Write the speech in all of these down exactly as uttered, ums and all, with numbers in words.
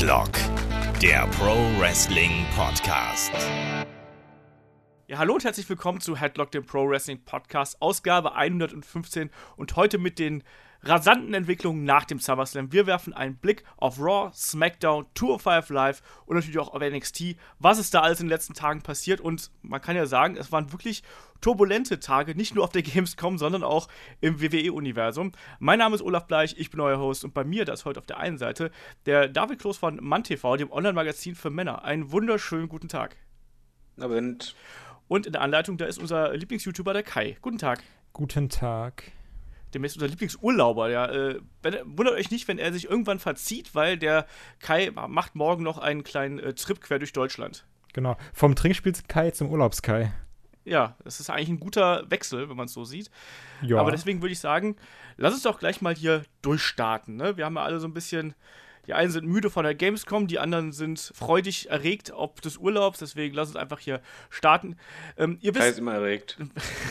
Headlock, der Pro Wrestling Podcast. Ja, hallo und herzlich willkommen zu Headlock, dem Pro Wrestling Podcast, Ausgabe hundertfünfzehn und heute mit den rasanten Entwicklungen nach dem SummerSlam. Wir werfen einen Blick auf Raw, SmackDown, zwei null fünf Live und natürlich auch auf N X T, was ist da alles in den letzten Tagen passiert, und man kann ja sagen, es waren wirklich turbulente Tage, nicht nur auf der Gamescom, sondern auch im W W E-Universum. Mein Name ist Olaf Bleich, ich bin euer Host und bei mir, da ist heute auf der einen Seite der David Kloß von MannTV, dem Online-Magazin für Männer. Einen wunderschönen guten Tag. Abend. Und in der Anleitung, da ist unser Lieblings-YouTuber, der Kai. Guten Tag. Guten Tag. Dem ist unser Lieblingsurlauber. Ja, äh, wenn, wundert euch nicht, wenn er sich irgendwann verzieht, weil der Kai macht morgen noch einen kleinen äh, Trip quer durch Deutschland. Genau, vom Trinkspiels-Kai zum Urlaubs-Kai. Ja, das ist eigentlich ein guter Wechsel, wenn man es so sieht. Ja. Aber deswegen würde ich sagen, lass uns doch gleich mal hier durchstarten. Ne? Wir haben ja alle so ein bisschen, die einen sind müde von der Gamescom, die anderen sind freudig erregt ob des Urlaubs, deswegen lass uns einfach hier starten. Ähm, ihr wisst, Kai ist immer erregt.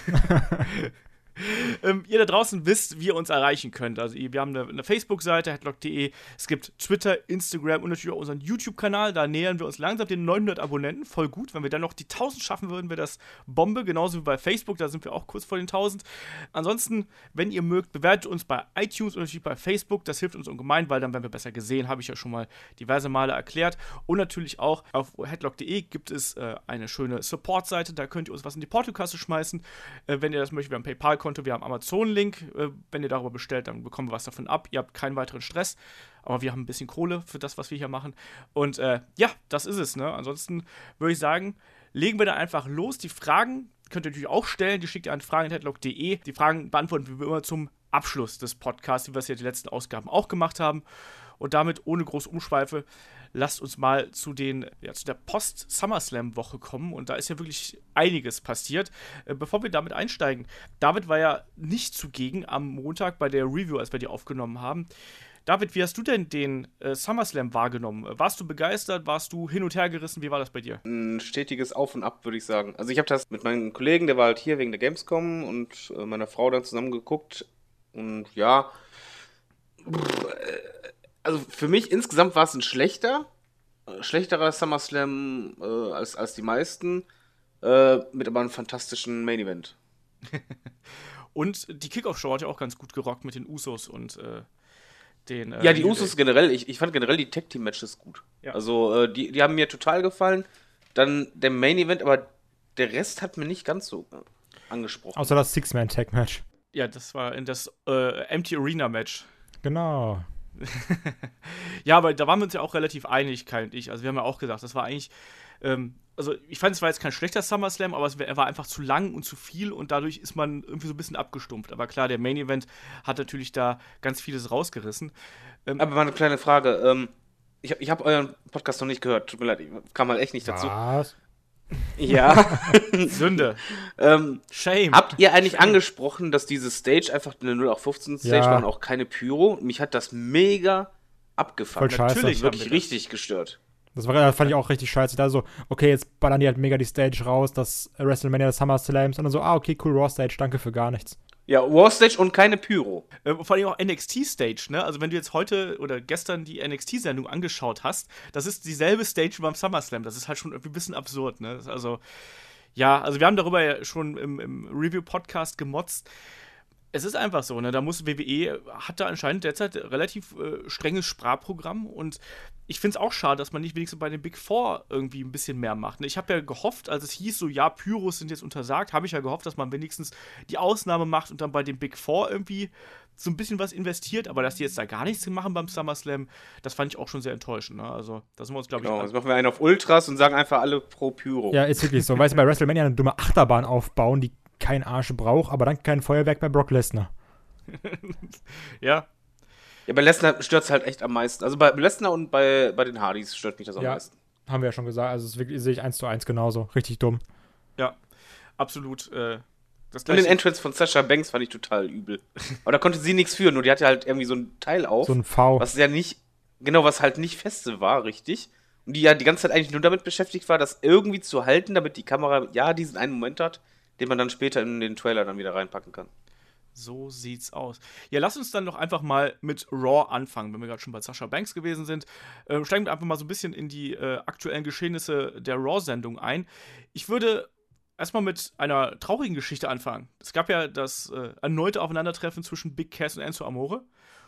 Ähm, ihr da draußen wisst, wie ihr uns erreichen könnt. Also wir haben eine, eine Facebook-Seite, headlock punkt de, es gibt Twitter, Instagram und natürlich auch unseren YouTube-Kanal. Da nähern wir uns langsam den neunhundert Abonnenten. Voll gut. Wenn wir dann noch die tausend schaffen würden, wäre das Bombe. Genauso wie bei Facebook, da sind wir auch kurz vor den tausend. Ansonsten, wenn ihr mögt, bewertet uns bei iTunes und natürlich bei Facebook. Das hilft uns ungemein, weil dann werden wir besser gesehen. Habe ich ja schon mal diverse Male erklärt. Und natürlich auch auf headlock punkt de gibt es äh, eine schöne Support-Seite. Da könnt ihr uns was in die Portokasse schmeißen. Äh, wenn ihr das möchtet, wir haben PayPal-Konto. Wir haben Amazon-Link, wenn ihr darüber bestellt, dann bekommen wir was davon ab. Ihr habt keinen weiteren Stress, aber wir haben ein bisschen Kohle für das, was wir hier machen. Und äh, ja, das ist es. Ne? Ansonsten würde ich sagen, legen wir da einfach los. Die Fragen könnt ihr natürlich auch stellen. Die schickt ihr an fragen at headlock punkt de. Die Fragen beantworten wir immer zum Abschluss des Podcasts, wie wir es ja die letzten Ausgaben auch gemacht haben. Und damit, ohne große Umschweife, lasst uns mal zu den, ja, zu der Post-SummerSlam-Woche kommen. Und da ist ja wirklich einiges passiert. Äh, bevor wir damit einsteigen, David war ja nicht zugegen am Montag bei der Review, als wir die aufgenommen haben. David, wie hast du denn den äh, SummerSlam wahrgenommen? Warst du begeistert? Warst du hin und her gerissen? Wie war das bei dir? Ein stetiges Auf und Ab, würde ich sagen. Also ich habe das mit meinem Kollegen, der war halt hier wegen der Gamescom, und äh, meiner Frau dann zusammen geguckt. Und ja, also für mich insgesamt war es ein schlechter, äh, schlechterer SummerSlam äh, als, als die meisten, äh, mit aber einem fantastischen Main-Event. Und die Kickoff-Show hat ja auch ganz gut gerockt mit den Usos und äh, den... Äh, ja, die Usos generell, ich, ich fand generell die Tag-Team-Matches gut. Ja. Also äh, die, die haben mir total gefallen. Dann der Main-Event, aber der Rest hat mir nicht ganz so äh, angesprochen. Außer das Six-Man-Tag-Match. Ja, das war in das äh, Empty Arena-Match. Genau. Ja, aber da waren wir uns ja auch relativ einig, Kai und ich. Also wir haben ja auch gesagt, das war eigentlich, ähm, also ich fand, es war jetzt kein schlechter SummerSlam, aber es war, er war einfach zu lang und zu viel und dadurch ist man irgendwie so ein bisschen abgestumpft. Aber klar, der Main Event hat natürlich da ganz vieles rausgerissen. Ähm, aber mal eine kleine Frage. Ähm, ich ich habe euren Podcast noch nicht gehört. Tut mir leid, ich kam mal echt nicht dazu. Was? Ja. Sünde. ähm, Shame. Habt ihr eigentlich Shame. angesprochen, dass diese Stage einfach eine null acht fünfzehn Stage Ja. war und auch keine Pyro? Mich hat das mega abgefuckt. Voll scheiße. Natürlich Wirklich haben wir richtig gestört. Das, war, das fand ich auch richtig scheiße. Da so, okay, jetzt ballern die halt mega die Stage raus, das WrestleMania des SummerSlams, und dann so, ah, okay, cool, Raw Stage, danke für gar nichts. Ja, War Stage und keine Pyro. Äh, vor allem auch N X T-Stage, ne? Also wenn du jetzt heute oder gestern die N X T-Sendung angeschaut hast, das ist dieselbe Stage wie beim SummerSlam. Das ist halt schon irgendwie ein bisschen absurd, ne? Das ist also, ja, also wir haben darüber ja schon im, im Review-Podcast gemotzt. Es ist einfach so, ne? Da muss W W E, hat da anscheinend derzeit relativ äh, strenges Sprachprogramm, und ich finde es auch schade, dass man nicht wenigstens bei den Big Four irgendwie ein bisschen mehr macht. Ne? Ich habe ja gehofft, als es hieß, so ja, Pyros sind jetzt untersagt, habe ich ja gehofft, dass man wenigstens die Ausnahme macht und dann bei den Big Four irgendwie so ein bisschen was investiert, aber dass die jetzt da gar nichts machen beim SummerSlam, das fand ich auch schon sehr enttäuschend. Ne? Also da sind wir uns, glaube ich, Genau, jetzt machen wir einen auf Ultras und sagen einfach alle pro Pyro. Ja, ist wirklich so. Weißt du, bei WrestleMania eine dumme Achterbahn aufbauen, die kein Arsch braucht, aber dann kein Feuerwerk bei Brock Lesnar. Ja. Ja, bei Lesnar stört es halt echt am meisten. Also bei Lesnar und bei, bei den Hardys stört mich das am Ja, meisten. haben wir ja schon gesagt. Also das wirklich, sehe ich eins zu eins genauso. Richtig dumm. Ja, absolut. Äh, das Und den Entrance von Sasha Banks fand ich total übel. Aber da konnte sie nichts führen, nur die hatte halt irgendwie so ein Teil auf. So ein V. Was ja nicht, genau, was halt nicht feste war, richtig. Und die ja die ganze Zeit eigentlich nur damit beschäftigt war, das irgendwie zu halten, damit die Kamera ja diesen einen Moment hat, den man dann später in den Trailer dann wieder reinpacken kann. So sieht's aus. Ja, lass uns dann doch einfach mal mit Raw anfangen, wenn wir gerade schon bei Sasha Banks gewesen sind. Ähm, steigen wir einfach mal so ein bisschen in die äh, aktuellen Geschehnisse der Raw-Sendung ein. Ich würde erstmal mit einer traurigen Geschichte anfangen. Es gab ja das äh, erneute Aufeinandertreffen zwischen Big Cass und Enzo Amore.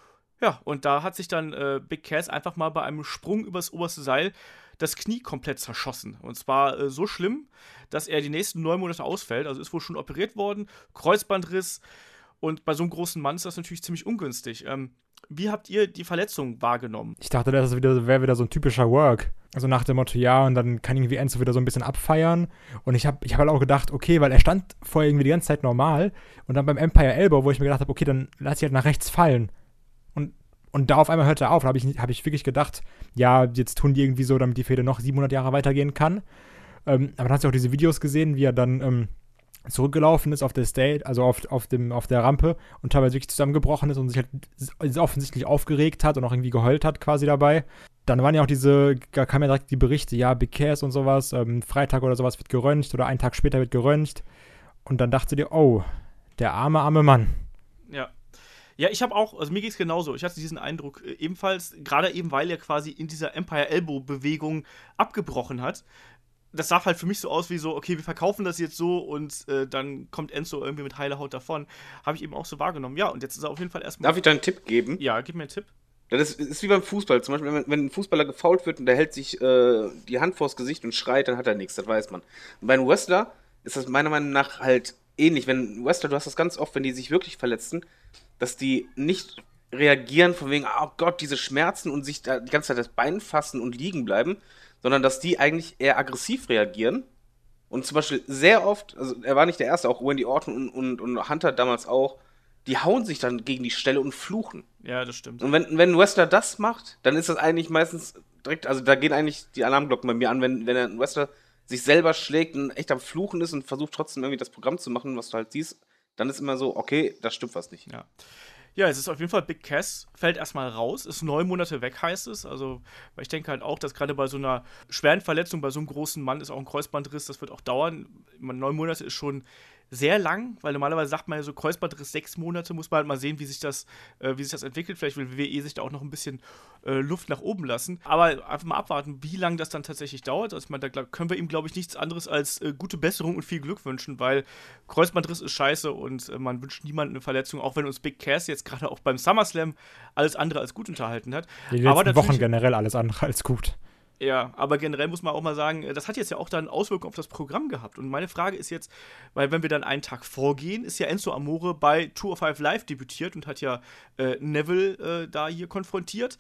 Ja, und da hat sich dann äh, Big Cass einfach mal bei einem Sprung übers oberste Seil das Knie komplett zerschossen. Und zwar äh, so schlimm, dass er die nächsten neun Monate ausfällt. Also ist wohl schon operiert worden, Kreuzbandriss. Und bei so einem großen Mann ist das natürlich ziemlich ungünstig. Ähm, wie habt ihr die Verletzung wahrgenommen? Ich dachte, das wieder, wäre wieder so ein typischer Work. Also nach dem Motto, ja, und dann kann irgendwie Enzo wieder so ein bisschen abfeiern. Und ich habe ich hab halt auch gedacht, okay, weil er stand vorher irgendwie die ganze Zeit normal. Und dann beim Empire Elbow, wo ich mir gedacht habe, okay, dann lass ich halt nach rechts fallen. Und, und da auf einmal hört er auf. Da habe ich, hab ich wirklich gedacht, ja, jetzt tun die irgendwie so, damit die Fehde noch siebenhundert Jahre weitergehen kann. Ähm, aber dann hast du auch diese Videos gesehen, wie er dann ähm, zurückgelaufen ist auf der Stage, also auf, auf, dem, auf der Rampe und teilweise wirklich zusammengebrochen ist und sich halt offensichtlich aufgeregt hat und auch irgendwie geheult hat quasi dabei. Dann waren ja auch diese, da kamen ja direkt die Berichte, ja, Big Cass und sowas, ähm, Freitag oder sowas wird geröntgt oder einen Tag später wird geröntgt. Und dann dachte dir, oh, der arme, arme Mann. Ja. Ja, ich habe auch, also mir ging es genauso. Ich hatte diesen Eindruck äh, ebenfalls, gerade eben, weil er quasi in dieser Empire Elbow-Bewegung abgebrochen hat. Das sah halt für mich so aus wie so, okay, wir verkaufen das jetzt so und äh, dann kommt Enzo irgendwie mit heiler Haut davon. Habe ich eben auch so wahrgenommen. Ja, und jetzt ist er auf jeden Fall erstmal. Darf ich da einen Tipp geben? Ja, gib mir einen Tipp. Das ist, ist wie beim Fußball. Zum Beispiel, wenn, wenn ein Fußballer gefoult wird und der hält sich äh, die Hand vors Gesicht und schreit, dann hat er nichts, das weiß man. Und bei einem Wrestler ist das meiner Meinung nach halt ähnlich. Wenn ein Wrestler, du hast das ganz oft, wenn die sich wirklich verletzen, dass die nicht reagieren von wegen, oh Gott, diese Schmerzen und sich da die ganze Zeit das Bein fassen und liegen bleiben, sondern dass die eigentlich eher aggressiv reagieren. Und zum Beispiel sehr oft, also er war nicht der Erste, auch Randy Orton und, und, und Hunter damals auch, die hauen sich dann gegen die Stelle und fluchen. Ja, das stimmt. Und wenn, wenn ein Wrestler das macht, dann ist das eigentlich meistens direkt, also da gehen eigentlich die Alarmglocken bei mir an, wenn, wenn ein Wrestler sich selber schlägt und echt am Fluchen ist und versucht trotzdem irgendwie das Programm zu machen, was du halt siehst, dann ist immer so, okay, da stimmt was nicht. Ja. Ja, es ist auf jeden Fall Big Cass, fällt erstmal raus, ist neun Monate weg, heißt es. Also, weil ich denke halt auch, dass gerade bei so einer schweren Verletzung, bei so einem großen Mann ist auch ein Kreuzbandriss, das wird auch dauern. Neun Monate ist schon sehr lang, weil normalerweise sagt man ja so, Kreuzbandriss sechs Monate, muss man halt mal sehen, wie sich das, äh, wie sich das entwickelt. Vielleicht will W W E sich da auch noch ein bisschen äh, Luft nach oben lassen. Aber einfach mal abwarten, wie lange das dann tatsächlich dauert. Also ich meine, da können wir ihm, glaube ich, nichts anderes als äh, gute Besserung und viel Glück wünschen, weil Kreuzbandriss ist scheiße und äh, man wünscht niemandem eine Verletzung, auch wenn uns Big Cass jetzt gerade auch beim SummerSlam alles andere als gut unterhalten hat. Die letzten Aber Wochen generell alles andere als gut. Ja, aber generell muss man auch mal sagen, das hat jetzt ja auch dann Auswirkungen auf das Programm gehabt. Und meine Frage ist jetzt, weil wenn wir dann einen Tag vorgehen, ist ja Enzo Amore bei Tour of Five Live debütiert und hat ja äh, Neville äh, da hier konfrontiert.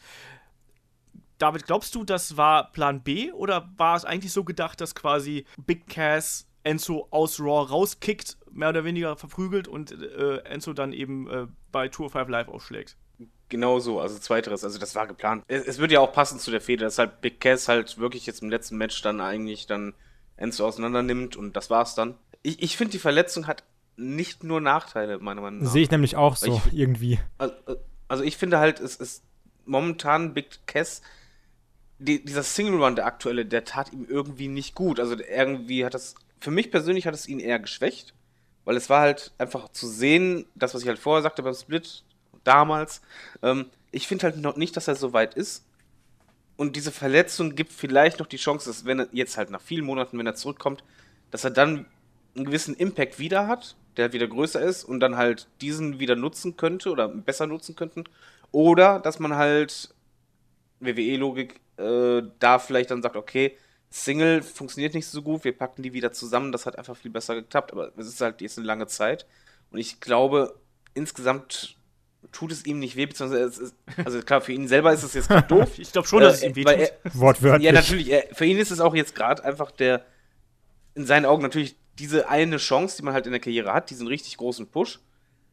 David, glaubst du, das war Plan B oder war es eigentlich so gedacht, dass quasi Big Cass Enzo aus Raw rauskickt, mehr oder weniger verprügelt und äh, Enzo dann eben äh, bei Tour of Five Live aufschlägt? Genau so, also zweiteres, also das war geplant. Es, es würde ja auch passen zu der Fehde, dass halt Big Cass halt wirklich jetzt im letzten Match dann eigentlich dann Enzo auseinander nimmt und das war's dann. Ich, ich finde, die Verletzung hat nicht nur Nachteile, meiner Meinung nach. Sehe ich nämlich auch so, ich, irgendwie. Also, also ich finde halt, es ist momentan Big Cass, die, dieser Single Run, der aktuelle, der tat ihm irgendwie nicht gut. Also irgendwie hat das, für mich persönlich hat es ihn eher geschwächt, weil es war halt einfach zu sehen, das, was ich halt vorher sagte beim Split, damals. Ähm, ich finde halt noch nicht, dass er so weit ist. Und diese Verletzung gibt vielleicht noch die Chance, dass wenn er jetzt halt nach vielen Monaten, wenn er zurückkommt, dass er dann einen gewissen Impact wieder hat, der halt wieder größer ist und dann halt diesen wieder nutzen könnte oder besser nutzen könnten. Oder dass man halt, W W E-Logik, äh, da vielleicht dann sagt, okay, Single funktioniert nicht so gut, wir packen die wieder zusammen, das hat einfach viel besser geklappt. Aber es ist halt jetzt eine lange Zeit. Und ich glaube, insgesamt tut es ihm nicht weh, beziehungsweise es ist, also klar, für ihn selber ist es jetzt gerade doof. Ich glaube schon, dass äh, es ihm weh tut. Er, Wortwörtlich. Ja, natürlich. Er, für ihn ist es auch jetzt gerade einfach der, in seinen Augen natürlich diese eine Chance, die man halt in der Karriere hat, diesen richtig großen Push.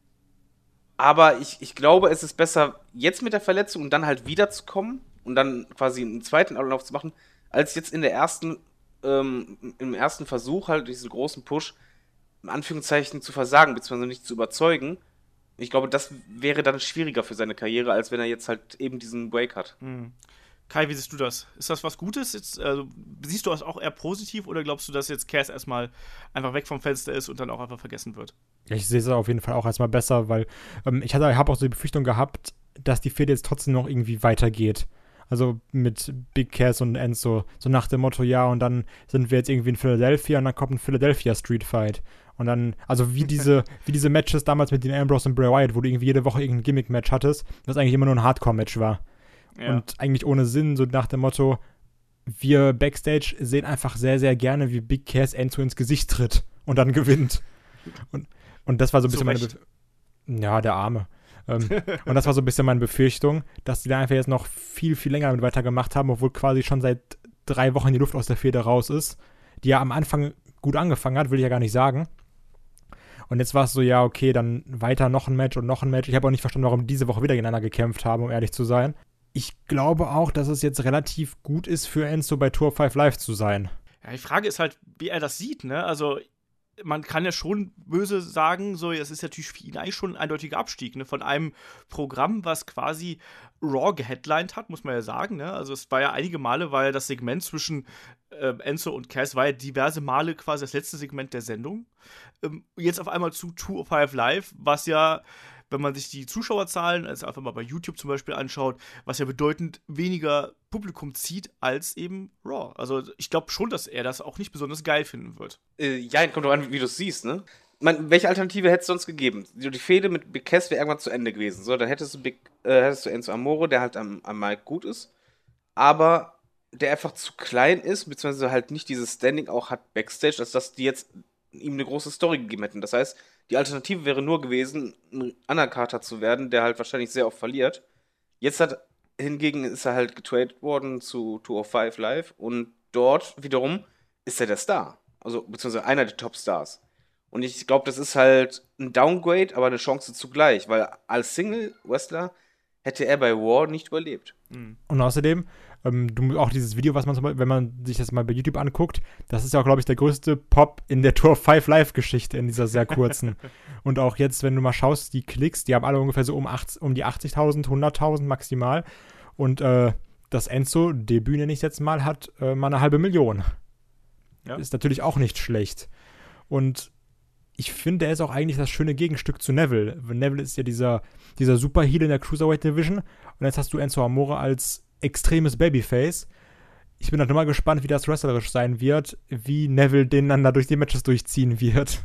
Aber ich, ich glaube, es ist besser, jetzt mit der Verletzung und dann halt wiederzukommen und dann quasi einen zweiten Anlauf zu machen, als jetzt in der ersten, ähm, im ersten Versuch halt diesen großen Push, in Anführungszeichen, zu versagen, beziehungsweise nicht zu überzeugen. Ich glaube, das wäre dann schwieriger für seine Karriere, als wenn er jetzt halt eben diesen Break hat. Hm. Kai, wie siehst du das? Ist das was Gutes? Jetzt, also, siehst du das auch eher positiv oder glaubst du, dass jetzt Cass erstmal einfach weg vom Fenster ist und dann auch einfach vergessen wird? Ja, ich sehe es auf jeden Fall auch erstmal besser, weil ähm, ich habe auch so die Befürchtung gehabt, dass die Fehde jetzt trotzdem noch irgendwie weitergeht. Also mit Big Cass und Enzo, so nach dem Motto, ja, und dann sind wir jetzt irgendwie in Philadelphia und dann kommt ein Philadelphia Street Fight. Und dann, also wie diese, wie diese Matches damals mit den Ambrose und Bray Wyatt, wo du irgendwie jede Woche irgendein Gimmick-Match hattest, das eigentlich immer nur ein Hardcore-Match war. Ja. Und eigentlich ohne Sinn, so nach dem Motto, wir Backstage sehen einfach sehr, sehr gerne, wie Big Cass Enzo ins Gesicht tritt und dann gewinnt. Und, und das war so ein bisschen meine Bef- Ja, der Arme. ähm, und das war so ein bisschen meine Befürchtung, dass die da einfach jetzt noch viel, viel länger damit weitergemacht haben, obwohl quasi schon seit drei Wochen die Luft aus der Feder raus ist, die ja am Anfang gut angefangen hat, will ich ja gar nicht sagen. Und jetzt war es so, ja, okay, dann weiter noch ein Match und noch ein Match. Ich habe auch nicht verstanden, warum die diese Woche wieder gegeneinander gekämpft haben, um ehrlich zu sein. Ich glaube auch, dass es jetzt relativ gut ist für Enzo bei Tour fünf Live zu sein. Ja, die Frage ist halt, wie er das sieht, ne? Also, man kann ja schon böse sagen, so, es ist natürlich für ihn eigentlich schon ein eindeutiger Abstieg, ne? Von einem Programm, was quasi Raw geheadlined hat, muss man ja sagen, ne? Also, es war ja einige Male, war ja das Segment zwischen äh, Enzo und Cass, war ja diverse Male quasi das letzte Segment der Sendung. Ähm, jetzt auf einmal zu Tour fünf Live, was ja, wenn man sich die Zuschauerzahlen, also einfach mal bei YouTube zum Beispiel anschaut, was ja bedeutend weniger Publikum zieht als eben Raw. Also ich glaube schon, dass er das auch nicht besonders geil finden wird. Äh, ja, kommt doch an, wie du es siehst, ne? Man, welche Alternative hätte es sonst gegeben? Die Fehde mit Big Cass wäre irgendwann zu Ende gewesen. So, dann hättest du, Big, äh, hättest du Enzo Amore, der halt am, am Mic gut ist, aber der einfach zu klein ist, beziehungsweise halt nicht dieses Standing auch hat Backstage, als dass die jetzt ihm eine große Story gegeben hätten. Das heißt, die Alternative wäre nur gewesen, ein Undercarter zu werden, der halt wahrscheinlich sehr oft verliert. Jetzt hat hingegen ist er halt getradet worden zu Tour fünf Live und dort wiederum ist er der Star. Also, beziehungsweise einer der Top-Stars. Und ich glaube, das ist halt ein Downgrade, aber eine Chance zugleich, weil als Single-Wrestler hätte er bei War nicht überlebt. Und außerdem, ähm, du, auch dieses Video, was man zum Beispiel, wenn man sich das mal bei YouTube anguckt, das ist ja auch, glaube ich, der größte Pop in der Tour fünf Live-Geschichte, in dieser sehr kurzen. Und auch jetzt, wenn du mal schaust, die Klicks, die haben alle ungefähr so um, achtzig, um die achtzigtausend, hunderttausend maximal. Und äh, das Enzo-Debüt, nenne ich jetzt mal, hat äh, mal eine halbe Million. Ja. Ist natürlich auch nicht schlecht. Und ich finde, er ist auch eigentlich das schöne Gegenstück zu Neville. Neville ist ja dieser, dieser Superheel in der Cruiserweight Division. Und jetzt hast du Enzo Amore als extremes Babyface. Ich bin halt nochmal gespannt, wie das wrestlerisch sein wird, wie Neville den dann da durch die Matches durchziehen wird.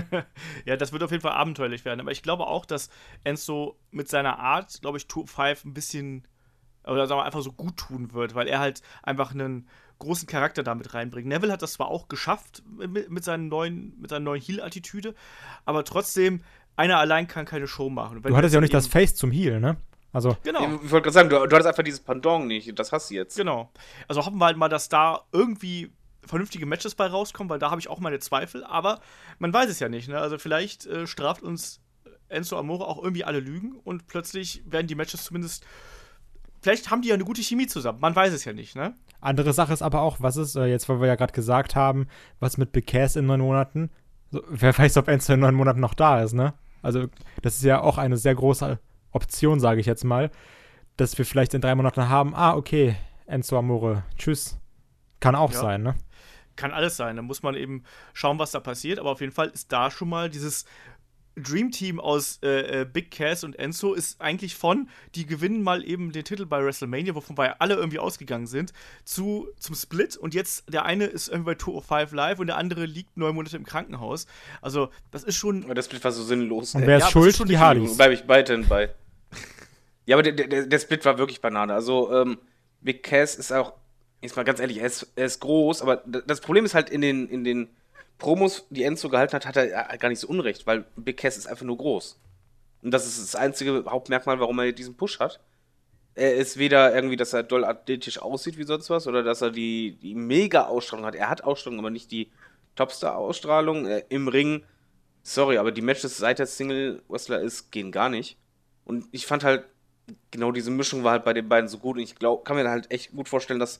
Ja, das wird auf jeden Fall abenteuerlich werden. Aber ich glaube auch, dass Enzo mit seiner Art, glaube ich, Tour fünf ein bisschen, oder sagen wir einfach so gut tun wird, weil er halt einfach einen großen Charakter damit reinbringt. Neville hat das zwar auch geschafft mit, mit, seinen neuen, mit seiner neuen Heel-Attitüde, aber trotzdem, einer allein kann keine Show machen. Du hattest ja auch nicht das Face zum Heel, ne? Also genau. Ich wollte gerade sagen, du, du hattest einfach dieses Pendant nicht, das hast du jetzt. Genau. Also hoffen wir halt mal, dass da irgendwie vernünftige Matches bei rauskommen, weil da habe ich auch meine Zweifel, aber man weiß es ja nicht, ne? Also vielleicht äh, straft uns Enzo Amore auch irgendwie alle Lügen und plötzlich werden die Matches zumindest, vielleicht haben die ja eine gute Chemie zusammen, man weiß es ja nicht, ne? Andere Sache ist aber auch, was ist, äh, jetzt, weil wir ja gerade gesagt haben, was mit Big Cass in neun Monaten, so, wer weiß, ob Enzo in neun Monaten noch da ist, ne? Also das ist ja auch eine sehr große Option, sage ich jetzt mal, dass wir vielleicht in drei Monaten haben, ah, okay, Enzo Amore, tschüss. Kann auch ja sein, ne? Kann alles sein, da muss man eben schauen, was da passiert, aber auf jeden Fall ist da schon mal dieses Dream Team aus äh, äh, Big Cass und Enzo ist eigentlich von, die gewinnen mal eben den Titel bei WrestleMania, wovon wir alle irgendwie ausgegangen sind, zu, zum Split und jetzt der eine ist irgendwie bei Tour fünf Live und der andere liegt neun Monate im Krankenhaus. Also, das ist schon. Aber das Split war so sinnlos. Und wer ist ja, schuld? Ist die Hardys. Bleibe ich weiterhin bei. Ja, aber der, der, der Split war wirklich Banane. Also, ähm, Big Cass ist auch, jetzt mal ganz ehrlich, er ist, er ist groß, aber das Problem ist halt in den, in den Promos, die Enzo gehalten hat, hat er gar nicht so unrecht, weil Big Cass ist einfach nur groß. Und das ist das einzige Hauptmerkmal, warum er diesen Push hat. Er ist weder irgendwie, dass er doll athletisch aussieht wie sonst was, oder dass er die, die Mega-Ausstrahlung hat. Er hat Ausstrahlung, aber nicht die Topstar-Ausstrahlung. Äh, Im Ring, sorry, aber die Matches, seit er Single-Wrestler ist, gehen gar nicht. Und ich fand halt, genau diese Mischung war halt bei den beiden so gut. Und ich glaub, kann mir halt echt gut vorstellen, dass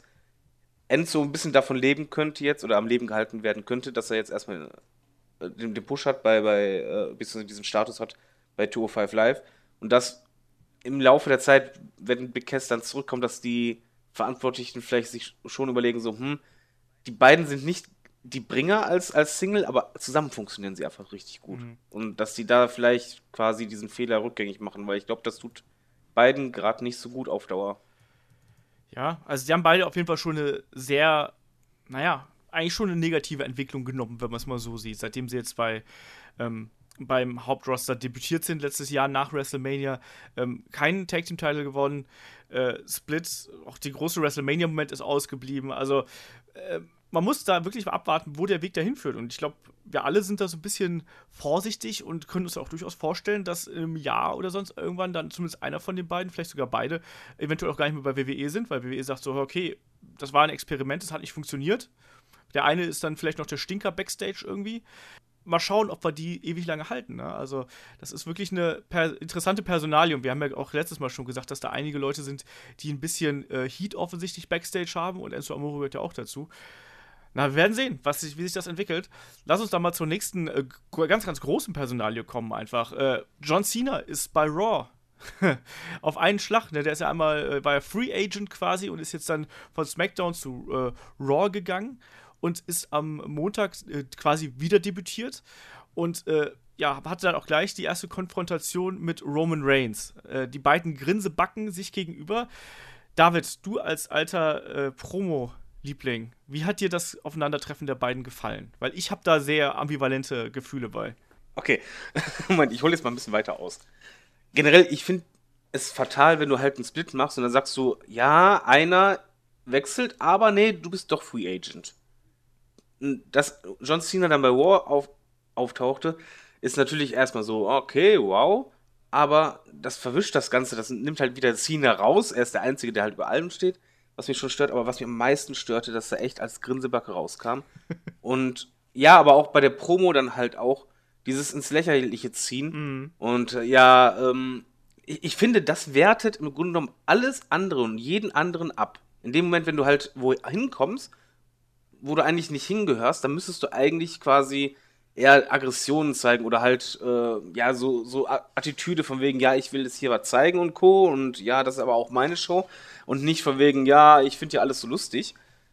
Enzo ein bisschen davon leben könnte jetzt, oder am Leben gehalten werden könnte, dass er jetzt erstmal den, den Push hat, bei, bei äh, beziehungsweise diesen Status hat bei Tour fünf Live. Und dass im Laufe der Zeit, wenn Big Cass dann zurückkommt, dass die Verantwortlichen vielleicht sich schon überlegen, so, hm, die beiden sind nicht die Bringer als, als Single, aber zusammen funktionieren sie einfach richtig gut. Mhm. Und dass die da vielleicht quasi diesen Fehler rückgängig machen, weil ich glaube, das tut beiden gerade nicht so gut auf Dauer. Ja, also die haben beide auf jeden Fall schon eine sehr, naja, eigentlich schon eine negative Entwicklung genommen, wenn man es mal so sieht, seitdem sie jetzt bei ähm, beim Hauptroster debütiert sind, letztes Jahr nach WrestleMania, ähm, keinen Tag-Team-Title gewonnen, äh, Split, auch die große WrestleMania-Moment ist ausgeblieben, also äh, man muss da wirklich mal abwarten, wo der Weg dahin führt. Und ich glaube, wir alle sind da so ein bisschen vorsichtig und können uns auch durchaus vorstellen, dass im Jahr oder sonst irgendwann dann zumindest einer von den beiden, vielleicht sogar beide, eventuell auch gar nicht mehr bei W W E sind, weil W W E sagt so, okay, das war ein Experiment, das hat nicht funktioniert. Der eine ist dann vielleicht noch der Stinker Backstage irgendwie. Mal schauen, ob wir die ewig lange halten. Ne? Also, das ist wirklich eine per- interessante Personalie. Und wir haben ja auch letztes Mal schon gesagt, dass da einige Leute sind, die ein bisschen äh, Heat offensichtlich Backstage haben. Und Enzo Amore gehört ja auch dazu. Na, wir werden sehen, was sich, wie sich das entwickelt. Lass uns da mal zur nächsten äh, ganz, ganz großen Personalie kommen einfach. Äh, John Cena ist bei Raw. Auf einen Schlag. Ne? Der ist ja einmal, äh, war ja Free Agent quasi und ist jetzt dann von SmackDown zu äh, Raw gegangen und ist am Montag äh, quasi wieder debütiert und äh, ja, hatte dann auch gleich die erste Konfrontation mit Roman Reigns. Äh, die beiden Grinsebacken sich gegenüber. David, du als alter äh, Promo-Liebling, wie hat dir das Aufeinandertreffen der beiden gefallen? Weil ich habe da sehr ambivalente Gefühle bei. Okay, Moment, ich hole jetzt mal ein bisschen weiter aus. Generell, ich finde es fatal, wenn du halt einen Split machst und dann sagst du, ja, einer wechselt, aber nee, du bist doch Free Agent. Dass John Cena dann bei War auf, auftauchte, ist natürlich erstmal so, okay, wow, aber das verwischt das Ganze, das nimmt halt wieder Cena raus, er ist der Einzige, der halt über allem steht, was mich schon stört, aber was mich am meisten störte, dass er echt als Grinsebacke rauskam. Und ja, aber auch bei der Promo dann halt auch dieses ins Lächerliche ziehen. Mhm. Und äh, ja, ähm, ich, ich finde, das wertet im Grunde genommen alles andere und jeden anderen ab. In dem Moment, wenn du halt wohin kommst, wo du eigentlich nicht hingehörst, dann müsstest du eigentlich quasi eher Aggressionen zeigen oder halt, äh, ja, so, so Attitüde von wegen, ja, ich will jetzt hier was zeigen und Co. Und ja, das ist aber auch meine Show. Und nicht von wegen, ja, ich finde ja alles so lustig.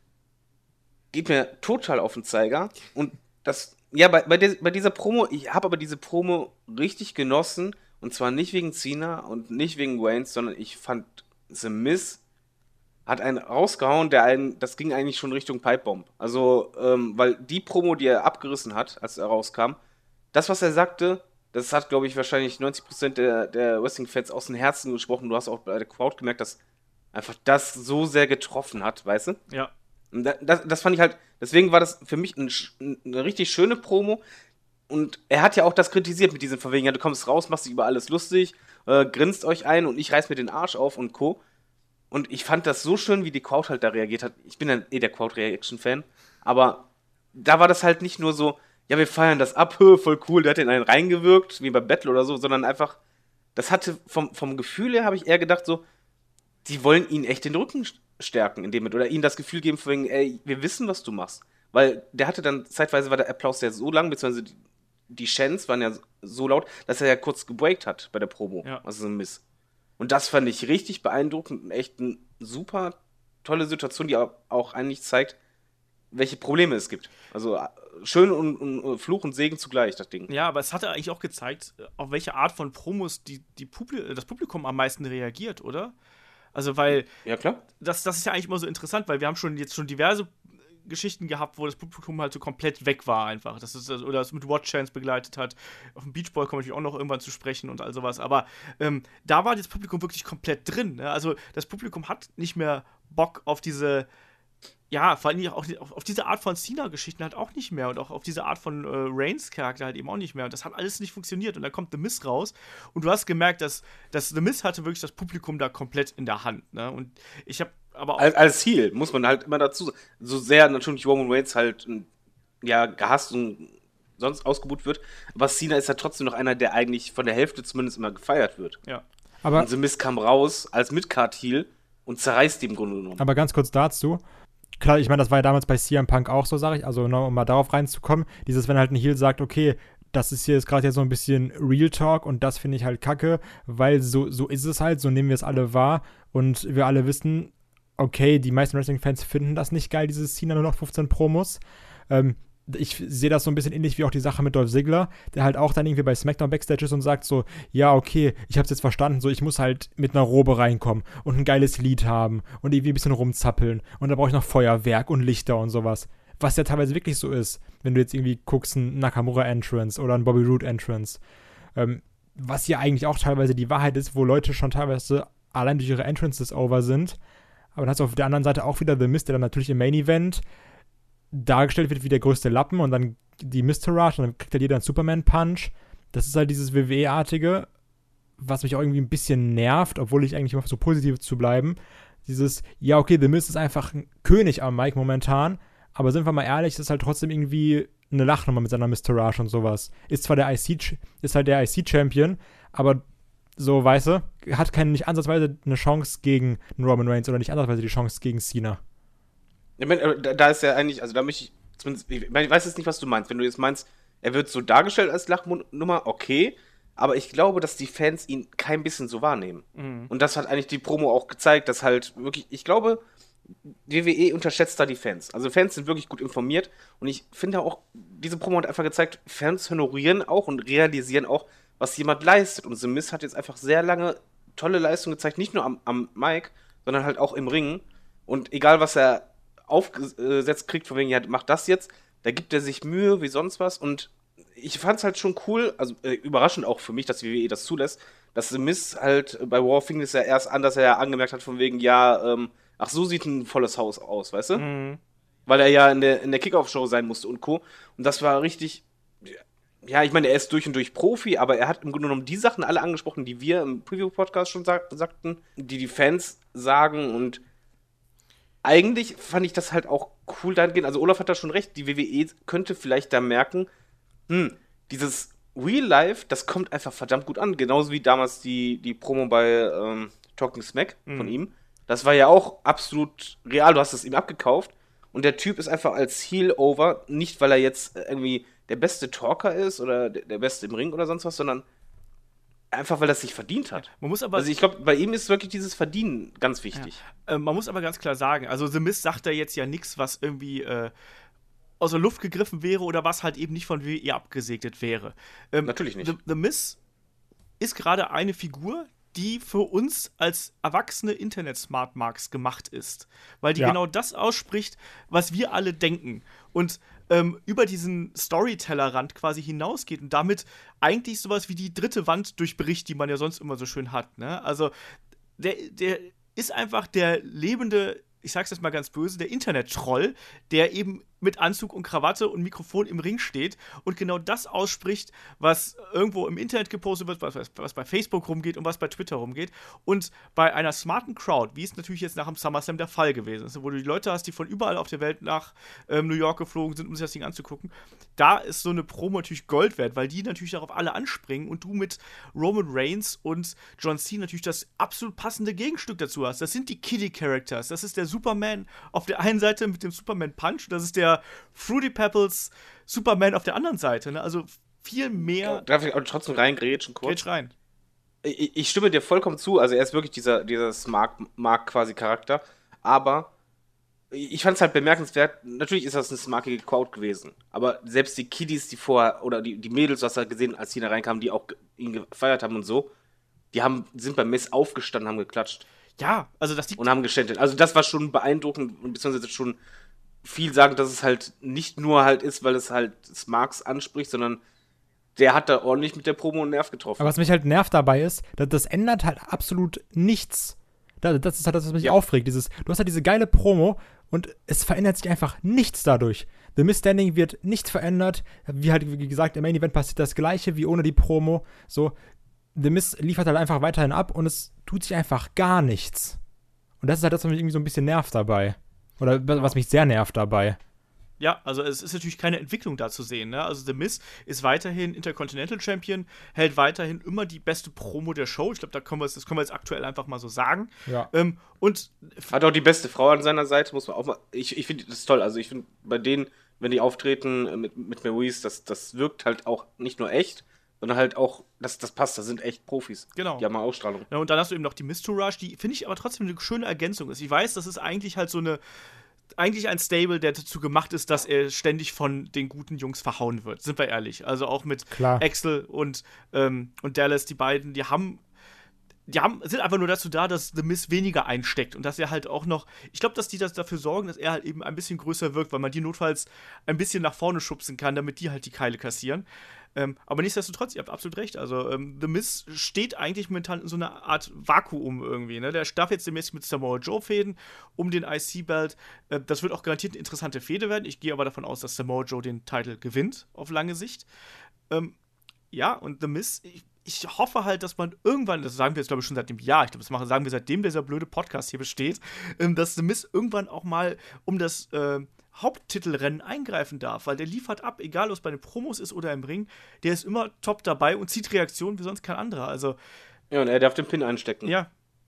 Geht mir total auf den Zeiger. Und das, ja, bei, bei, der, bei dieser Promo, ich habe aber diese Promo richtig genossen. Und zwar nicht wegen Cena und nicht wegen Wayne, sondern ich fand The Miz hat einen rausgehauen, der einen, das ging eigentlich schon Richtung Pipebomb. Also, ähm, weil die Promo, die er abgerissen hat, als er rauskam, das, was er sagte, das hat, glaube ich, wahrscheinlich neunzig Prozent der, der Wrestling-Fans aus dem Herzen gesprochen. Du hast auch bei der Crowd gemerkt, dass einfach das so sehr getroffen hat, weißt du? Ja. Und das, das, das fand ich halt, deswegen war das für mich ein, eine richtig schöne Promo. Und er hat ja auch das kritisiert mit diesem Verwegen, ja, du kommst raus, machst dich über alles lustig, äh, grinst euch ein und ich reiß mir den Arsch auf und Co. Und ich fand das so schön, wie die Crowd halt da reagiert hat. Ich bin ja eh der Crowd-Reaction-Fan. Aber da war das halt nicht nur so, ja, wir feiern das ab, voll cool, der hat in einen reingewirkt, wie bei Battle oder so, sondern einfach, das hatte vom, vom Gefühl her, habe ich eher gedacht so, die wollen ihn echt den Rücken stärken in dem Moment. Oder ihnen das Gefühl geben, von wegen, ey, wir wissen, was du machst. Weil der hatte dann, zeitweise war der Applaus ja so lang, beziehungsweise die, die Chants waren ja so laut, dass er ja kurz gebreakt hat bei der Promo. Ja. Also so ein Miss. Und das fand ich richtig beeindruckend und echt eine super tolle Situation, die auch eigentlich zeigt, welche Probleme es gibt. Also schön und, und Fluch und Segen zugleich, das Ding. Ja, aber es hat ja eigentlich auch gezeigt, auf welche Art von Promos die, die Publi- das Publikum am meisten reagiert, oder? Also, weil Ja, klar. das, das ist ja eigentlich immer so interessant, weil wir haben schon jetzt schon diverse Geschichten gehabt, wo das Publikum halt so komplett weg war einfach. Das ist, oder es mit Watch-Chants begleitet hat. Auf dem Beach Boy komme ich auch noch irgendwann zu sprechen und all sowas. Aber ähm, da war das Publikum wirklich komplett drin. Ne? Also das Publikum hat nicht mehr Bock auf diese, ja, vor allem auch auf, auf diese Art von Cena-Geschichten halt auch nicht mehr und auch auf diese Art von äh, Reigns-Charakter halt eben auch nicht mehr. Und das hat alles nicht funktioniert. Und dann kommt The Miz raus und du hast gemerkt, dass, dass The Miz hatte wirklich das Publikum da komplett in der Hand. Ne? Und ich habe aber auch Als, als Heel muss man halt immer dazu sagen, so sehr natürlich Roman Reigns halt ja, gehasst und sonst ausgebuht wird, aber Cena ist ja trotzdem noch einer, der eigentlich von der Hälfte zumindest immer gefeiert wird. ja. Aber, Und The Miz kam raus als Midcard-Heel und zerreißt die im Grunde genommen. aber ganz kurz dazu. Klar, ich meine, das war ja damals bei C M Punk auch so, sage ich. Also, ne, um mal darauf reinzukommen. Dieses, wenn halt ein Heel sagt, okay, das ist hier jetzt gerade jetzt so ein bisschen Real Talk und das finde ich halt kacke, weil so, so ist es halt, so nehmen wir es alle wahr und wir alle wissen, okay, die meisten Wrestling-Fans finden das nicht geil, dieses Cena nur noch fünfzehn Promos. Ähm, ich sehe das so ein bisschen ähnlich wie auch die Sache mit Dolph Ziggler, der halt auch dann irgendwie bei SmackDown Backstage ist und sagt so, ja, okay, ich hab's jetzt verstanden, so, ich muss halt mit einer Robe reinkommen und ein geiles Lied haben und irgendwie ein bisschen rumzappeln und da brauche ich noch Feuerwerk und Lichter und sowas. Was ja teilweise wirklich so ist, wenn du jetzt irgendwie guckst, ein Nakamura-Entrance oder ein Bobby Roode-Entrance. Ähm, was ja eigentlich auch teilweise die Wahrheit ist, wo Leute schon teilweise allein durch ihre Entrances over sind. Aber dann hast du auf der anderen Seite auch wieder The Miz, der dann natürlich im Main Event dargestellt wird wie der größte Lappen und dann die Mistourage und dann kriegt halt jeder einen Superman-Punch. Das ist halt dieses W W E-artige, was mich auch irgendwie ein bisschen nervt, obwohl ich eigentlich immer so positiv zu bleiben. Dieses, ja, okay, The Miz ist einfach ein König am Mic momentan, aber sind wir mal ehrlich, ist halt trotzdem irgendwie eine Lachnummer mit seiner Mistourage und sowas. Ist zwar der I C, ist halt der I C-Champion, aber so, weißt du, hat keine, nicht ansatzweise eine Chance gegen einen Roman Reigns oder nicht ansatzweise die Chance gegen Cena. Ich meine, da, da ist ja eigentlich, also da möchte ich zumindest, ich, meine, ich weiß jetzt nicht, was du meinst. Wenn du jetzt meinst, er wird so dargestellt als Lachnummer, okay, aber ich glaube, dass die Fans ihn kein bisschen so wahrnehmen. Mhm. Und das hat eigentlich die Promo auch gezeigt, dass halt wirklich, ich glaube, W W E unterschätzt da die Fans. Also Fans sind wirklich gut informiert und ich finde auch, diese Promo hat einfach gezeigt, Fans honorieren auch und realisieren auch, was jemand leistet. Und The Miz hat jetzt einfach sehr lange tolle Leistungen gezeigt, nicht nur am, am Mic, sondern halt auch im Ring. Und egal, was er aufgesetzt kriegt, von wegen, ja, macht das jetzt, da gibt er sich Mühe wie sonst was. Und ich fand es halt schon cool, also äh, überraschend auch für mich, dass W W E das zulässt, dass The Miz halt bei War fing es ja erst an, dass er ja angemerkt hat, von wegen, ja, ähm, ach, so sieht ein volles Haus aus, weißt du? Mhm. Weil er ja in der, in der Kickoff-Show sein musste und Co. Und das war richtig, ja, ich meine, er ist durch und durch Profi, aber er hat im Grunde genommen die Sachen alle angesprochen, die wir im Preview-Podcast schon sag, sagten, die die Fans sagen und eigentlich fand ich das halt auch cool dahingehend, also Olaf hat da schon recht, die W W E könnte vielleicht da merken, hm, dieses Real Life, das kommt einfach verdammt gut an, genauso wie damals die, die Promo bei ähm, Talking Smack mhm. von ihm. Das war ja auch absolut real, du hast es ihm abgekauft und der Typ ist einfach als Heel over, nicht weil er jetzt irgendwie der beste Talker ist oder der, der beste im Ring oder sonst was, sondern einfach, weil er es sich verdient hat. Man muss aber, also ich glaube, bei ihm ist wirklich dieses Verdienen ganz wichtig. Ja. Äh, man muss aber ganz klar sagen, also The Miz sagt da jetzt ja nichts, was irgendwie äh, aus der Luft gegriffen wäre oder was halt eben nicht von W W E abgesegnet wäre. Ähm, Natürlich nicht. The, The Miz ist gerade eine Figur, die für uns als erwachsene Internet-Smart-Marks gemacht ist. Weil die ja. genau das ausspricht, was wir alle denken. Und ähm, über diesen Storyteller-Rand quasi hinausgeht und damit eigentlich sowas wie die dritte Wand durchbricht, die man ja sonst immer so schön hat. Ne? Also der, der ist einfach der lebende, ich sag's jetzt mal ganz böse, der Internet-Troll, der eben mit Anzug und Krawatte und Mikrofon im Ring steht und genau das ausspricht, was irgendwo im Internet gepostet wird, was, was bei Facebook rumgeht und was bei Twitter rumgeht. Und bei einer smarten Crowd, wie es natürlich jetzt nach dem SummerSlam der Fall gewesen ist, wo du die Leute hast, die von überall auf der Welt nach ähm, New York geflogen sind, um sich das Ding anzugucken, da ist so eine Promo natürlich Gold wert, weil die natürlich darauf alle anspringen und du mit Roman Reigns und John Cena natürlich das absolut passende Gegenstück dazu hast. Das sind die Kiddie-Characters. Das ist der Superman auf der einen Seite mit dem Superman-Punch, das ist der Fruity Pebbles Superman auf der anderen Seite, ne? Also viel mehr. Darf ich aber trotzdem reingrätschen kurz? Grätsch rein. Ich, ich stimme dir vollkommen zu, also er ist wirklich dieser, dieser Smart quasi Charakter, aber ich fand es halt bemerkenswert, natürlich ist das eine smarkige Crowd gewesen, aber selbst die Kiddies, die vorher, oder die, die Mädels, was er gesehen, als die da reinkamen, die auch ihn gefeiert haben und so, die haben, sind beim Miss aufgestanden, haben geklatscht. Ja, also das liegt und haben geschändet. Also das war schon beeindruckend, beziehungsweise schon viel sagen, dass es halt nicht nur halt ist, weil es halt Smarks anspricht, sondern der hat da ordentlich mit der Promo einen Nerv getroffen. Aber was mich halt nervt dabei ist, das, das ändert halt absolut nichts. Das, das ist halt das, was mich ja. aufregt. Dieses, du hast halt diese geile Promo und es verändert sich einfach nichts dadurch. The Miz Standing wird nicht verändert. Wie halt, wie gesagt, im Main Event passiert das Gleiche wie ohne die Promo. So, The Miz liefert halt einfach weiterhin ab und es tut sich einfach gar nichts. Und das ist halt das, was mich irgendwie so ein bisschen nervt dabei. Oder was mich sehr nervt dabei. Ja, also es ist natürlich keine Entwicklung da zu sehen. Ne? Also The Miz ist weiterhin Intercontinental Champion, hält weiterhin immer die beste Promo der Show. Ich glaube, da können wir das können wir jetzt aktuell einfach mal so sagen. Ja. Ähm, und hat auch die beste Frau an seiner Seite, muss man auch mal. Ich, ich finde das toll. Also ich finde bei denen, wenn die auftreten mit, mit Maurice, das, das wirkt halt auch nicht nur echt, sondern halt auch, das, das passt, das sind echt Profis. Genau. Die haben eine Ausstrahlung. Ja, und dann hast du eben noch die Mistourage, die finde ich aber trotzdem eine schöne Ergänzung ist. Ich weiß, das ist eigentlich halt so eine, eigentlich ein Stable, der dazu gemacht ist, dass er ständig von den guten Jungs verhauen wird. Sind wir ehrlich. Also auch mit Klar. Axel und, ähm, und Dallas, die beiden, die haben Die haben, sind einfach nur dazu da, dass The Miz weniger einsteckt und dass er halt auch noch, ich glaube, dass die das dafür sorgen, dass er halt eben ein bisschen größer wirkt, weil man die notfalls ein bisschen nach vorne schubsen kann, damit die halt die Keile kassieren. Ähm, aber nichtsdestotrotz, ihr habt absolut recht, also ähm, The Miz steht eigentlich momentan in so einer Art Vakuum irgendwie, ne? Der darf jetzt demnächst mit Samoa Joe fäden um den I C-Belt. Äh, das wird auch garantiert eine interessante Fehde werden. Ich gehe aber davon aus, dass Samoa Joe den Titel gewinnt, auf lange Sicht. Ähm, ja, und The Miz, ich, ich hoffe halt, dass man irgendwann, das sagen wir jetzt, glaube ich, schon seit dem Jahr, ich glaube, das machen, sagen wir seitdem dieser blöde Podcast hier besteht, ähm, dass The Miz irgendwann auch mal um das äh, Haupttitelrennen eingreifen darf, weil der liefert ab, egal ob es bei den Promos ist oder im Ring, der ist immer top dabei und zieht Reaktionen wie sonst kein anderer. Also, Ja, und er darf den Pin einstecken. ja.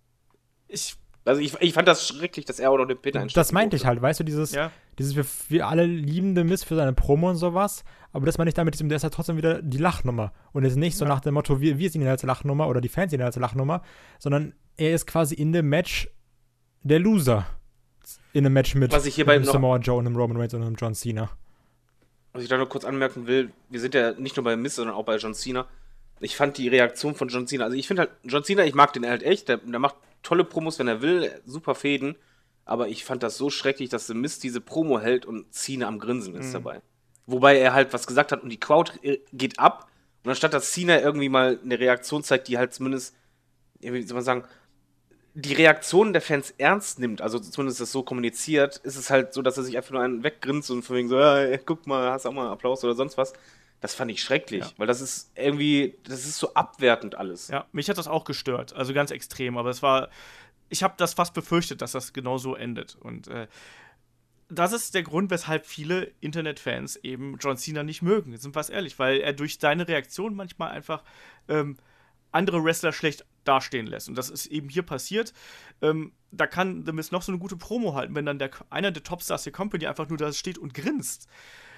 Ich, Also ich, ich fand das schrecklich, dass er auch noch den Pin einsteckt. Das meinte ich halt, weißt du, dieses, ja. dieses wir, wir alle lieben The Miz für seine Promo und sowas, aber das meine ich damit, diesem, der ist halt trotzdem wieder die Lachnummer. Und jetzt nicht so Ja. nach dem Motto, wir, wir sehen ihn als Lachnummer oder die Fans sehen ihn als Lachnummer, sondern er ist quasi in dem Match der Loser. In einem Match mit, Was ich hierbei mit noch- Samoa Joe und einem Roman Reigns und einem John Cena. Was ich da nur kurz anmerken will, wir sind ja nicht nur bei Miz, sondern auch bei John Cena. Ich fand die Reaktion von John Cena, also ich finde halt, John Cena, ich mag den halt echt, der, der macht tolle Promos, wenn er will, super Fäden, aber ich fand das so schrecklich, dass The Miz diese Promo hält und Cena am Grinsen ist Mhm. dabei. Wobei er halt was gesagt hat und die Crowd äh, geht ab und anstatt dass Cena irgendwie mal eine Reaktion zeigt, die halt zumindest, ja, wie soll man sagen, die Reaktionen der Fans ernst nimmt, also zumindest das so kommuniziert, ist es halt so, dass er sich einfach nur einen weggrinst und von wegen so, ja, ey, guck mal, hast auch mal Applaus oder sonst was. Das fand ich schrecklich, Ja. weil das ist irgendwie, das ist so abwertend alles. Ja, mich hat das auch gestört, also ganz extrem, aber es war, ich habe das fast befürchtet, dass das genau so endet und äh, das ist der Grund, weshalb viele Internetfans eben John Cena nicht mögen, sind wir es ehrlich, weil er durch seine Reaktion manchmal einfach ähm, andere Wrestler schlecht dastehen lässt. Und das ist eben hier passiert. Ähm, da kann The Miz noch so eine gute Promo halten, wenn dann der, einer der Topstars der Company einfach nur da steht und grinst.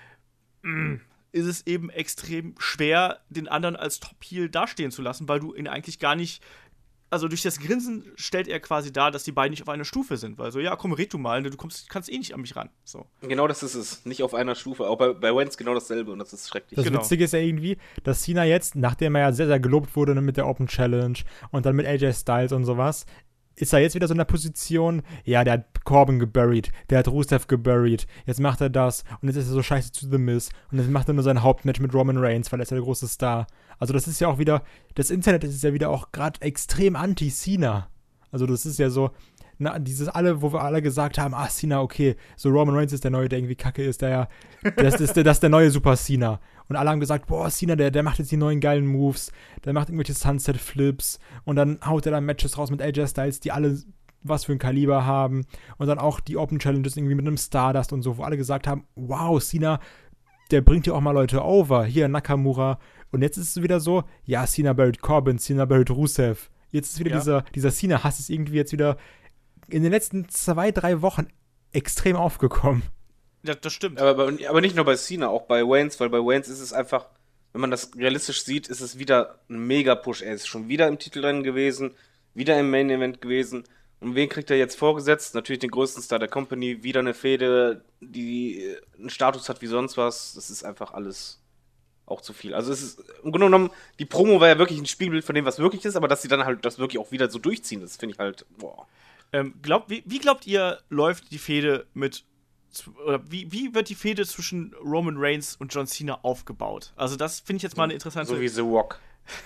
Mm, ist es eben extrem schwer, den anderen als Top-Heel dastehen zu lassen, weil du ihn eigentlich gar nicht. Also durch das Grinsen stellt er quasi dar, dass die beiden nicht auf einer Stufe sind. Weil so, ja, komm, red du mal, du kommst, kannst eh nicht an mich ran. So. Genau das ist es, nicht auf einer Stufe. Auch bei, bei Wentz genau dasselbe und das ist schrecklich. Das Genau. Witzige ist ja irgendwie, dass Cena jetzt, nachdem er ja sehr, sehr gelobt wurde ne, mit der Open Challenge und dann mit A J Styles und sowas, ist er jetzt wieder so in der Position, ja, der hat Corbin geburied, der hat Rusev geburied, jetzt macht er das und jetzt ist er so scheiße zu The Miz und jetzt macht er nur sein Hauptmatch mit Roman Reigns, weil er ist ja der große Star. Also das ist ja auch wieder, das Internet ist ja wieder auch gerade extrem anti-Cena. Also das ist ja so, na, dieses alle, wo wir alle gesagt haben, ah, Cena, okay, so Roman Reigns ist der Neue, der irgendwie kacke ist, der ja, das ist der, das ist der neue Super Cena. Und alle haben gesagt, boah, Cena, der, der macht jetzt die neuen geilen Moves, der macht irgendwelche Sunset-Flips und dann haut er dann Matches raus mit A J Styles, die alle was für ein Kaliber haben und dann auch die Open Challenges irgendwie mit einem Stardust und so, wo alle gesagt haben, wow, Cena, der bringt ja auch mal Leute over, hier Nakamura. Und jetzt ist es wieder so, ja, Cena buried Corbin, Cena buried Rusev. Jetzt ist wieder Ja. dieser, dieser Cena-Hass ist irgendwie jetzt wieder in den letzten zwei, drei Wochen extrem aufgekommen. Ja, das stimmt. Aber, aber, aber nicht nur bei Cena, auch bei Waynes, weil bei Waynes ist es einfach, wenn man das realistisch sieht, ist es wieder ein Mega-Push. Er ist schon wieder im Titelrennen gewesen, wieder im Main-Event gewesen. Und wen kriegt er jetzt vorgesetzt? Natürlich den größten Star der Company, wieder eine Fehde, die einen Status hat wie sonst was. Das ist einfach alles auch zu viel. Also es ist, im Grunde genommen, die Promo war ja wirklich ein Spiegelbild von dem, was wirklich ist, aber dass sie dann halt das wirklich auch wieder so durchziehen, das finde ich halt, boah. Ähm, glaubt, wie, wie glaubt ihr, läuft die Fehde mit. Oder wie, wie wird die Fehde zwischen Roman Reigns und John Cena aufgebaut? Also, das finde ich jetzt mal eine interessante. So wie The Rock.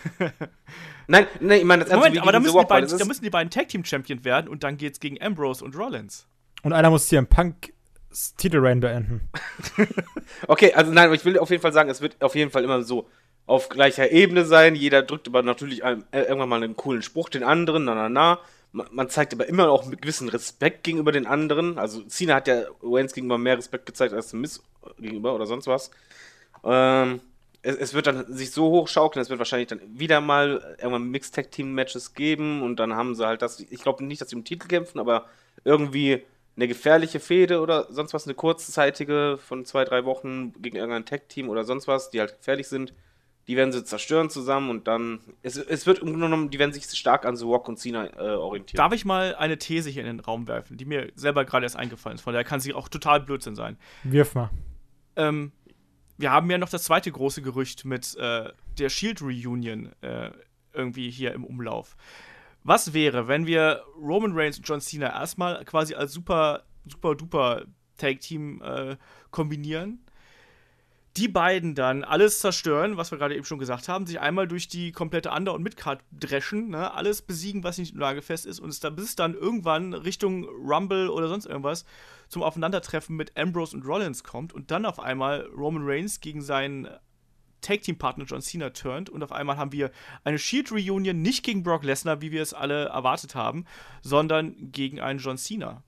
Nein, nein, ich meine, das Moment, so aber da gegen müssen, The Rock, die beiden, weil das da ist- müssen die beiden Tag Team Champion werden und dann geht's gegen Ambrose und Rollins. Und einer muss hier im Punk Titelreign beenden. Okay, also nein, aber ich will auf jeden Fall sagen, es wird auf jeden Fall immer so auf gleicher Ebene sein. Jeder drückt aber natürlich einem, äh, irgendwann mal einen coolen Spruch den anderen, na na na. Man, man zeigt aber immer auch mit gewissen Respekt gegenüber den anderen. Also Cena hat ja Waynes gegenüber mehr Respekt gezeigt als Miz gegenüber oder sonst was. Ähm, es, es wird dann sich so hochschaukeln, es wird wahrscheinlich dann wieder mal irgendwann Mixed Tag Team Matches geben und dann haben sie halt das, ich glaube nicht, dass sie um den Titel kämpfen, aber irgendwie eine gefährliche Fehde oder sonst was, eine kurzzeitige von zwei, drei Wochen gegen irgendein Tag Team oder sonst was, die halt gefährlich sind. Die werden sie zerstören zusammen und dann. Es, es wird im Grunde genommen, die werden sich stark an The Rock und Cena äh, orientieren. Darf ich mal eine These hier in den Raum werfen, die mir selber gerade erst eingefallen ist? Von daher kann sie auch total Blödsinn sein. Wirf mal. Ähm, wir haben ja noch das zweite große Gerücht mit äh, der Shield-Reunion äh, irgendwie hier im Umlauf. Was wäre, wenn wir Roman Reigns und John Cena erstmal quasi als super, super duper Tag-Team äh, kombinieren? Die beiden dann alles zerstören, was wir gerade eben schon gesagt haben, sich einmal durch die komplette Under- und Midcard dreschen, ne? Alles besiegen, was nicht lagefest ist und es dann bis dann irgendwann Richtung Rumble oder sonst irgendwas zum Aufeinandertreffen mit Ambrose und Rollins kommt und dann auf einmal Roman Reigns gegen seinen Tag-Team-Partner John Cena turnt und auf einmal haben wir eine Shield-Reunion nicht gegen Brock Lesnar, wie wir es alle erwartet haben, sondern gegen einen John Cena.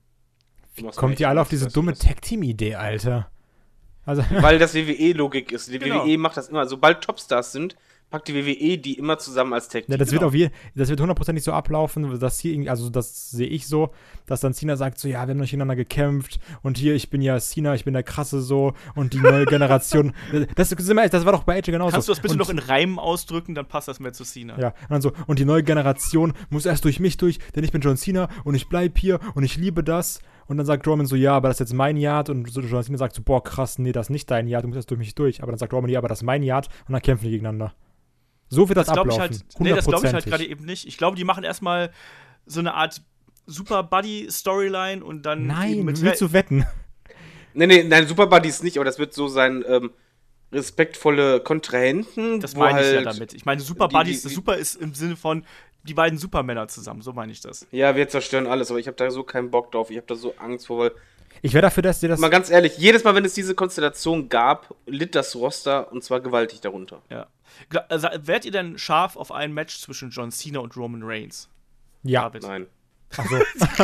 Kommt ihr alle auf diese dumme Tag-Team-Idee, Alter? Also Weil das W W E-Logik ist. Die Genau. W W E macht das immer. Sobald Topstars sind, packt die W W E die immer zusammen als Tag Team. Ja, das, Genau. wird auf je, das wird hundertprozentig so ablaufen, dass hier, irgendwie- also das sehe ich so, dass dann Cena sagt so, ja, wir haben noch gegeneinander gekämpft und hier, ich bin ja Cena, ich bin der Krasse so und die neue Generation, das, das, das war doch bei A J genauso. Kannst du das bitte und, noch in Reimen ausdrücken, dann passt das mehr zu Cena. Ja, und dann so, und die neue Generation muss erst durch mich durch, denn ich bin John Cena und ich bleib hier und ich liebe das. Und dann sagt Roman so, ja, aber das ist jetzt mein Yard. Und so John Cena sagt so, boah, krass, nee, das ist nicht dein Yard, du musst erst durch mich durch. Aber dann sagt Roman, ja, aber das ist mein Yard. Und dann kämpfen die gegeneinander. So wird das, Das glaube ich ablaufen. halt, nee, das glaube ich halt hundertprozentig. gerade eben nicht. Ich glaube, die machen erstmal so eine Art Super Buddy Storyline und dann eben Nein, mit willst du wetten? Nee, nee, nein, Super Buddies nicht, aber das wird so sein, ähm, respektvolle Kontrahenten. das wo meine ich ja halt- damit. Ich meine, Super die- Buddies, die- das Super ist im Sinne von die beiden Supermänner zusammen, so meine ich das. Ja, wir zerstören alles, aber ich habe da so keinen Bock drauf. Ich habe da so Angst vor, weil, Ich wäre dafür, dass dir das. mal ganz ehrlich, jedes Mal, wenn es diese Konstellation gab, litt das Roster und zwar gewaltig darunter. Ja. Gla- Also, wärt ihr denn scharf auf ein Match zwischen John Cena und Roman Reigns? Ja, David? Nein. also,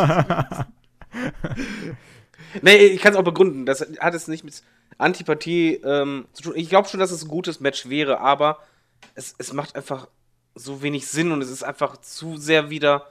Nee, ich kann es auch begründen. Das hat es nicht mit Antipathie ähm, zu tun. Ich glaube schon, dass es ein gutes Match wäre, aber es, es macht einfach so wenig Sinn und es ist einfach zu sehr wieder.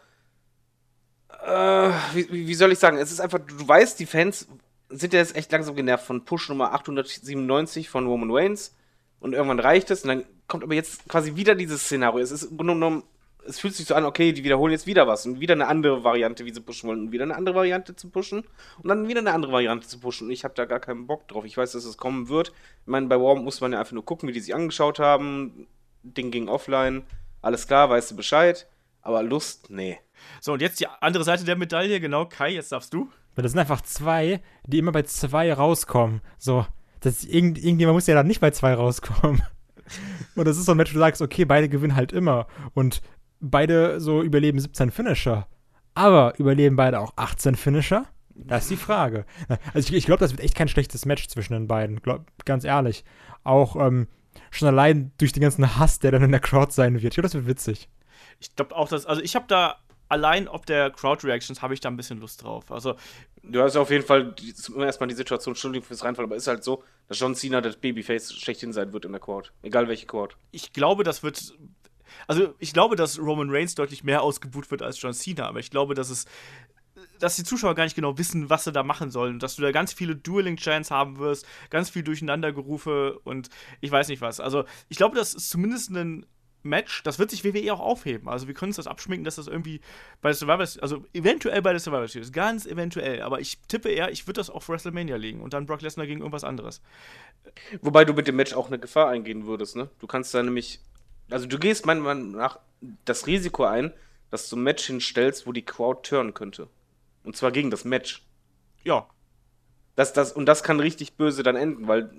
Äh, wie, wie soll ich sagen? Es ist einfach, du weißt, die Fans sind ja jetzt echt langsam genervt von Push Nummer achthundertsiebenundneunzig von Roman Reigns und irgendwann reicht es und dann kommt aber jetzt quasi wieder dieses Szenario. Es ist im Grunde genommen, es fühlt sich so an, okay, die wiederholen jetzt wieder was und wieder eine andere Variante, wie sie pushen wollen und wieder eine andere Variante zu pushen und dann wieder eine andere Variante zu pushen und ich habe da gar keinen Bock drauf. Ich weiß, dass es kommen wird. Ich meine, bei Raw muss man ja einfach nur gucken, wie die sich angeschaut haben. Ding ging offline. Alles klar, weißt du Bescheid. Aber Lust, nee. So, und jetzt die andere Seite der Medaille, genau, Kai, jetzt darfst du. das sind einfach zwei, die immer bei zwei rauskommen. So, das irgend, irgendjemand muss ja dann nicht bei zwei rauskommen. Und das ist so ein Match, wo du sagst, okay, beide gewinnen halt immer. Und beide so überleben siebzehn Finisher. Aber überleben beide auch achtzehn Finisher? Das ist die Frage. Also ich, ich glaube, das wird echt kein schlechtes Match zwischen den beiden. Glaub, ganz ehrlich. Auch ähm, schon allein durch den ganzen Hass, der dann in der Crowd sein wird. Ich glaube, das wird witzig. Ich glaube auch, dass, also ich habe da allein ob der Crowd-Reactions habe ich da ein bisschen Lust drauf. Also, Du hast auf jeden Fall die, erstmal die Situation, Entschuldigung fürs Reinfall, aber ist halt so, dass John Cena das Babyface schlechthin sein wird in der Crowd. Egal welche Crowd. ich glaube, das wird. Also, ich glaube, dass Roman Reigns deutlich mehr ausgebuht wird als John Cena, aber ich glaube, dass es. Dass die Zuschauer gar nicht genau wissen, was sie da machen sollen. Dass du da ganz viele Dueling-Chants haben wirst, ganz viel Durcheinandergerufe und ich weiß nicht was. Also, ich glaube, das ist zumindest ein Match, das wird sich W W E auch aufheben. Also wir können uns das abschminken, dass das irgendwie bei der Survivor Series, also eventuell bei der Survivor Series, ganz eventuell, aber ich tippe eher, ich würde das auf WrestleMania legen und dann Brock Lesnar gegen irgendwas anderes. Wobei du mit dem Match auch eine Gefahr eingehen würdest, ne? Du kannst da nämlich, also du gehst meiner Meinung nach das Risiko ein, dass du ein Match hinstellst, wo die Crowd turnen könnte. Und zwar gegen das Match. Ja, Das, das, und das kann richtig böse dann enden, weil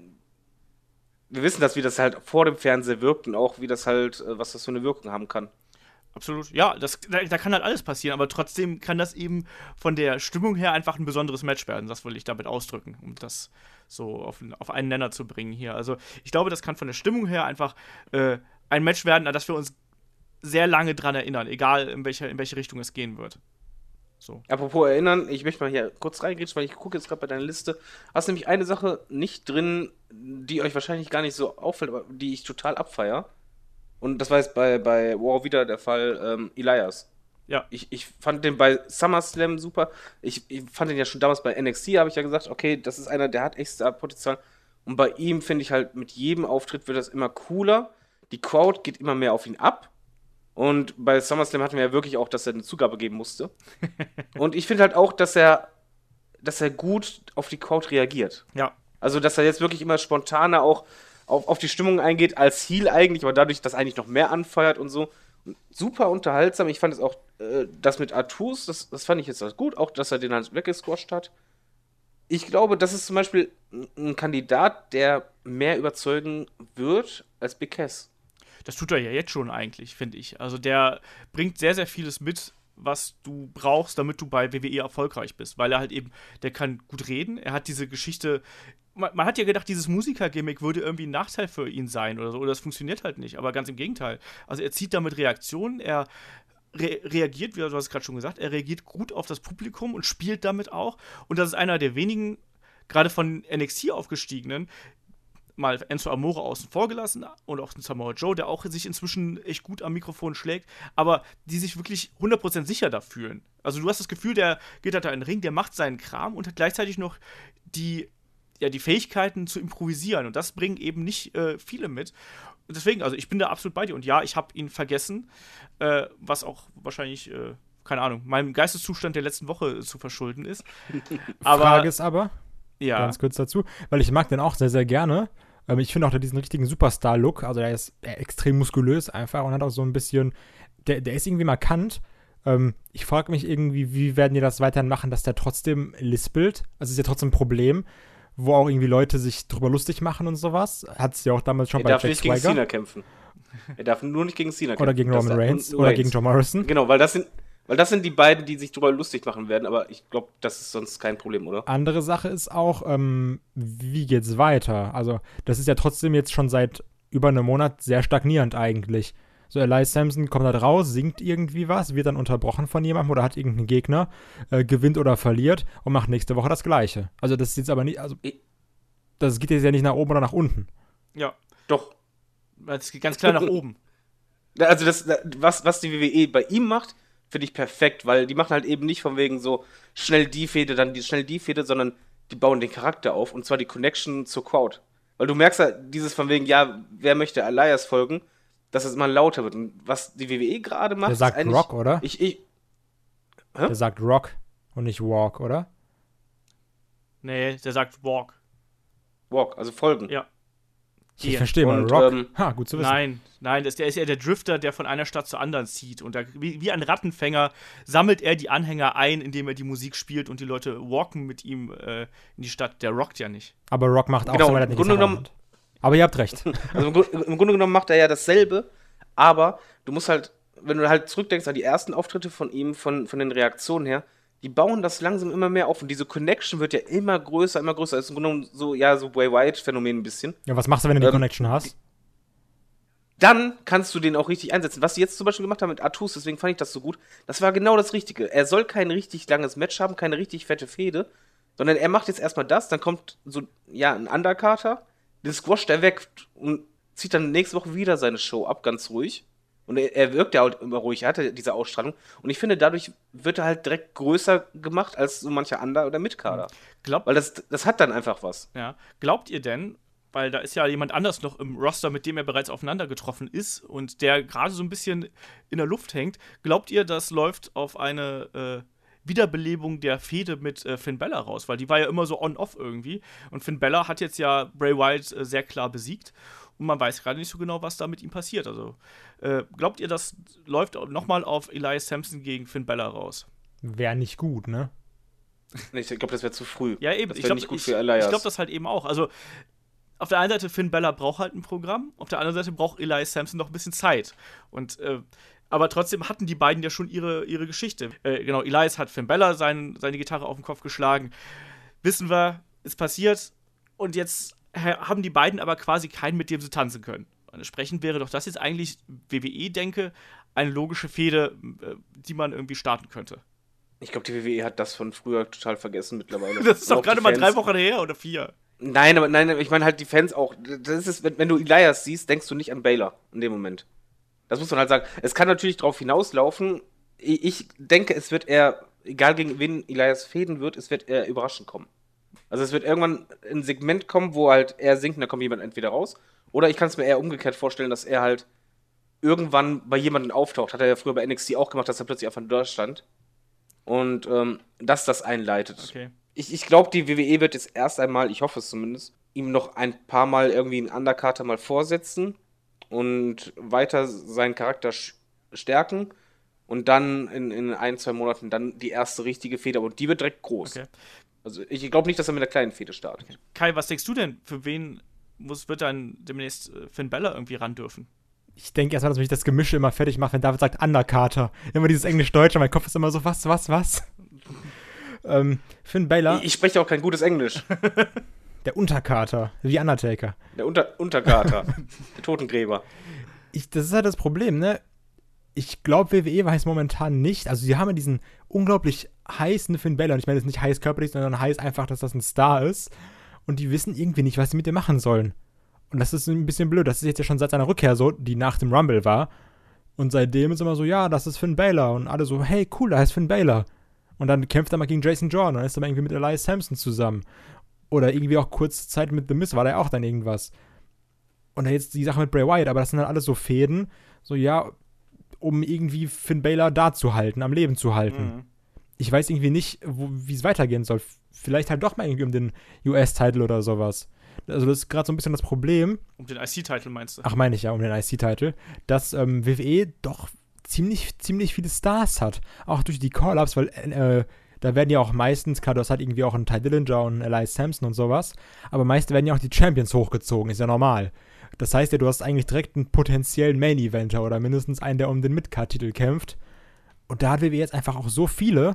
wir wissen das, wie das halt vor dem Fernseher wirkt und auch wie das halt, äh, was das für eine Wirkung haben kann. absolut. Ja, das, da, da kann halt alles passieren, aber trotzdem kann das eben von der Stimmung her einfach ein besonderes Match werden. Das will ich damit ausdrücken, um das so auf, auf einen Nenner zu bringen hier. Also ich glaube, das kann von der Stimmung her einfach äh, ein Match werden, an das wir uns sehr lange dran erinnern, egal in welche, in welche Richtung es gehen wird. So. Apropos erinnern, ich möchte mal hier kurz reingrätschen, weil ich gucke jetzt gerade bei deiner Liste. Hast nämlich eine Sache nicht drin, die euch wahrscheinlich gar nicht so auffällt, aber die ich total abfeier. Und das war jetzt bei, bei War wieder der Fall, ähm, Elias. Ja. Ich, ich fand den bei SummerSlam super. Ich, ich fand den ja schon damals bei N X T, habe ich ja gesagt, okay, das ist einer, der hat extra Potenzial. Und bei ihm finde ich halt, mit jedem Auftritt wird das immer cooler. Die Crowd geht immer mehr auf ihn ab. Und bei SummerSlam hatten wir ja wirklich auch, dass er eine Zugabe geben musste. Und ich finde halt auch, dass er, dass er gut auf die Crowd reagiert. Ja. Also, dass er jetzt wirklich immer spontaner auch auf, auf die Stimmung eingeht, als Heel eigentlich, aber dadurch, dass eigentlich noch mehr anfeuert und so. Und super unterhaltsam. Ich fand es auch, äh, das mit Artus, das, das fand ich jetzt gut, auch, dass er den halt weggesquasht hat. Ich glaube, das ist zum Beispiel ein Kandidat, der mehr überzeugen wird als Big Cass. Das tut er ja jetzt schon eigentlich, finde ich. Also der bringt sehr, sehr vieles mit, was du brauchst, damit du bei W W E erfolgreich bist. Weil er halt eben, der kann gut reden. Er hat diese Geschichte, man, man hat ja gedacht, dieses Musiker-Gimmick würde irgendwie ein Nachteil für ihn sein oder so. Oder das funktioniert halt nicht. Aber ganz im Gegenteil. Also er zieht damit Reaktionen, er re- reagiert, wie du hast es gerade schon gesagt, er reagiert gut auf das Publikum und spielt damit auch. Und das ist einer der wenigen, gerade von N X T aufgestiegenen, mal Enzo Amore außen vor gelassen und auch Samoa Joe, der auch sich inzwischen echt gut am Mikrofon schlägt, aber die sich wirklich hundert Prozent sicher da fühlen. Also du hast das Gefühl, der geht halt da in den Ring, der macht seinen Kram und hat gleichzeitig noch die, ja, die Fähigkeiten zu improvisieren und das bringen eben nicht äh, viele mit. Und deswegen, also ich bin da absolut bei dir und ja, ich habe ihn vergessen, äh, was auch wahrscheinlich, äh, keine Ahnung, meinem Geisteszustand der letzten Woche zu verschulden ist. Aber, Frage ist aber, ja. ganz kurz dazu, weil ich mag den auch sehr, sehr gerne. Ich finde auch, der hat diesen richtigen Superstar-Look, also der ist extrem muskulös einfach und hat auch so ein bisschen, der, der ist irgendwie markant. Ähm, ich frage mich irgendwie, wie werden die das weiterhin machen, dass der trotzdem lispelt? Also ist ja trotzdem ein Problem, wo auch irgendwie Leute sich drüber lustig machen und sowas. Hat es ja auch damals schon er bei darf Jack nicht gegen Swagger. Cena kämpfen. Er darf nur nicht gegen Cena kämpfen. Oder gegen Das- Roman und- Reigns und oder Reigns. gegen John Morrison. Genau, weil das sind, weil das sind die beiden, die sich drüber lustig machen werden, aber ich glaube, das ist sonst kein Problem, oder? Andere Sache ist auch, ähm, wie geht's weiter? Also, das ist ja trotzdem jetzt schon seit über einem Monat sehr stagnierend eigentlich. So, Elias Sampson kommt halt raus, singt irgendwie was, wird dann unterbrochen von jemandem oder hat irgendeinen Gegner, äh, gewinnt oder verliert und macht nächste Woche das Gleiche. Also, das ist jetzt aber nicht, also, Ich- das geht jetzt ja nicht nach oben oder nach unten. Ja, Doch. es geht ganz klar nach oben. Also das, was, was die W W E bei ihm macht, finde ich perfekt, weil die machen halt eben nicht von wegen so schnell die Fehde, dann die schnell die Fehde, sondern die bauen den Charakter auf und zwar die Connection zur Crowd. Weil du merkst ja dieses von wegen, ja, wer möchte Elias folgen, dass es immer lauter wird. Und was die W W E gerade macht, Der sagt ist eigentlich, Rock, oder? Ich, ich, Hä? Der sagt Rock und nicht Walk, oder? Nee, der sagt Walk. Walk, also folgen. Ja. Ich Gehen. verstehe mal, Und, Rock. ähm, ha, gut zu wissen. Nein, nein, das, der ist ja der Drifter, der von einer Stadt zur anderen zieht. Und da, wie, wie ein Rattenfänger sammelt er die Anhänger ein, indem er die Musik spielt und die Leute walken mit ihm äh, in die Stadt. Der rockt ja nicht. Aber Rock macht auch Genau, so, weil er im nicht Grunde die Sache genommen- hat. Aber ihr habt recht. Also im, Grund, im Grunde genommen macht er ja dasselbe, aber du musst halt, wenn du halt zurückdenkst an die ersten Auftritte von ihm, von, von den Reaktionen her, die bauen das langsam immer mehr auf und diese Connection wird ja immer größer, immer größer. Das ist im Grunde genommen so, ja, so Bray Wyatt-Phänomen ein bisschen. Ja, was machst du, wenn du die Ähm, Connection hast? Dann kannst du den auch richtig einsetzen. Was sie jetzt zum Beispiel gemacht haben mit Artus, deswegen fand ich das so gut, das war genau das Richtige. Er soll kein richtig langes Match haben, keine richtig fette Fehde, sondern er macht jetzt erstmal das, dann kommt so, ja, ein Undercarter, den squasht er weg und zieht dann nächste Woche wieder seine Show ab, ganz ruhig. Und er, er wirkt ja auch immer ruhig, er hatte diese Ausstrahlung. Und ich finde, dadurch wird er halt direkt größer gemacht als so mancher Under- oder Mitkader. Glaubt, Weil das, das hat dann einfach was. ja, glaubt ihr denn, weil da ist ja jemand anders noch im Roster, mit dem er bereits aufeinander getroffen ist und der gerade so ein bisschen in der Luft hängt, glaubt ihr, das läuft auf eine äh, Wiederbelebung der Fehde mit äh, Finn Balor raus? Weil die war ja immer so on-off irgendwie. Und Finn Balor hat jetzt ja Bray Wyatt äh, sehr klar besiegt. Und man weiß gerade nicht so genau, was da mit ihm passiert. Also, äh, glaubt ihr, das läuft nochmal auf Elias Sampson gegen Finn Balor raus? Wäre nicht gut, ne? Ich glaube, das wäre zu früh. Ja, eben. Das Ich wäre glaube nicht gut ich, für Elias. ich glaub, das halt eben auch. Also, auf der einen Seite, Finn Balor braucht halt ein Programm. Auf der anderen Seite braucht Elias Sampson noch ein bisschen Zeit. Und, äh, aber trotzdem hatten die beiden ja schon ihre, ihre Geschichte. Äh, genau, Elias hat Finn Balor sein, seine Gitarre auf den Kopf geschlagen. Wissen wir, ist passiert. Und jetzt haben die beiden aber quasi keinen, mit dem sie tanzen können. Und entsprechend wäre doch das jetzt eigentlich, W W E denke, eine logische Fehde, äh, die man irgendwie starten könnte. Ich glaube, die W W E hat das von früher total vergessen mittlerweile. Das ist doch Auch gerade die mal Fans. drei Wochen her oder vier. Nein, aber nein, ich meine halt die Fans auch. Das ist, wenn, wenn du Elias siehst, denkst du nicht an Baylor in dem Moment. Das muss man halt sagen. Es kann natürlich darauf hinauslaufen. Ich, ich denke, es wird eher, egal gegen wen Elias fäden wird, es wird eher überraschend kommen. Also es wird irgendwann ein Segment kommen, wo halt er singt und da kommt jemand entweder raus. Oder ich kann es mir eher umgekehrt vorstellen, dass er halt irgendwann bei jemandem auftaucht. Hat er ja früher bei N X T auch gemacht, dass er plötzlich einfach da stand. Und ähm, dass das einleitet. Okay. Ich, ich glaube, die W W E wird jetzt erst einmal, ich hoffe es zumindest, ihm noch ein paar Mal irgendwie einen Undercarter mal vorsetzen und weiter seinen Charakter sch- stärken und dann in, in ein, zwei Monaten dann die erste richtige Fehde, und die wird direkt groß. Okay. Also ich glaube nicht, dass er mit einer kleinen Fehde startet. Okay. Kai, was denkst du denn, für wen muss, wird dann demnächst äh, Finn Balor irgendwie ran dürfen? Ich denke erstmal, dass mich das Gemische immer fertig macht, wenn David sagt Undercarter. Immer dieses Englisch-Deutsche, mein Kopf ist immer so, was, was, was? ähm, Finn Balor. Ich, ich spreche auch kein gutes Englisch. Der Unterkater, wie Undertaker. Der Unter Unterkater, der Totengräber. Ich, das ist halt das Problem, ne? Ich glaube, W W E weiß momentan nicht, also sie haben ja diesen unglaublich heißen Finn Balor, und ich meine, das ist nicht heiß körperlich, sondern heiß einfach, dass das ein Star ist, und die wissen irgendwie nicht, was sie mit dem machen sollen. Und das ist ein bisschen blöd. Das ist jetzt ja schon seit seiner Rückkehr so, die nach dem Rumble war. Und seitdem ist immer so, ja, das ist Finn Balor. Und alle so, hey, cool, da ist Finn Balor. Und dann kämpft er mal gegen Jason Jordan. Und dann ist er mal irgendwie mit Elias Sampson zusammen. Oder irgendwie auch kurze Zeit mit The Miz war da ja auch dann irgendwas. Und dann jetzt die Sache mit Bray Wyatt. Aber das sind halt alles so Fäden, so ja, um irgendwie Finn Balor da zu halten, am Leben zu halten. Mhm. Ich weiß irgendwie nicht, wie es weitergehen soll. Vielleicht halt doch mal irgendwie um den U S-Title oder sowas. Also das ist gerade so ein bisschen das Problem. Um den I C-Titel meinst du? Ach, meine ich ja, um den I C-Titel. Dass ähm, W W E doch ziemlich, ziemlich viele Stars hat. Auch durch die Call-Ups, weil äh, da werden ja auch meistens, klar, du hast halt irgendwie auch einen Ty Dillinger und einen Elias Sampson und sowas, aber meist werden ja auch die Champions hochgezogen, ist ja normal. Das heißt ja, du hast eigentlich direkt einen potenziellen Main-Eventer oder mindestens einen, der um den Mid-Card-Titel kämpft. Und da hat W W E jetzt einfach auch so viele,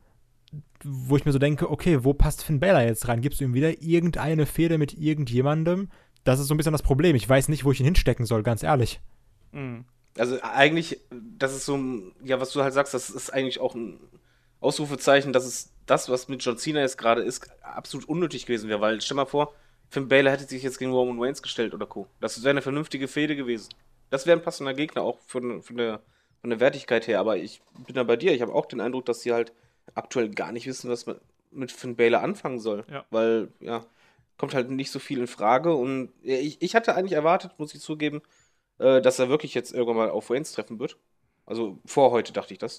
wo ich mir so denke, okay, wo passt Finn Balor jetzt rein? Gibst du ihm wieder irgendeine Fehde mit irgendjemandem? Das ist so ein bisschen das Problem. Ich weiß nicht, wo ich ihn hinstecken soll, ganz ehrlich. Mhm. Also eigentlich, das ist so, ja, was du halt sagst, das ist eigentlich auch ein Ausrufezeichen, dass es das, was mit John Cena jetzt gerade ist, absolut unnötig gewesen wäre, weil stell mal vor, Finn Balor hätte sich jetzt gegen Roman Reigns gestellt oder Co. Das wäre eine vernünftige Fehde gewesen. Das wäre ein passender Gegner, auch von, von, der, von der Wertigkeit her, aber ich bin da bei dir, ich habe auch den Eindruck, dass sie halt aktuell gar nicht wissen, was man mit Finn Balor anfangen soll. Ja. Weil, ja, kommt halt nicht so viel in Frage. Und ja, ich, ich hatte eigentlich erwartet, muss ich zugeben, äh, dass er wirklich jetzt irgendwann mal auf Reigns treffen wird. Also vor heute dachte ich das.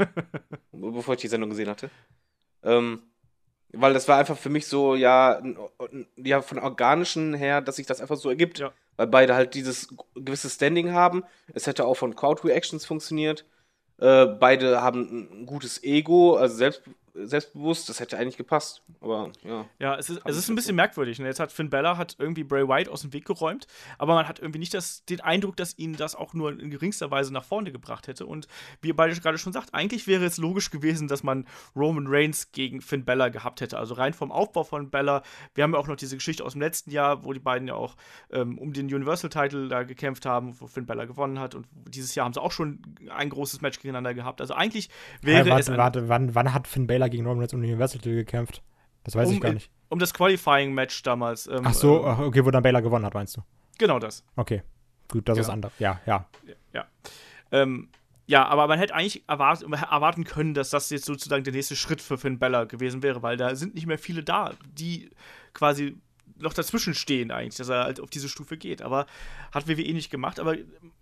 Bevor ich die Sendung gesehen hatte. Ähm, weil das war einfach für mich so, ja, n- n- ja, von organischen her, dass sich das einfach so ergibt. Ja. Weil beide halt dieses gewisse Standing haben. Es hätte auch von Crowd-Reactions funktioniert. Äh, beide haben ein gutes Ego, also selbst, selbstbewusst, das hätte eigentlich gepasst. Aber ja. Ja, es ist, es ist ein bisschen merkwürdig. Ne? Jetzt hat Finn Balor hat irgendwie Bray Wyatt aus dem Weg geräumt, aber man hat irgendwie nicht das, den Eindruck, dass ihn das auch nur in geringster Weise nach vorne gebracht hätte. Und wie ihr beide gerade schon sagt, eigentlich wäre es logisch gewesen, dass man Roman Reigns gegen Finn Balor gehabt hätte. Also rein vom Aufbau von Balor. Wir haben ja auch noch diese Geschichte aus dem letzten Jahr, wo die beiden ja auch ähm, um den Universal-Title da gekämpft haben, wo Finn Balor gewonnen hat. Und dieses Jahr haben sie auch schon ein großes Match gegeneinander gehabt. Also eigentlich wäre Hey, warte, es ein, warte, wann, wann hat Finn Balor gegen Roman Reigns um den Universal-Titel gekämpft? Das weiß ich um, gar nicht. um das Qualifying-Match damals. Ähm, Ach so, ähm, okay, wo dann Balor gewonnen hat, meinst du? Genau das. Okay, gut, das Ja. ist anders. Ja, ja. Ja. Ähm, ja, aber man hätte eigentlich erwart erwarten können, dass das jetzt sozusagen der nächste Schritt für Finn Balor gewesen wäre, weil da sind nicht mehr viele da, die quasi noch dazwischen stehen eigentlich, dass er halt auf diese Stufe geht. Aber hat W W E nicht gemacht, aber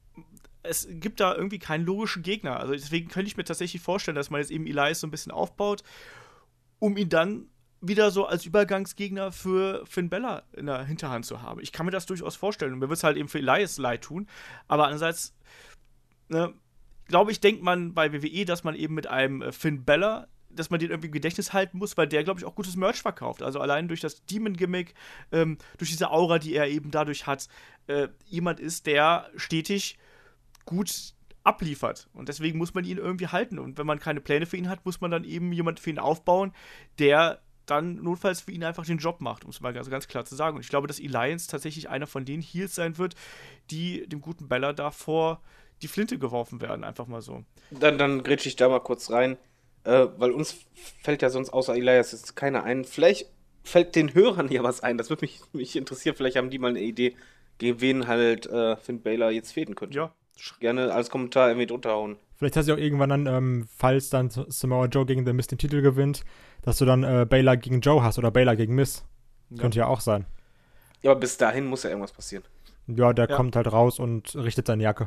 es gibt da irgendwie keinen logischen Gegner. Also deswegen könnte ich mir tatsächlich vorstellen, dass man jetzt eben Elias so ein bisschen aufbaut, um ihn dann wieder so als Übergangsgegner für Finn Balor in der Hinterhand zu haben. Ich kann mir das durchaus vorstellen. Und mir wird es halt eben für Elias leid tun. Aber andererseits, ne, glaube ich, denkt man bei W W E, dass man eben mit einem äh, Finn Balor, dass man den irgendwie im Gedächtnis halten muss, weil der, glaube ich, auch gutes Merch verkauft. Also allein durch das Demon-Gimmick, ähm, durch diese Aura, die er eben dadurch hat, äh, jemand ist, der stetig gut abliefert. Und deswegen muss man ihn irgendwie halten. Und wenn man keine Pläne für ihn hat, muss man dann eben jemanden für ihn aufbauen, der dann notfalls für ihn einfach den Job macht, um es mal ganz, ganz klar zu sagen. Und ich glaube, dass Elias tatsächlich einer von den Heels sein wird, die dem guten Balor da vor die Flinte geworfen werden, einfach mal so. Dann, dann grätsche ich da mal kurz rein, äh, weil uns fällt ja sonst außer Elias jetzt keiner ein. Vielleicht fällt den Hörern ja was ein. Das würde mich, mich interessieren. Vielleicht haben die mal eine Idee, gegen wen halt äh, Finn Balor jetzt fäden könnte. Ja. Gerne als Kommentar irgendwie drunter hauen. Vielleicht hast du auch irgendwann dann, ähm, falls dann Samoa Joe gegen The Miz den Titel gewinnt, dass du dann äh, Balor gegen Joe hast oder Balor gegen Miz. Ja. Könnte ja auch sein. Ja, aber bis dahin muss ja irgendwas passieren. Ja, der Ja. kommt halt raus und richtet seine Jacke.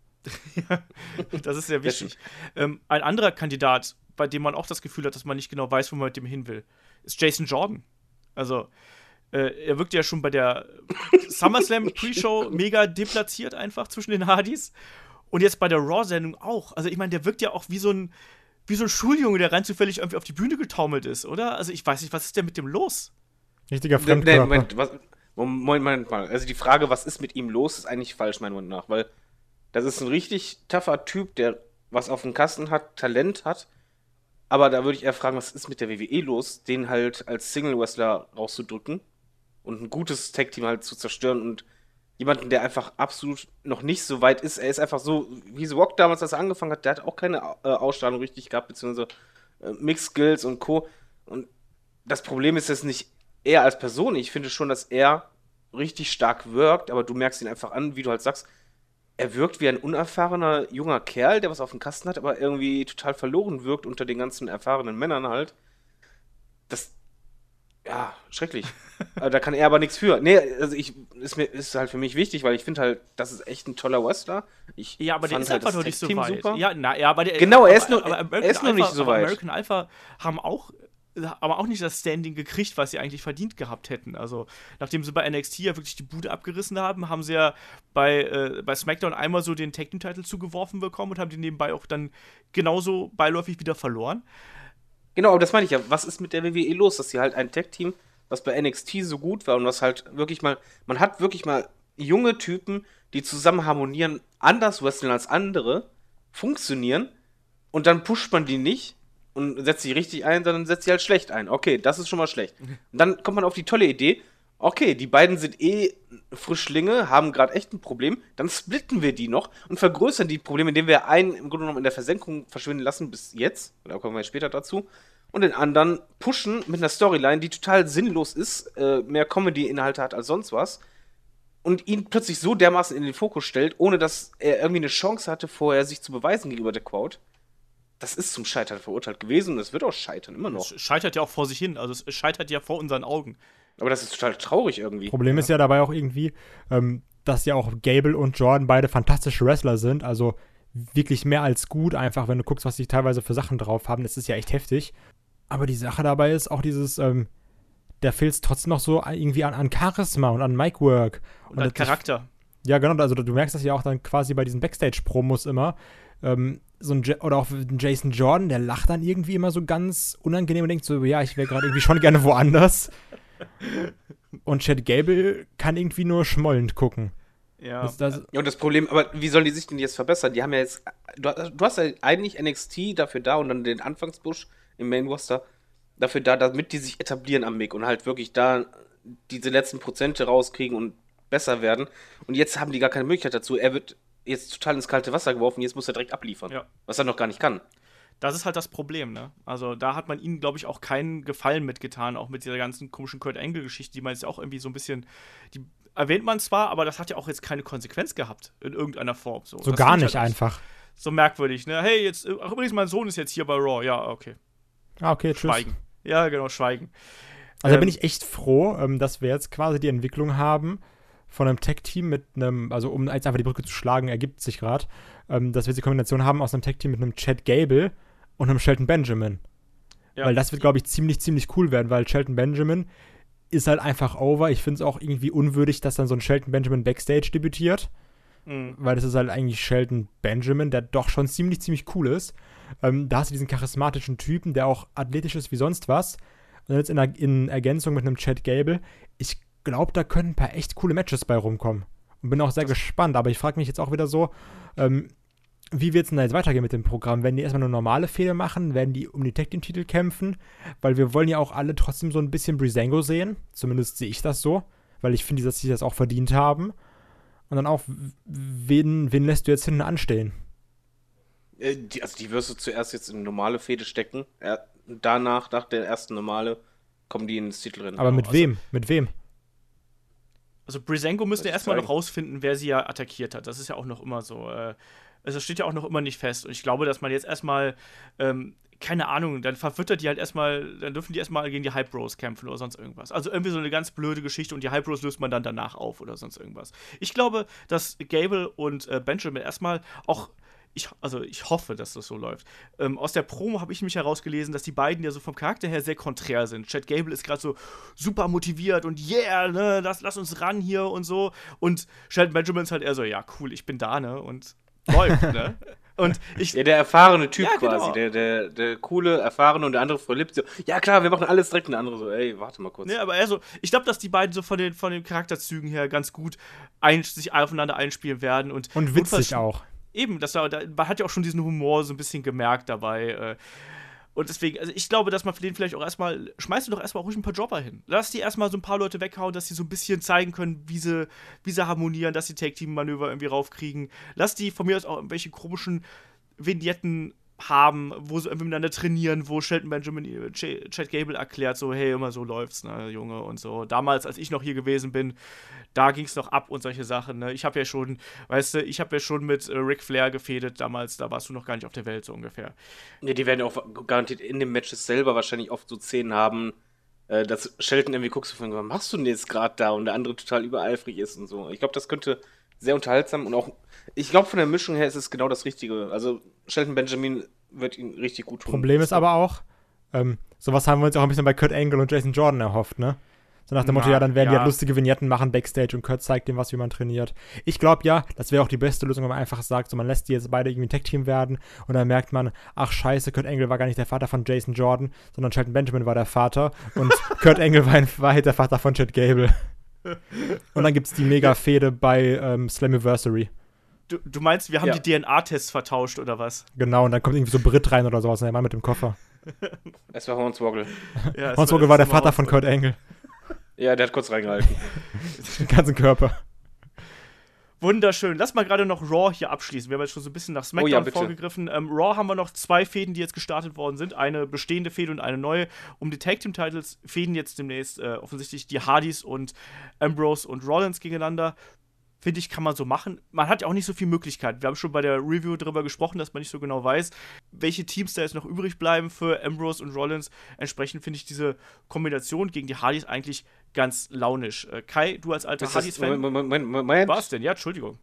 Ja, das ist sehr wichtig. Ähm, ein anderer Kandidat, bei dem man auch das Gefühl hat, dass man nicht genau weiß, wo man mit dem hin will, ist Jason Jordan. Also, äh, er wirkt ja schon bei der SummerSlam Pre-Show mega deplatziert einfach zwischen den Hardys. Und jetzt bei der Raw-Sendung auch. Also, ich meine, der wirkt ja auch wie so ein, wie so ein Schuljunge, der rein zufällig irgendwie auf die Bühne getaumelt ist, oder? Also, ich weiß nicht, was ist denn mit dem los? Richtiger Nee, nee, Fremdkörper. Moment, was, Moment, Moment mal. Also die Frage, was ist mit ihm los, ist eigentlich falsch, meiner Meinung nach. Weil das ist ein richtig tougher Typ, der was auf dem Kasten hat, Talent hat. Aber da würde ich eher fragen, was ist mit der W W E los, den halt als Single-Wrestler rauszudrücken und ein gutes Tag-Team halt zu zerstören und jemanden, der einfach absolut noch nicht so weit ist. Er ist einfach so, wie The Rock damals, als er angefangen hat, der hat auch keine äh, Ausstrahlung richtig gehabt, beziehungsweise äh, Mixed-Skills und Co. Und das Problem ist jetzt nicht er als Person. Ich finde schon, dass er richtig stark wirkt, aber du merkst ihn einfach an, wie du halt sagst, er wirkt wie ein unerfahrener junger Kerl, der was auf dem Kasten hat, aber irgendwie total verloren wirkt unter den ganzen erfahrenen Männern halt. Das, ja, schrecklich. Also, da kann er aber nichts für. Nee, also ich, ist mir, ist halt für mich wichtig, weil ich finde halt, das ist echt ein toller Wrestler. Ich Ja, aber der fand ist halt einfach das noch nicht so Tag-Team weit. super. Ja, na, ja, aber der, Genau, er ist aber- noch- aber er American ist noch nicht Alpha- so aber weit. American Alpha haben auch aber auch nicht das Standing gekriegt, was sie eigentlich verdient gehabt hätten. Also, nachdem sie bei N X T ja wirklich die Bude abgerissen haben, haben sie ja bei, äh, bei SmackDown einmal so den Tag-Team-Titel zugeworfen bekommen und haben den nebenbei auch dann genauso beiläufig wieder verloren. Genau, aber das meine ich ja. Was ist mit der W W E los, dass sie halt ein Tag-Team, was bei N X T so gut war und was halt wirklich mal, man hat wirklich mal junge Typen, die zusammen harmonieren, anders wresteln als andere, funktionieren und dann pusht man die nicht und setzt sie richtig ein, sondern setzt sie halt schlecht ein. Okay, das ist schon mal schlecht. Und dann kommt man auf die tolle Idee, okay, die beiden sind eh Frischlinge, haben gerade echt ein Problem, dann splitten wir die noch und vergrößern die Probleme, indem wir einen im Grunde genommen in der Versenkung verschwinden lassen bis jetzt, da kommen wir später dazu, und den anderen pushen mit einer Storyline, die total sinnlos ist, äh, mehr Comedy-Inhalte hat als sonst was, und ihn plötzlich so dermaßen in den Fokus stellt, ohne dass er irgendwie eine Chance hatte, vorher sich zu beweisen gegenüber der Crowd. Das ist zum Scheitern verurteilt gewesen und es wird auch scheitern, immer noch. Es scheitert ja auch vor sich hin. Also, es scheitert ja vor unseren Augen. Aber das ist total traurig irgendwie. Problem ist ja dabei auch irgendwie, ähm, dass ja auch Gable und Jordan beide fantastische Wrestler sind. Also wirklich mehr als gut. Einfach, wenn du guckst, was sie teilweise für Sachen drauf haben, das ist ja echt heftig. Aber die Sache dabei ist auch dieses, ähm, der fehlt es trotzdem noch so irgendwie an, an Charisma und an Micwork. Und, und das- Charakter. Ja, genau, also du merkst das ja auch dann quasi bei diesen Backstage-Promos immer. Ähm, so ein Ja- oder auch ein Jason Jordan, der lacht dann irgendwie immer so ganz unangenehm und denkt so, ja, ich wäre gerade irgendwie schon gerne woanders. Und Chad Gable kann irgendwie nur schmollend gucken. Ja. Das, das, Ja, und das Problem, aber wie sollen die sich denn jetzt verbessern? Die haben ja jetzt, du, du hast ja eigentlich N X T dafür da und dann den Anfangsbusch im Main Roster dafür da, damit die sich etablieren am Mick und halt wirklich da diese letzten Prozente rauskriegen und besser werden. Und jetzt haben die gar keine Möglichkeit dazu. Er wird jetzt total ins kalte Wasser geworfen, jetzt muss er direkt abliefern. Ja. Was er noch gar nicht kann. Das ist halt das Problem, ne? Also da hat man ihnen, glaube ich, auch keinen Gefallen mitgetan, auch mit dieser ganzen komischen Kurt Angle-Geschichte, die man jetzt ja auch irgendwie so ein bisschen, die erwähnt man zwar, aber das hat ja auch jetzt keine Konsequenz gehabt in irgendeiner Form. So, so das gar finde ich nicht halt einfach. So merkwürdig, ne? Hey, jetzt, ach übrigens, mein Sohn ist jetzt hier bei Raw. Ja, okay. Ah, okay, tschüss. Schweigen. Ja, genau, schweigen. Also da Ähm, bin ich echt froh, ähm, dass wir jetzt quasi die Entwicklung haben von einem Tech-Team mit einem, also um jetzt einfach die Brücke zu schlagen, ergibt sich gerade, ähm, dass wir die Kombination haben aus einem Tech-Team mit einem Chad Gable und einem Shelton Benjamin. Ja. Weil das wird, glaube ich, ziemlich, ziemlich cool werden, weil Shelton Benjamin ist halt einfach over. Ich finde es auch irgendwie unwürdig, dass dann so ein Shelton Benjamin Backstage debütiert, mh. weil das ist halt eigentlich Shelton Benjamin, der doch schon ziemlich, ziemlich cool ist. Ähm, da hast du diesen charismatischen Typen, der auch athletisch ist wie sonst was. Und jetzt in, Er- in Ergänzung mit einem Chad Gable, ich glaube, da können ein paar echt coole Matches bei rumkommen. Und bin auch sehr gespannt, aber ich frage mich jetzt auch wieder so, ähm, wie wird es denn da jetzt weitergehen mit dem Programm? Werden die erstmal nur normale Fehde machen? Werden die um die Tag-Team-Titel kämpfen? Weil wir wollen ja auch alle trotzdem so ein bisschen Breezango sehen. Zumindest sehe ich das so. Weil ich finde, dass sie das auch verdient haben. Und dann auch, w- wen, wen lässt du jetzt hinten anstehen? Äh, die, also die wirst du zuerst jetzt in normale Fehde stecken. Er, danach, nach der ersten normale, kommen die ins Titelrennen. Aber mit also- wem? Mit wem? Also Breezango müsste Das erstmal zeigen. noch rausfinden, wer sie ja attackiert hat. Das ist ja auch noch immer so. Äh, Also das steht ja auch noch immer nicht fest. Und ich glaube, dass man jetzt erstmal, ähm, keine Ahnung, dann verfüttert die halt erstmal, dann dürfen die erstmal gegen die Hype Bros kämpfen oder sonst irgendwas. Also irgendwie so eine ganz blöde Geschichte und die Hype Bros löst man dann danach auf oder sonst irgendwas. Ich glaube, dass Gable und äh, Benjamin erstmal auch, ich, also ich hoffe, dass das so läuft. Ähm, aus der Promo habe ich mich herausgelesen, dass die beiden ja so vom Charakter her sehr konträr sind. Chad Gable ist gerade so super motiviert und yeah, ne, lass, lass uns ran hier und so. Und Shelton Benjamin ist halt eher so, ja, cool, ich bin da, ne, und läuft, ne. Und ich, ja, der erfahrene Typ ja, genau. quasi, der, der, der coole, erfahrene und der andere verliebt so, ja klar, wir machen alles direkt und der andere so, ey, warte mal kurz. Ne, aber also, ich glaube, dass die beiden so von den, von den Charakterzügen her ganz gut ein, sich aufeinander einspielen werden. Und, Und witzig auch. Eben, das war, da, man hat ja auch schon diesen Humor so ein bisschen gemerkt dabei. Äh, und deswegen, also ich glaube, dass man für den vielleicht auch erstmal, schmeißt du doch erstmal ruhig ein paar Jobber hin. Lass die erstmal so ein paar Leute weghauen, dass sie so ein bisschen zeigen können, wie sie, wie sie harmonieren, dass sie Tag-Team-Manöver irgendwie raufkriegen. Lass die von mir aus auch irgendwelche komischen Vignetten haben, wo sie irgendwie miteinander trainieren, wo Shelton Benjamin Ch- Chad Gable erklärt, so, hey, immer so läuft's, ne, Junge, und so. Damals, als ich noch hier gewesen bin, da ging's noch ab und solche Sachen, ne. Ich habe ja schon, weißt du, ich habe ja schon mit äh, Ric Flair gefädet damals, da warst du noch gar nicht auf der Welt, so ungefähr. Ja, die werden ja auch garantiert in den Matches selber wahrscheinlich oft so Szenen haben, äh, dass Shelton irgendwie guckst du von, was machst du denn jetzt gerade da? Und der andere total übereifrig ist und so. Ich glaube, das könnte sehr unterhaltsam und auch, ich glaube, von der Mischung her ist es genau das Richtige. Also, Shelton Benjamin wird ihn richtig gut tun. Problem ist aber auch, ähm, sowas haben wir uns auch ein bisschen bei Kurt Angle und Jason Jordan erhofft, ne? So nach dem Motto, Na, ja, dann werden die ja. halt lustige Vignetten machen Backstage und Kurt zeigt dem was, wie man trainiert. Ich glaube ja, das wäre auch die beste Lösung, wenn man einfach sagt, so man lässt die jetzt beide irgendwie ein Tag-Team werden und dann merkt man, ach scheiße, Kurt Angle war gar nicht der Vater von Jason Jordan, sondern Shelton Benjamin war der Vater und Kurt Angle war in Wahrheit der Vater von Chad Gable. Und dann gibt's die Mega-Fehde bei ähm, Slammiversary. Du, du meinst, wir haben Ja. die D N A-Tests vertauscht, oder was? Genau, und dann kommt irgendwie so Brit rein oder sowas, und der Mann mit dem Koffer. Es war Hornswoggle. Ja, es Hornswoggle es war der immer Vater von Hornswoggle. Kurt Angle. Ja, der hat kurz reingehalten. Den ganzen Körper. Wunderschön. Lass mal gerade noch Raw hier abschließen. Wir haben jetzt schon so ein bisschen nach SmackDown Oh ja, bitte. vorgegriffen. Ähm, Raw haben wir noch zwei Fäden, die jetzt gestartet worden sind. Eine bestehende Fehde und eine neue. Um die Tag-Team-Titles fäden jetzt demnächst äh, offensichtlich die Hardys und Ambrose und Rollins gegeneinander. Finde ich, kann man so machen. Man hat ja auch nicht so viel Möglichkeit. Wir haben schon bei der Review darüber gesprochen, dass man nicht so genau weiß, welche Teams da jetzt noch übrig bleiben für Ambrose und Rollins. Entsprechend finde ich diese Kombination gegen die Hardys eigentlich ganz launisch. Äh, Kai, du als alter Ist das- Hardys-Fan, Moment, Moment, Moment. was denn? Ja, Entschuldigung.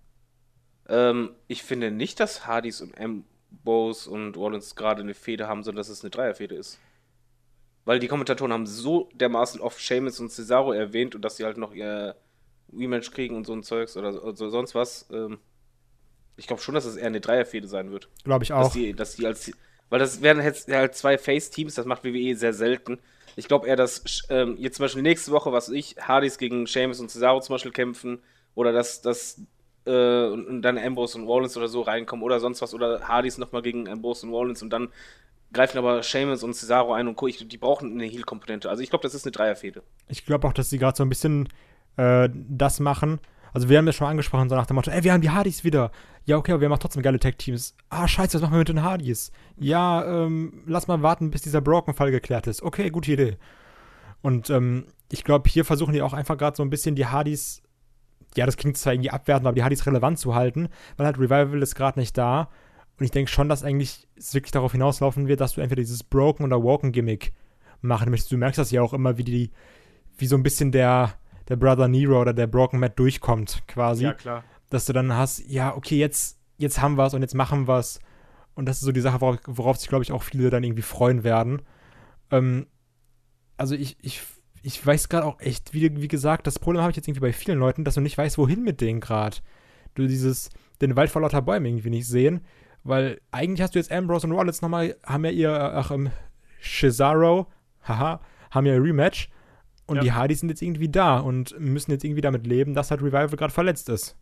Ähm, ich finde nicht, dass Hardys und Ambrose und Rollins gerade eine Fehde haben, sondern dass es eine Dreierfehde ist. Weil die Kommentatoren haben so dermaßen oft Sheamus und Cesaro erwähnt und dass sie halt noch ihr Rematch kriegen und so ein Zeugs oder so, also sonst was. Ähm, ich glaube schon, dass es eher eine Dreierfehde sein wird. Glaube ich Dass auch. die, dass die als, weil das werden jetzt halt zwei Face-Teams, das macht W W E sehr selten. Ich glaube eher, dass ähm, jetzt zum Beispiel nächste Woche, was weiß ich, Hardys gegen Sheamus und Cesaro zum Beispiel kämpfen oder dass, dass äh, und, und dann Ambrose und Rollins oder so reinkommen oder sonst was oder Hardys nochmal gegen Ambrose und Rollins und dann greifen aber Sheamus und Cesaro ein und guck, ich, die brauchen eine Heel-Komponente. Also ich glaube, das ist eine Dreierfehde. Ich glaube auch, dass sie gerade so ein bisschen äh, das machen. Also wir haben das schon angesprochen, so nach dem Motto, ey, wir haben die Hardys wieder. Ja, okay, aber wir machen trotzdem geile Tag-Teams. Ah, scheiße, was machen wir mit den Hardys? Ja, ähm, lass mal warten, bis dieser Broken-Fall geklärt ist. Okay, gute Idee. Und ähm, ich glaube, hier versuchen die auch einfach gerade so ein bisschen die Hardys, ja, das klingt zwar irgendwie abwertend, aber die Hardys relevant zu halten, weil halt Revival ist gerade nicht da. Und ich denke schon, dass eigentlich es wirklich darauf hinauslaufen wird, dass du entweder dieses Broken- oder Walken-Gimmick machen möchtest. Du merkst das ja auch immer, wie die, wie so ein bisschen der der Brother Nero oder der Broken Matt durchkommt, quasi. Ja, klar. Dass du dann hast, ja, okay, jetzt, jetzt haben wir es und jetzt machen wir es. Und das ist so die Sache, worauf, worauf sich, glaube ich, auch viele dann irgendwie freuen werden. Ähm, also ich, ich, ich weiß gerade auch echt, wie, wie gesagt, das Problem habe ich jetzt irgendwie bei vielen Leuten, dass du nicht weißt, wohin mit denen gerade. Du dieses, den Wald vor lauter Bäumen irgendwie nicht sehen, weil eigentlich hast du jetzt Ambrose und Rollins nochmal, haben ja ihr, ach, ähm, Cesaro, haha, haben ja ihr Rematch. Und Ja. die Hardys sind jetzt irgendwie da und müssen jetzt irgendwie damit leben, dass halt Revival gerade verletzt ist.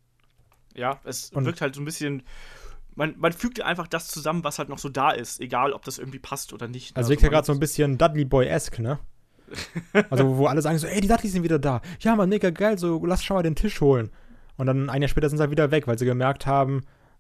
Ja, es Und- wirkt halt so ein bisschen. Man, man fügt einfach das zusammen, was halt noch so da ist, egal ob das irgendwie passt oder nicht. Also wirkt ja man- gerade so ein bisschen Dudley Boy-esque, ne? Also wo alle sagen so, ey, die Dudleys sind wieder da. Ja, Mann, mega geil, so lass schon mal den Tisch holen. Und dann ein Jahr später sind sie halt wieder weg, weil sie gemerkt haben,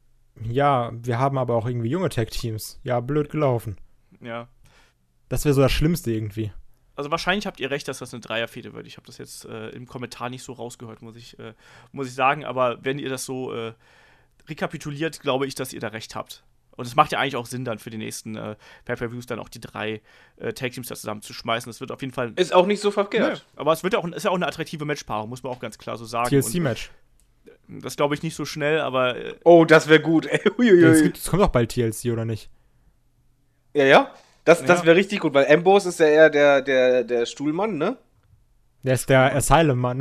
ja, wir haben aber auch irgendwie junge Tag-Teams. Ja, blöd gelaufen. Ja. Das wäre so das Schlimmste irgendwie. Also wahrscheinlich habt ihr recht, dass das eine Dreierfehde wird. Ich habe das jetzt äh, im Kommentar nicht so rausgehört, muss ich, äh, muss ich sagen. Aber wenn ihr das so äh, rekapituliert glaube ich, dass ihr da recht habt. Und es macht ja eigentlich auch Sinn, dann für die nächsten äh, Pay-Per-Views dann auch die drei äh, Tag-Teams da zusammenzuschmeißen. Das wird auf jeden Fall. Ist auch nicht so verkehrt. Nee, aber es wird ja auch, ist ja auch eine attraktive Matchpaarung, muss man auch ganz klar so sagen. T L C-Match. Das glaube ich nicht so schnell, aber. Äh, oh, das wäre gut. Ey, ja, es, gibt, es kommt doch bald T L C, oder nicht? Ja, ja. Das, das ja. wäre richtig gut, weil Ambrose ist ja eher der, der, der Stuhlmann, ne? Der ist der Asylum-Mann.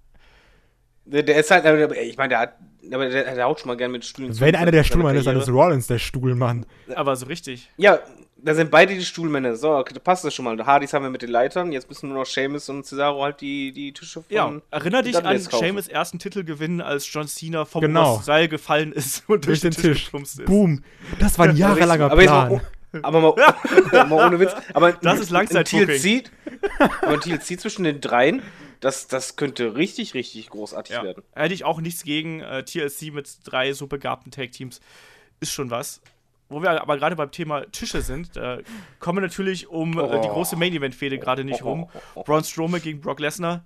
Der, der ist halt, ich meine, der hat, aber der, der haut schon mal gerne mit Stühlen. Wenn einer der Stuhlmann ist, dann ist Rollins der Stuhlmann. Aber so richtig. Ja, da sind beide die Stuhlmänner. So, okay, da passt das schon mal. Hardys haben wir mit den Leitern, jetzt müssen nur noch Sheamus und Cesaro halt die, die Tische von. Ja, erinner dich an Sheamus ersten Titelgewinn, als John Cena vom genau. Seil gefallen ist und durch, durch den, den Tisch geplumpst ist. Boom. Das war ein jahrelanger aber Plan. Jetzt mal, aber mal, ja. mal ohne Witz. Aber das ist Langzeit-Booking. Aber ein T L C zwischen den dreien, das, das könnte richtig, richtig großartig ja. werden. Hätte ich auch nichts gegen. äh, T L C mit drei so begabten Tag-Teams ist schon was. Wo wir aber gerade beim Thema Tische sind, da kommen wir natürlich um oh. äh, die große Main-Event-Fehde gerade nicht rum. Braun Strowman gegen Brock Lesnar.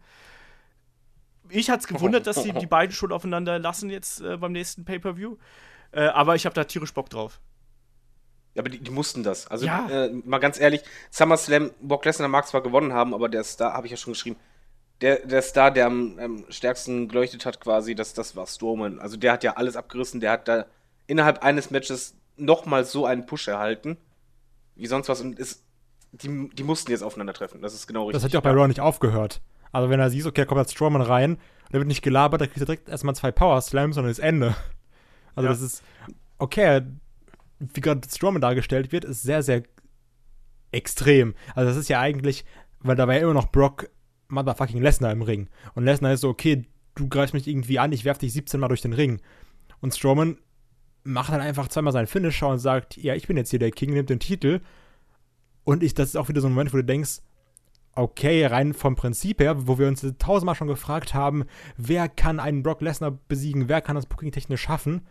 Ich hatte es gewundert, dass sie die beiden schon aufeinander lassen jetzt äh, beim nächsten Pay-Per-View. Äh, aber ich habe da tierisch Bock drauf. Ja, aber die, die mussten das. Also, ja. äh, mal ganz ehrlich, SummerSlam, Brock Lesnar mag zwar gewonnen haben, aber der Star, habe ich ja schon geschrieben, der, der Star, der am, am stärksten geleuchtet hat quasi, das, das war Strowman. Also der hat ja alles abgerissen, der hat da innerhalb eines Matches nochmal so einen Push erhalten, wie sonst was. Und ist, die, die mussten jetzt aufeinandertreffen, das ist genau richtig. Das hat ja auch bei Raw nicht aufgehört. Also wenn er sieht, okay, da kommt jetzt Strowman rein, und er wird nicht gelabert, dann kriegt er direkt erstmal zwei Power-Slams und dann ist Ende. Also ja. das ist, okay, wie gerade Strowman dargestellt wird, ist sehr, sehr extrem. Also das ist ja eigentlich, weil da war ja immer noch Brock Motherfucking Lesnar im Ring. Und Lesnar ist so, okay, du greifst mich irgendwie an, ich werf dich siebzehn Mal durch den Ring. Und Strowman macht dann einfach zweimal seinen Finisher und sagt, ja, ich bin jetzt hier der King, nimmt den Titel. Und ich, das ist auch wieder so ein Moment, wo du denkst, okay, rein vom Prinzip her, wo wir uns tausendmal schon gefragt haben, wer kann einen Brock Lesnar besiegen, wer kann das Booking-technisch schaffen?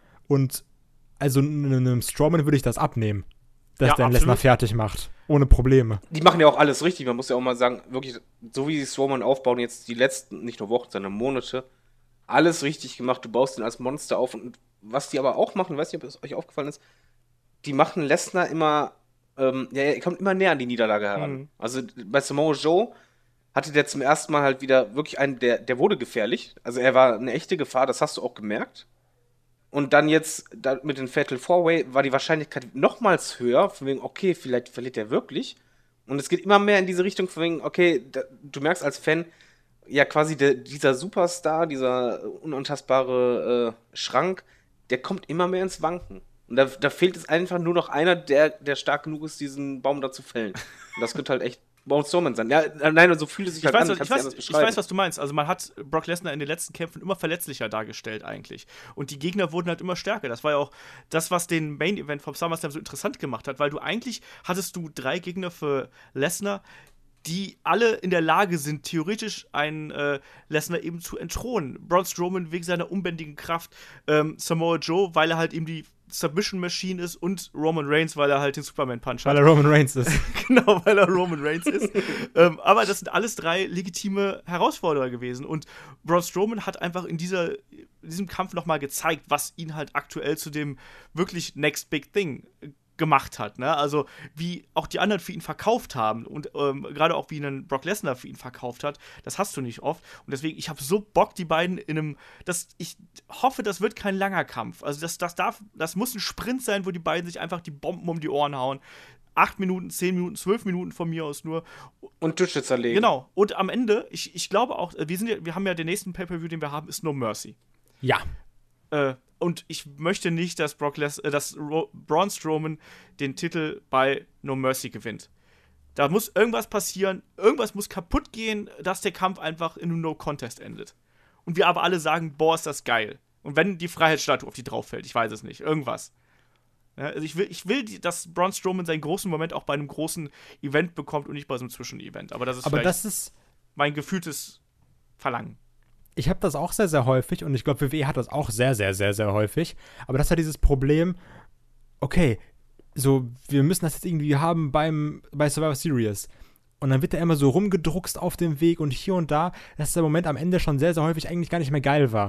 Und also einem Strowman würde ich das abnehmen, dass ja, der einen Lesnar fertig macht. Ohne Probleme. Die machen ja auch alles richtig. Man muss ja auch mal sagen, wirklich, so wie sie Strowman aufbauen, jetzt die letzten, nicht nur Wochen, sondern Monate, alles richtig gemacht. Du baust ihn als Monster auf. Und was die aber auch machen, ich weiß nicht, ob es euch aufgefallen ist, die machen Lesnar immer, ähm, ja, er kommt immer näher an die Niederlage heran. Mhm. Also bei Samoa Joe hatte der zum ersten Mal halt wieder wirklich einen, der, der wurde gefährlich. Also er war eine echte Gefahr, das hast du auch gemerkt. Und dann jetzt da mit den Fatal Four-Way war die Wahrscheinlichkeit nochmals höher, von wegen, okay, vielleicht verliert er wirklich. Und es geht immer mehr in diese Richtung, von wegen, okay, da, du merkst als Fan, ja quasi der, dieser Superstar, dieser unantastbare äh, Schrank, der kommt immer mehr ins Wanken. Und da, da fehlt es einfach nur noch einer, der, der stark genug ist, diesen Baum da zu fällen. Und das könnte halt echt Braun Strowman sein. Ja, nein, und so fühlt es sich ich halt weiß, an. Ich weiß, ich weiß, was du meinst. Also man hat Brock Lesnar in den letzten Kämpfen immer verletzlicher dargestellt eigentlich. Und die Gegner wurden halt immer stärker. Das war ja auch das, was den Main-Event vom SummerSlam so interessant gemacht hat, weil du eigentlich hattest du drei Gegner für Lesnar, die alle in der Lage sind, theoretisch einen äh, Lesnar eben zu entthronen. Braun Strowman wegen seiner unbändigen Kraft, ähm, Samoa Joe, weil er halt eben die Submission Machine ist und Roman Reigns, weil er halt den Superman Punch hat. Weil er Roman Reigns ist. Genau, weil er Roman Reigns ist. ähm, aber das sind alles drei legitime Herausforderer gewesen. Und Braun Strowman hat einfach in, dieser, in diesem Kampf nochmal gezeigt, was ihn halt aktuell zu dem wirklich Next Big Thing gemacht hat, ne? Also wie auch die anderen für ihn verkauft haben und ähm, gerade auch wie einen Brock Lesnar für ihn verkauft hat, das hast du nicht oft und deswegen, ich habe so Bock, die beiden in einem, das, ich hoffe, das wird kein langer Kampf, also das, das darf, das muss ein Sprint sein, wo die beiden sich einfach die Bomben um die Ohren hauen, acht Minuten, zehn Minuten, zwölf Minuten von mir aus nur. Und Tische zerlegen. Genau, und am Ende, ich, ich glaube auch, wir sind ja, wir haben ja den nächsten Pay-Per-View, den wir haben, ist No Mercy. Ja. Äh, Und ich möchte nicht, dass, Brock Les- äh, dass Ro- Braun Strowman den Titel bei No Mercy gewinnt. Da muss irgendwas passieren, irgendwas muss kaputt gehen, dass der Kampf einfach in einem No-Contest endet. Und wir aber alle sagen, boah, ist das geil. Und wenn die Freiheitsstatue auf die drauf fällt, ich weiß es nicht, irgendwas. Ja, also ich will, ich will, dass Braun Strowman seinen großen Moment auch bei einem großen Event bekommt und nicht bei so einem Zwischenevent. Aber das ist aber vielleicht das ist mein gefühltes Verlangen. Ich habe das auch sehr, sehr häufig und ich glaube, W W E hat das auch sehr, sehr, sehr, sehr häufig. Aber das hat dieses Problem, okay, so, wir müssen das jetzt irgendwie haben beim, bei Survivor Series. Und dann wird der immer so rumgedruckst auf dem Weg und hier und da, dass der Moment am Ende schon sehr, sehr häufig eigentlich gar nicht mehr geil war.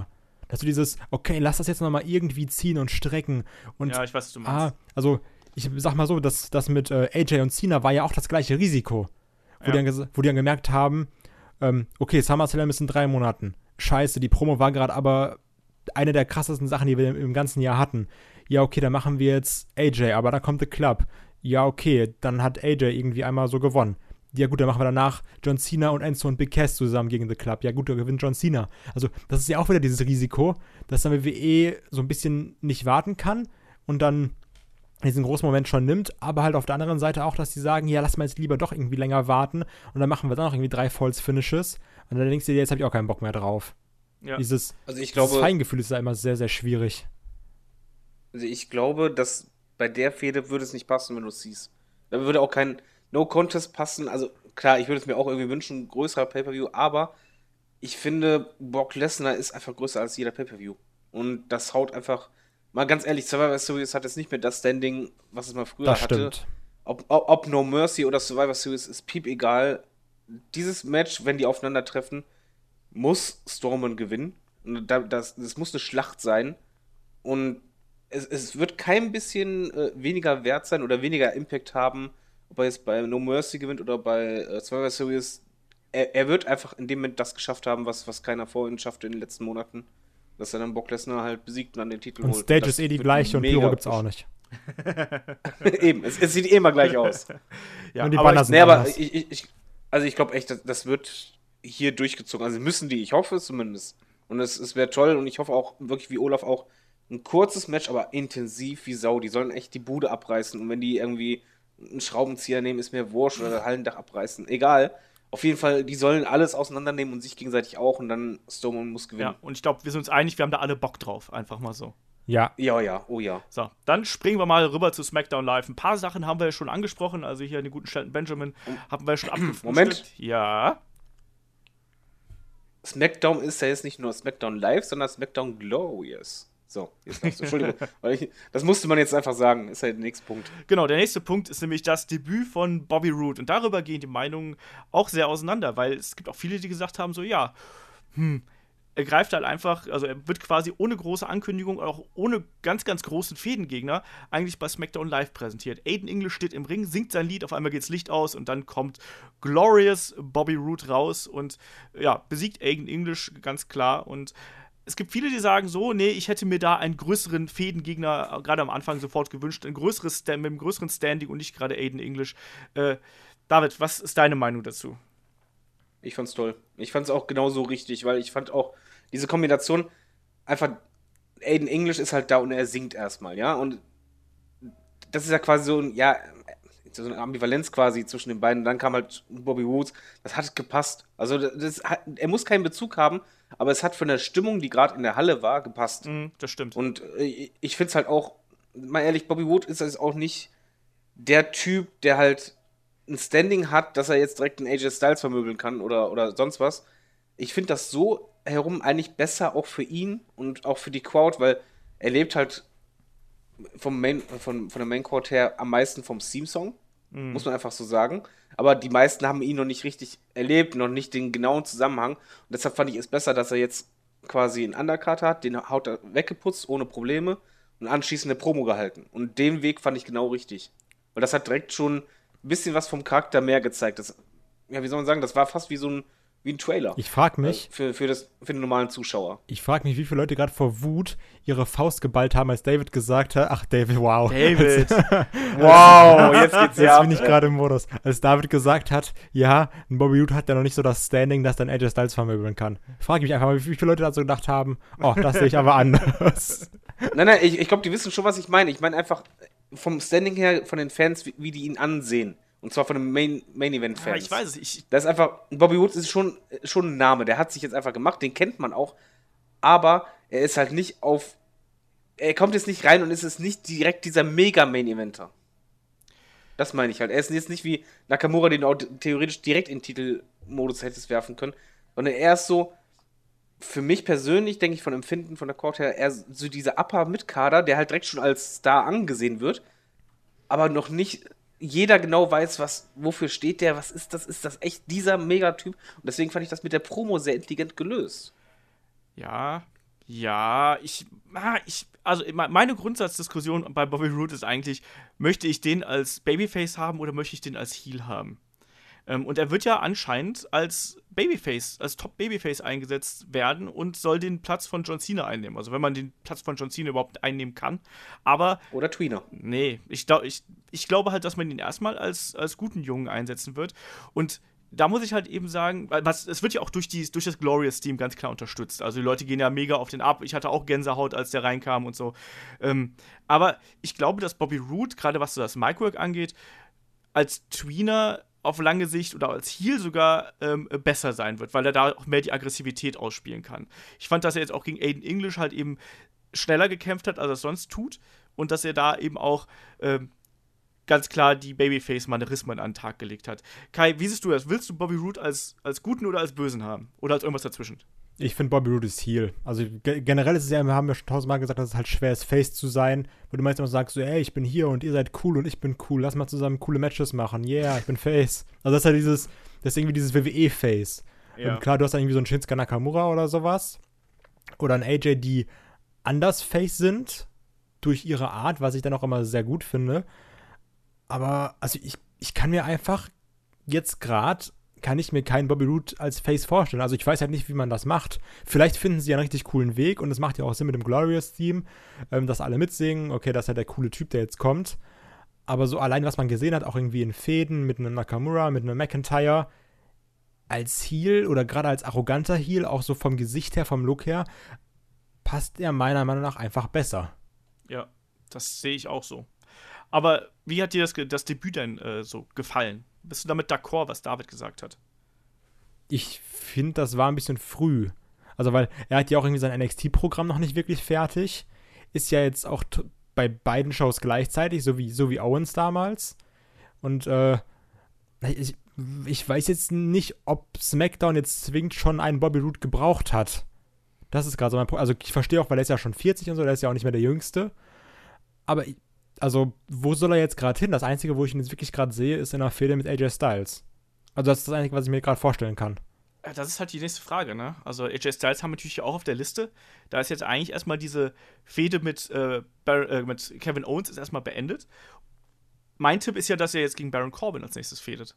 Dass du dieses, okay, lass das jetzt nochmal irgendwie ziehen und strecken. Und, Ja, ich weiß, was du meinst. ah, also, ich sag mal so, das, das mit äh, A J und Cena war ja auch das gleiche Risiko. Wo, Ja. die, dann, ges- wo die dann gemerkt haben, ähm, okay, SummerSlam ist in drei Monaten. Scheiße, die Promo war gerade aber eine der krassesten Sachen, die wir im, im ganzen Jahr hatten. Ja, okay, dann machen wir jetzt A J, aber da kommt The Club. Ja, okay, dann hat A J irgendwie einmal so gewonnen. Ja gut, dann machen wir danach John Cena und Enzo und Big Cass zusammen gegen The Club. Ja gut, da gewinnt John Cena. Also das ist ja auch wieder dieses Risiko, dass dann W W E so ein bisschen nicht warten kann und dann diesen großen Moment schon nimmt, aber halt auf der anderen Seite auch, dass die sagen, ja, lass mal jetzt lieber doch irgendwie länger warten und dann machen wir dann noch irgendwie drei False Finishes und dann denkst du dir, jetzt habe ich auch keinen Bock mehr drauf. Ja. Dieses, Also ich dieses glaube, Feingefühl ist da immer sehr, sehr schwierig. also ich glaube, dass bei der Fehde würde es nicht passen, wenn du es siehst. Da würde auch kein No-Contest passen. Also klar, ich würde es mir auch irgendwie wünschen, größerer Pay-Per-View, aber ich finde, Brock Lesnar ist einfach größer als jeder Pay-Per-View. Und das haut einfach, mal ganz ehrlich, Survivor Series hat jetzt nicht mehr das Standing, was es mal früher Das hatte. stimmt. Ob, ob, ob No Mercy oder Survivor Series ist piep egal. Dieses Match, wenn die aufeinandertreffen, muss Strowman gewinnen. Und da- das, das muss eine Schlacht sein. Und es, es wird kein bisschen äh, weniger wert sein oder weniger Impact haben, ob er jetzt bei No Mercy gewinnt oder bei äh, Survivor Series. Er, er wird einfach in dem Moment das geschafft haben, was, was keiner vor ihm schaffte in den letzten Monaten. Dass er dann Brock Lesnar halt besiegt und an den Titel Und holt. Stage Das ist eh die wird gleiche und mega Pyro gibt's pushen. auch nicht. Eben, es, es sieht eh immer gleich aus. Ja, Und die aber Banner ich, sind Nee, aber anders. ich, ich, ich, also ich glaube echt, das, das wird hier durchgezogen. Also müssen die, ich hoffe es zumindest. Und es, es wäre toll und ich hoffe auch wirklich wie Olaf auch ein kurzes Match, aber intensiv wie Sau. Die sollen echt die Bude abreißen und wenn die irgendwie einen Schraubenzieher nehmen, ist mir wurscht oder das Hallendach abreißen. Egal. Auf jeden Fall, die sollen alles auseinandernehmen und sich gegenseitig auch und dann Strowman muss gewinnen. ja, und ich glaube, wir sind uns einig, wir haben da alle Bock drauf. Einfach mal so. Ja, Ja, ja, oh ja. So, dann springen wir mal rüber zu SmackDown Live. Ein paar Sachen haben wir ja schon angesprochen. Also hier den guten Shelton Benjamin haben wir schon abgefrühstückt. Moment. Ja. SmackDown ist ja jetzt nicht nur SmackDown Live, sondern SmackDown Glorious. So, jetzt darfst du, Entschuldigung. Weil ich, das musste man jetzt einfach sagen, ist halt der nächste Punkt. Genau, der nächste Punkt ist nämlich das Debüt von Bobby Roode. Und darüber gehen die Meinungen auch sehr auseinander, weil es gibt auch viele, die gesagt haben, so ja, hm, er greift halt einfach, also er wird quasi ohne große Ankündigung, auch ohne ganz, ganz großen Fädengegner eigentlich bei SmackDown Live präsentiert. Aiden English steht im Ring, singt sein Lied, auf einmal geht's Licht aus und dann kommt Glorious Bobby Roode raus und ja, besiegt Aiden English ganz klar und es gibt viele, die sagen so, nee, ich hätte mir da einen größeren Fädengegner äh, gerade am Anfang sofort gewünscht, ein größeres Stand, mit einem größeren Standing und nicht gerade Aiden English. Äh, David, was ist deine Meinung dazu? Ich fand's toll. Ich fand's auch genauso richtig, weil ich fand auch diese Kombination einfach, Aiden English ist halt da und er singt erstmal, ja, und das ist ja quasi so ein, ja, so eine Ambivalenz quasi zwischen den beiden. Und dann kam halt Bobby Woods, das hat gepasst. Also das, das hat, er muss keinen Bezug haben, aber es hat von der Stimmung, die gerade in der Halle war, gepasst. Mhm, das stimmt. Und äh, ich finde es halt auch, mal ehrlich, Bobby Wood ist also auch nicht der Typ, der halt ein Standing hat, dass er jetzt direkt einen A J Styles vermöbeln kann oder, oder sonst was. Ich finde das so herum eigentlich besser auch für ihn und auch für die Crowd, weil er lebt halt vom Main, von, von der Main Crowd her am meisten vom Theme-Song, Mhm. muss man einfach so sagen. Aber die meisten haben ihn noch nicht richtig erlebt, noch nicht den genauen Zusammenhang. Und deshalb fand ich es besser, dass er jetzt quasi einen Undercard hat, den hat er weggeputzt, ohne Probleme und anschließend eine Promo gehalten. Und den Weg fand ich genau richtig. Weil das hat direkt schon ein bisschen was vom Charakter mehr gezeigt. Das, ja, wie soll man sagen, das war fast wie so ein, wie ein Trailer. ich frag mich, Äh, für, für, das, für den normalen Zuschauer. ich frag mich, wie viele Leute gerade vor Wut ihre Faust geballt haben, als David gesagt hat, ach David, wow. David. Wow, jetzt geht's Jetzt ja bin ich gerade im Modus. Als David gesagt hat, ja, ein Bobby Roode hat ja noch nicht so das Standing, dass dann A J Styles vermöbeln kann. Frage ich mich einfach mal, wie viele Leute da so gedacht haben, oh, das sehe ich aber anders. Nein, nein, ich, ich glaube, die wissen schon, was ich meine. Ich meine einfach vom Standing her von den Fans, wie, wie die ihn ansehen. Und zwar von den Main, Main-Event-Fans. Ja, ich weiß es. Ich, Das ist einfach, Bobby Woods ist schon, schon ein Name, der hat sich jetzt einfach gemacht, den kennt man auch, aber er ist halt nicht auf, er kommt jetzt nicht rein und ist es nicht direkt dieser Mega-Main-Eventer. Das meine ich halt. Er ist jetzt nicht wie Nakamura, den du auch theoretisch direkt in den Titelmodus hättest werfen können, sondern er ist so, für mich persönlich, denke ich, von Empfinden, von der Court her, eher so dieser Upper-Mid-Kader, der halt direkt schon als Star angesehen wird, aber noch nicht jeder genau weiß, was, wofür steht der, was ist das, ist das echt dieser Megatyp? Und deswegen fand ich das mit der Promo sehr intelligent gelöst. ja, Ja, ich, ah, ich, also meine Grundsatzdiskussion bei Bobby Roode ist eigentlich, möchte ich den als Babyface haben oder möchte ich den als Heel haben? Ähm, und er wird ja anscheinend als Babyface, als Top-Babyface eingesetzt werden und soll den Platz von John Cena einnehmen. Also wenn man den Platz von John Cena überhaupt einnehmen kann. Aber Oder Tweener. Nee, ich, glaub, ich, ich glaube halt, dass man ihn erstmal als, als guten Jungen einsetzen wird. Und da muss ich halt eben sagen, was, es wird ja auch durch, die, durch das Glorious-Team ganz klar unterstützt. Also die Leute gehen ja mega auf den ab. Ich hatte auch Gänsehaut, als der reinkam und so. Ähm, aber ich glaube, dass Bobby Roode, gerade was so das Micwork angeht, als Tweener auf lange Sicht oder als Heel sogar ähm, besser sein wird, weil er da auch mehr die Aggressivität ausspielen kann. Ich fand, dass er jetzt auch gegen Aiden English halt eben schneller gekämpft hat, als er es sonst tut. Und dass er da eben auch ähm, ganz klar die Babyface-Manierismen an den Tag gelegt hat. Kai, wie siehst du das? Willst du Bobby Roode als, als Guten oder als Bösen haben? Oder als irgendwas dazwischen? Ich finde, Bobby Roode ist Heel. Also ge- generell ist es ja, wir haben ja schon tausendmal gesagt, dass es halt schwer ist, Face zu sein, wo du meistens immer sagst, so, ey, ich bin hier und ihr seid cool und ich bin cool, lass mal zusammen coole Matches machen, yeah, ich bin Face. Also das ist halt dieses, das ist irgendwie dieses W W E-Face. Ja. Und klar, du hast dann irgendwie so einen Shinsuke Nakamura oder sowas. Oder ein A J, die anders Face sind, durch ihre Art, was ich dann auch immer sehr gut finde. Aber, also ich, ich kann mir einfach jetzt gerade, kann ich mir keinen Bobby Roode als Face vorstellen. Also ich weiß halt nicht, wie man das macht. Vielleicht finden sie einen richtig coolen Weg und es macht ja auch Sinn mit dem Glorious-Team, ähm, dass alle mitsingen. Okay, das ist ja der coole Typ, der jetzt kommt. Aber so allein, was man gesehen hat, auch irgendwie in Fäden mit einem Nakamura, mit einem McIntyre, als Heel oder gerade als arroganter Heel, auch so vom Gesicht her, vom Look her, passt er meiner Meinung nach einfach besser. Ja, das sehe ich auch so. Aber wie hat dir das, das Debüt denn äh, so gefallen? Bist du damit d'accord, was David gesagt hat? Ich finde, das war ein bisschen früh. Also, weil er hat ja auch irgendwie sein N X T-Programm noch nicht wirklich fertig. Ist ja jetzt auch t- bei beiden Shows gleichzeitig, so wie, so wie Owens damals. Und äh, ich, ich weiß jetzt nicht, ob SmackDown jetzt zwingend schon einen Bobby Roode gebraucht hat. Das ist gerade so mein Problem. Also, ich verstehe auch, weil er ist ja schon vierzig und so, der ist ja auch nicht mehr der Jüngste. Aber ich, also, wo soll er jetzt gerade hin? Das Einzige, wo ich ihn jetzt wirklich gerade sehe, ist in einer Fehde mit A J Styles. Also, das ist das Einzige, was ich mir gerade vorstellen kann. Ja, das ist halt die nächste Frage, ne? Also, A J Styles haben wir natürlich auch auf der Liste. Da ist jetzt eigentlich erstmal diese Fehde mit, äh, Bar- äh, mit Kevin Owens ist erstmal beendet. Mein Tipp ist ja, dass er jetzt gegen Baron Corbin als nächstes fehdet.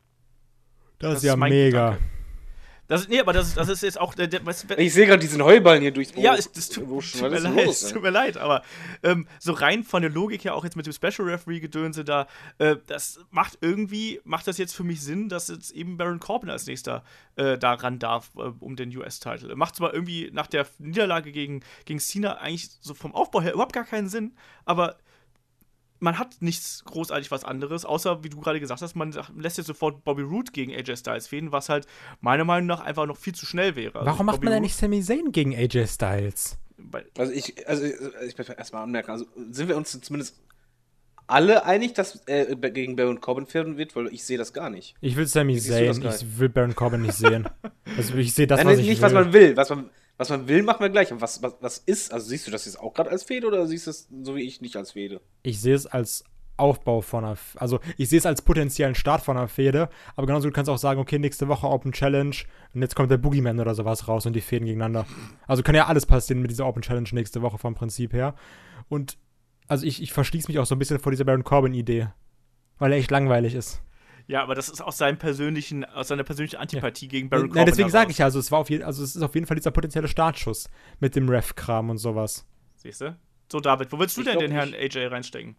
Das, Das ist ja ist mein mega. Gedanke. Das, nee, aber das ist, das ist jetzt auch der, der was, Ich sehe gerade diesen Heuballen hier durchs Ja, es, das tut, wuschen. tut, Was mir ist leid, los, es ey? tut mir leid, aber ähm, so rein von der Logik her, auch jetzt mit dem Special Referee-Gedönse da, äh, das macht irgendwie, macht das jetzt für mich Sinn, dass jetzt eben Baron Corbin als nächster äh, da ran darf, äh, um den U S-Title. Macht zwar irgendwie nach der Niederlage gegen, gegen Cena eigentlich so vom Aufbau her überhaupt gar keinen Sinn, aber man hat nichts großartig was anderes, außer, wie du gerade gesagt hast, man lässt jetzt sofort Bobby Roode gegen A J Styles fehlen, was halt meiner Meinung nach einfach noch viel zu schnell wäre. Also Warum macht Bobby man denn Roode- nicht Sami Zayn gegen A J Styles? Weil- Also ich, also ich möchte erstmal anmerken, also sind wir uns zumindest alle einig, dass er gegen Baron Corbin fähren wird, weil ich sehe das gar nicht. Ich will Sami Wie siehst du das, Zayn, Kai? ich will Baron Corbin nicht sehen. Also ich sehe das, Nein, was nicht, ich nicht will. was man will, was man, was man will, machen wir gleich. Und was, was, was ist, also siehst du das jetzt auch gerade als Fehde oder siehst du es so wie ich nicht als Fehde? Ich sehe es als Aufbau von einer, F- also ich sehe es als potenziellen Start von einer Fehde, aber genauso du kannst auch sagen, okay, nächste Woche Open Challenge und jetzt kommt der Boogeyman oder sowas raus und die Fäden gegeneinander. Also kann ja alles passieren mit dieser Open Challenge nächste Woche vom Prinzip her. Und also ich, ich verschließe mich auch so ein bisschen vor dieser Baron Corbin-Idee, weil er echt langweilig ist. Ja, aber das ist aus seinem persönlichen, aus seiner persönlichen Antipathie gegen Baron Corbin. Nein, deswegen sage heraus. ich ja, also es war auf jeden, also es ist auf jeden Fall dieser potenzielle Startschuss mit dem Ref-Kram und sowas. Siehst du? So, David, wo willst du Ich denn glaub den Herrn nicht. A J reinstecken?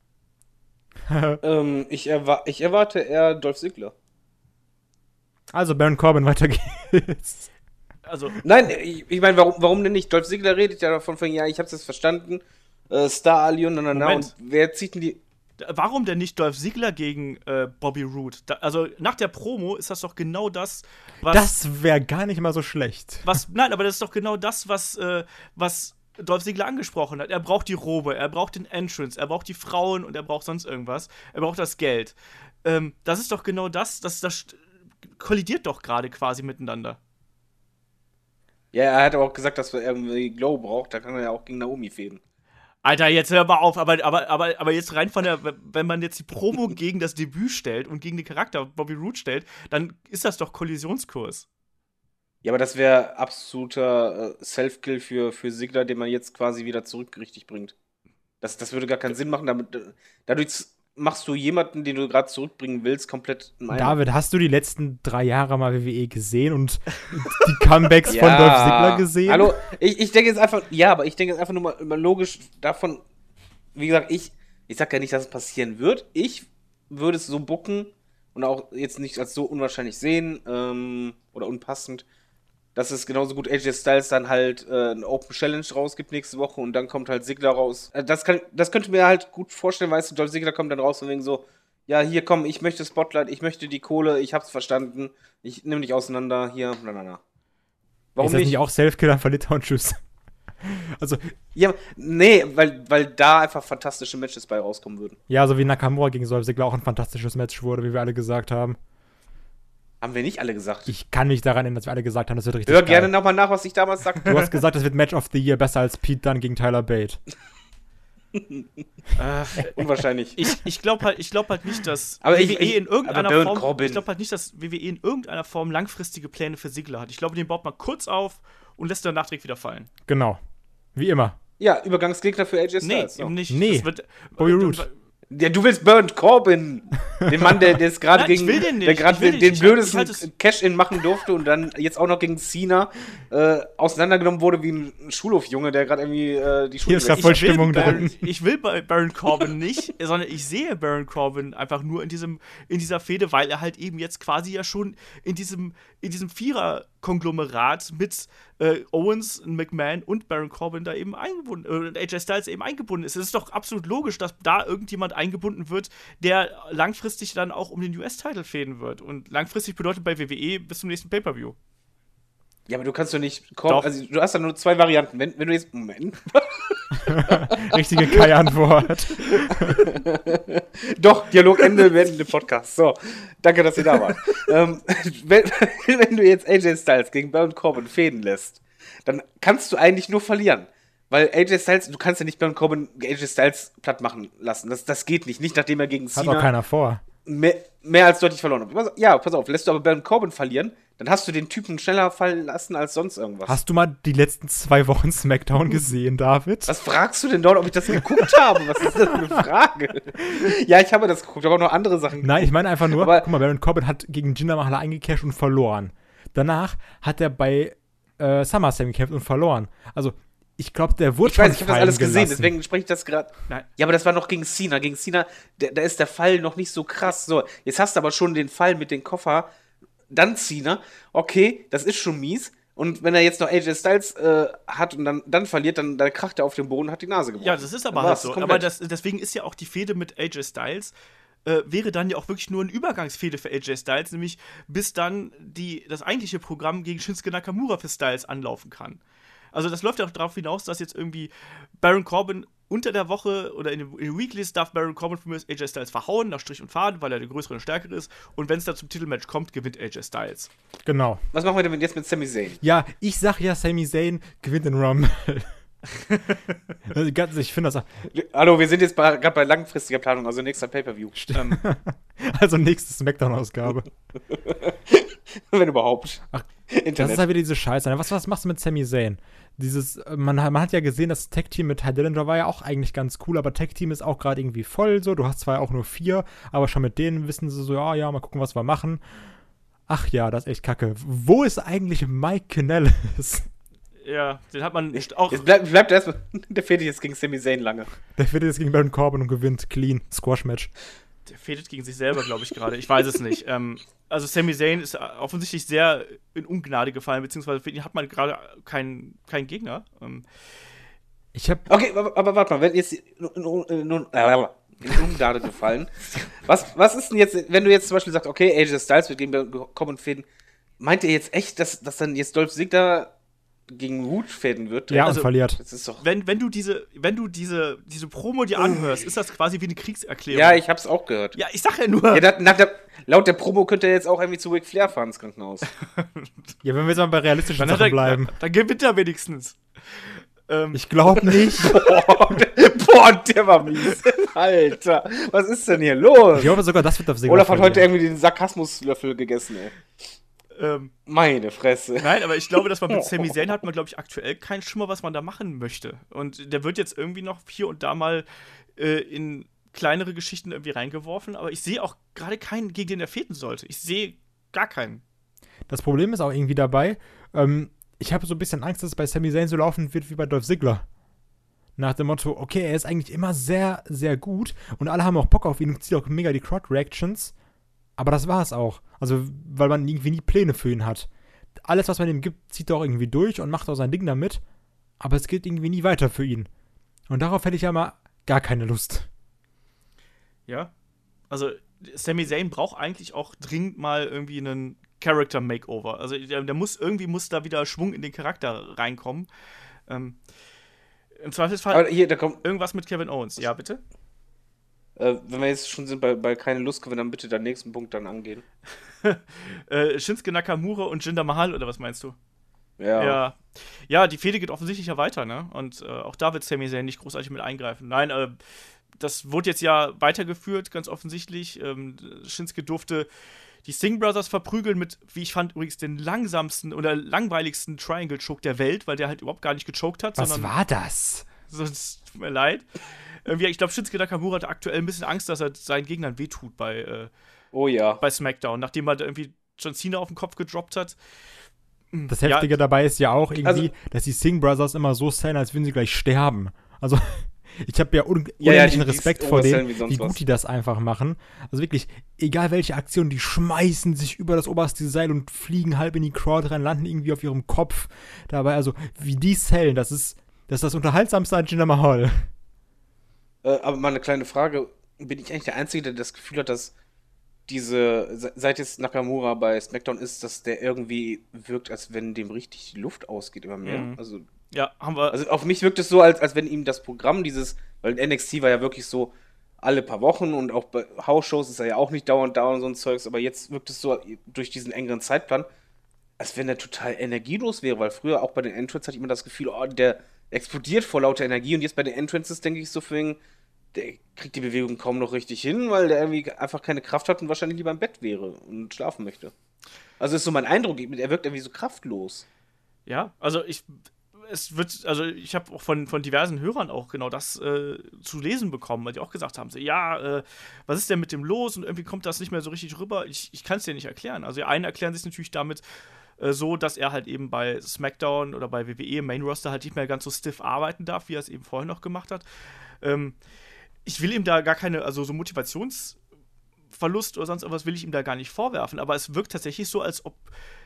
Ähm, ich, erwa ich erwarte eher Dolph Ziggler. Also Baron Corbin, weiter geht's. Also, Nein, ich, ich meine, warum, warum denn nicht? Dolph Ziggler redet ja davon, von, ja, ich hab's jetzt verstanden. Äh, Star Allion, na, na, na, Moment. und wer zieht denn die. warum denn nicht Dolph Ziggler gegen äh, Bobby Roode? Da, also, nach der Promo ist das doch genau das, was. Das wäre gar nicht mal so schlecht. was nein, aber das ist doch genau das, was, äh, was Dolph Ziggler angesprochen hat. Er braucht die Robe, er braucht den Entrance, er braucht die Frauen und er braucht sonst irgendwas. Er braucht das Geld. Ähm, das ist doch genau das, das, das kollidiert doch gerade quasi miteinander. Ja, er hat aber auch gesagt, dass er irgendwie Glow braucht, da kann er ja auch gegen Naomi fäden. Alter, jetzt hör mal auf, aber, aber, aber, aber jetzt rein von der, wenn man jetzt die Promo gegen das Debüt stellt und gegen den Charakter Bobby Roode stellt, dann ist das doch Kollisionskurs. Ja, aber das wäre absoluter äh, Self-Kill für, für Ziggler, den man jetzt quasi wieder zurück richtig bringt. Das, das würde gar keinen Sinn machen. Damit, dadurch machst du jemanden, den du gerade zurückbringen willst, komplett im Eimer. David, hast du die letzten drei Jahre mal W W E gesehen und die Comebacks Ja. von Dolph Ziggler gesehen? Hallo, ich, ich denke jetzt einfach, ja, aber ich denke jetzt einfach nur mal, mal logisch davon, wie gesagt, ich, ich sag ja nicht, dass es passieren wird. Ich würde es so booken und auch jetzt nicht als so unwahrscheinlich sehen ähm, oder unpassend, dass es genauso gut A J Styles dann halt äh, eine Open Challenge rausgibt nächste Woche und dann kommt halt Ziggler raus. Äh, das, kann, das könnte mir halt gut vorstellen, weißt du, Dolph Ziggler kommt dann raus und wegen so, ja, hier komm, ich möchte Spotlight, ich möchte die Kohle, ich hab's verstanden, ich nehme dich auseinander, hier, na, na, na. Warum ist das nicht? nicht auch Self-Killer, verliert er und tschüss? Also, Ja, nee, weil, weil da einfach fantastische Matches bei rauskommen würden. ja, so wie Nakamura gegen Dolph Ziggler auch ein fantastisches Match wurde, wie wir alle gesagt haben. Haben wir nicht alle gesagt. Ich kann mich daran erinnern, dass wir alle gesagt haben, das wird richtig Hör geil. gerne nochmal nach, was ich damals sagte. Du hast gesagt, das wird Match of the Year besser als Pete Dunne gegen Tyler Bate. Äh, Unwahrscheinlich. ich ich glaube halt, ich glaub halt nicht, dass Aber W ich- W E ich- in irgendeiner aber Baron Form, Corbin. ich glaube halt nicht, dass W W E in irgendeiner Form langfristige Pläne für Ziggler hat. Ich glaube, den baut man kurz auf und lässt dann nachträglich wieder fallen. Genau. Wie immer. Ja, Übergangsgegner für A J Nee, Styles. eben so. nicht. Nee. Das wird, Bobby äh, Roode. Ja, du willst Baron Corbin. Den Mann, der der es gerade Nein, ich gegen, will den nicht, der gerade ich will den, den den nicht. Ich blödesten halte es- Cash-In machen durfte und dann jetzt auch noch gegen Cena äh, auseinandergenommen wurde wie ein Schulhofjunge, der gerade irgendwie äh, die Schule Hier ist grad wechselt. voll Ich will Stimmung Baron, drin. ich will bei Baron Corbin nicht, sondern ich sehe Baron Corbin einfach nur in diesem in dieser Fehde, weil er halt eben jetzt quasi ja schon in diesem in diesem Vierer-Konglomerat mit äh, Owens, McMahon und Baron Corbin da eben eingebunden, äh, und A J Styles eben eingebunden ist. Es ist doch absolut logisch, dass da irgendjemand eingebunden wird, der langfristig dann auch um den U S-Titel fäden wird. Und langfristig bedeutet bei W W E bis zum nächsten Pay-Per-View. Ja, aber du kannst doch nicht Corbin, Doch. also du hast da nur zwei Varianten. Wenn, wenn du jetzt, Moment, Richtige Kai-Antwort. doch, Dialogende, beendende Podcast. So, danke, dass ihr da wart. ähm, wenn, wenn du jetzt A J Styles gegen Baron Corbin fäden lässt, dann kannst du eigentlich nur verlieren. Weil A J Styles, du kannst ja nicht Baron Corbin A J Styles platt machen lassen. Das, das geht nicht. Nicht nachdem er gegen Hat auch Cena keiner vor. mehr, mehr als deutlich verloren hat. Pass- Ja, pass auf, lässt du aber Baron Corbin verlieren, dann hast du den Typen schneller fallen lassen als sonst irgendwas. Hast du mal die letzten zwei Wochen SmackDown gesehen, David? Was fragst du denn dort, ob ich das geguckt habe? Was ist das für eine Frage? Ja, ich habe das geguckt, aber auch noch andere Sachen. Nein, ich meine einfach nur, Aber- guck mal, Baron Corbin hat gegen Jinder Mahal eingecasht und verloren. Danach hat er bei äh, SummerSlam gekämpft und verloren. Also, ich glaube, der wurde Ich weiß, schon ich habe das alles fallen gesehen, gelassen. deswegen spreche ich das gerade. Nein. Ja, aber das war noch gegen Cena. Gegen Cena, da, da ist der Fall noch nicht so krass. So, jetzt hast du aber schon den Fall mit dem Koffer, dann Cena. Okay, das ist schon mies. Und wenn er jetzt noch A J Styles äh, hat und dann, dann verliert, dann, dann kracht er auf den Boden und hat die Nase gebrochen. Ja, das ist aber Dann halt war's so. komplett. Aber das, deswegen ist ja auch die Fehde mit A J Styles äh, wäre dann ja auch wirklich nur eine Übergangsfehde für A J Styles, nämlich bis dann die, das eigentliche Programm gegen Shinsuke Nakamura für Styles anlaufen kann. Also das läuft ja auch darauf hinaus, dass jetzt irgendwie Baron Corbin unter der Woche oder in den, in den Weeklies darf Baron Corbin von mir aus A J Styles verhauen, nach Strich und Faden, weil er der größere und stärkere ist. Und wenn es dann zum Titelmatch kommt, gewinnt A J Styles. Genau. Was machen wir denn jetzt mit Sami Zayn? Ja, ich sag ja, Sami Zayn gewinnt den Rumble. Also, ganz- ich finde das auch, Hallo, wir sind jetzt gerade bei langfristiger Planung, also nächster Pay-Per-View. Ähm, also nächste Smackdown-Ausgabe. wenn überhaupt. Ach, Das ist halt wieder diese Scheiße. Was, was machst du mit Sami Zayn? Dieses, äh, man, man hat ja gesehen, das Tag-Team mit Ty Dillinger war ja auch eigentlich ganz cool, aber Tag-Team ist auch gerade irgendwie voll so. Du hast zwar auch nur vier, aber schon mit denen wissen sie so, ja, ja, mal gucken, was wir machen. Ach ja, das ist echt kacke. Wo ist eigentlich Mike Kanellis? Ja, den hat man auch. Jetzt bleibt, bleibt erstmal, der fehlt jetzt gegen Sami Zayn lange. Der fährt jetzt gegen Baron Corbin und gewinnt clean. Squash-Match. Der fädelt gegen sich selber, glaube ich, gerade. Ich weiß es nicht. ähm, also Sami Zayn ist offensichtlich sehr in Ungnade gefallen, beziehungsweise für ihn hat man gerade keinen keinen Gegner. Ähm, Ich hab. Okay, aber, aber warte mal, wenn jetzt nun äh, in Ungnade gefallen, was, was ist denn jetzt, wenn du jetzt zum Beispiel sagst, okay, A J Styles wird gegen kommen und fäden, meint ihr jetzt echt, dass, dass dann jetzt Dolph Ziggler gegen Root fäden wird? Ja, also- und verliert. Das ist doch. wenn, wenn du diese, wenn du diese, diese Promo dir anhörst, ist das quasi wie eine Kriegserklärung. Ja, ich hab's auch gehört. ja, ich sag ja nur. Ja, das, nach der, laut der Promo könnte er jetzt auch irgendwie zu Ric Flair fahren ins Krankenhaus. Ja, wenn wir jetzt mal bei realistischen dann, hat Sachen er, bleiben. dann, dann gewinnt er wenigstens. Ähm, Ich glaube nicht. Boah, boah, der war mies. Alter, was ist denn hier los? Ich glaube sogar, das wird auf Sega Olaf hat heute verlieren. irgendwie den Sarkasmuslöffel gegessen, ey. Ähm, Meine Fresse. Nein, aber ich glaube, dass man mit Sami Zayn hat man, glaube ich, aktuell keinen Schimmer, was man da machen möchte. Und der wird jetzt irgendwie noch hier und da mal äh, in kleinere Geschichten irgendwie reingeworfen, aber ich sehe auch gerade keinen, gegen den er fehlen sollte. Ich sehe gar keinen. Das Problem ist auch irgendwie dabei, ähm, ich habe so ein bisschen Angst, dass es bei Sami Zayn so laufen wird wie bei Dolph Ziggler. Nach dem Motto, okay, er ist eigentlich immer sehr, sehr gut und alle haben auch Bock auf ihn und zieht auch mega die Crowd-Reactions. Aber das war es auch. Also, weil man irgendwie nie Pläne für ihn hat. Alles, was man ihm gibt, zieht er auch irgendwie durch und macht auch sein Ding damit. Aber es geht irgendwie nie weiter für ihn. Und darauf hätte ich ja mal gar keine Lust. Ja. Also, Sami Zayn braucht eigentlich auch dringend mal irgendwie einen Character-Makeover. Also, der, der muss, irgendwie muss da wieder Schwung in den Charakter reinkommen. Ähm, Im Zweifelsfall Aber hier, da kommt, irgendwas mit Kevin Owens. Ja, bitte? äh, wenn wir jetzt schon sind bei, bei keine Lust gewinnen, dann bitte den nächsten Punkt dann angehen. äh, Shinsuke Nakamura und Jinder Mahal, oder was meinst du? Ja. Ja, ja, die Fehde geht offensichtlich ja weiter, ne? Und äh, auch da wird Sami Zayn nicht großartig mit eingreifen. Nein, äh, das wurde jetzt ja weitergeführt, ganz offensichtlich. Ähm, Shinsuke durfte die Singh Brothers verprügeln mit, wie ich fand, übrigens den langsamsten oder langweiligsten Triangle-Choke der Welt, weil der halt überhaupt gar nicht gechoked hat. Was sondern, war das? Sonst tut mir leid. Irgendwie, ich glaube, Shinsuke Nakamura hat aktuell ein bisschen Angst, dass er seinen Gegnern wehtut bei, äh, Oh ja. bei SmackDown, nachdem er da irgendwie John Cena auf den Kopf gedroppt hat. Das Heftige Ja, dabei ist ja auch irgendwie, Also- dass die Singh Brothers immer so sellen, als würden sie gleich sterben. Also, ich habe ja un Ja, ja, unendlichen die- die Respekt oversellen vor wie denen, sonst wie gut was. die das einfach machen. Also wirklich, egal welche Aktion, die schmeißen sich über das oberste Seil und fliegen halb in die Crowd rein, landen irgendwie auf ihrem Kopf. Dabei, also, wie die sellen, das ist das, ist das Unterhaltsamste an Jinder Mahal. Äh, aber mal eine kleine Frage. Bin ich eigentlich der Einzige, der das Gefühl hat, dass diese, se- seit jetzt Nakamura bei SmackDown ist, dass der irgendwie wirkt, als wenn dem richtig die Luft ausgeht immer mehr? Mhm. Also, ja, haben wir. also auf mich wirkt es so, als, als wenn ihm das Programm dieses, weil N X T war ja wirklich so alle paar Wochen und auch bei House-Shows ist er ja auch nicht dauernd da und so ein Zeugs, aber jetzt wirkt es so durch diesen engeren Zeitplan, als wenn er total energielos wäre, weil früher auch bei den Entrances hatte ich immer das Gefühl, oh, der explodiert vor lauter Energie und jetzt bei den Entrances denke ich so für ihn, der kriegt die Bewegung kaum noch richtig hin, weil der irgendwie einfach keine Kraft hat und wahrscheinlich lieber im Bett wäre und schlafen möchte. Also ist so mein Eindruck, er wirkt irgendwie so kraftlos. Ja, also ich, es wird, also ich habe auch von, von diversen Hörern auch genau das äh, zu lesen bekommen, weil die auch gesagt haben, so, ja, äh, was ist denn mit dem los und irgendwie kommt das nicht mehr so richtig rüber. Ich, ich kann es dir nicht erklären. Also die einen erklären sich natürlich damit äh, so, dass er halt eben bei SmackDown oder bei W W E im Main Roster halt nicht mehr ganz so stiff arbeiten darf, wie er es eben vorher noch gemacht hat. Ähm, ich will ihm da gar keine, also so Motivationsverlust oder sonst irgendwas will ich ihm da gar nicht vorwerfen, aber es wirkt tatsächlich so, als ob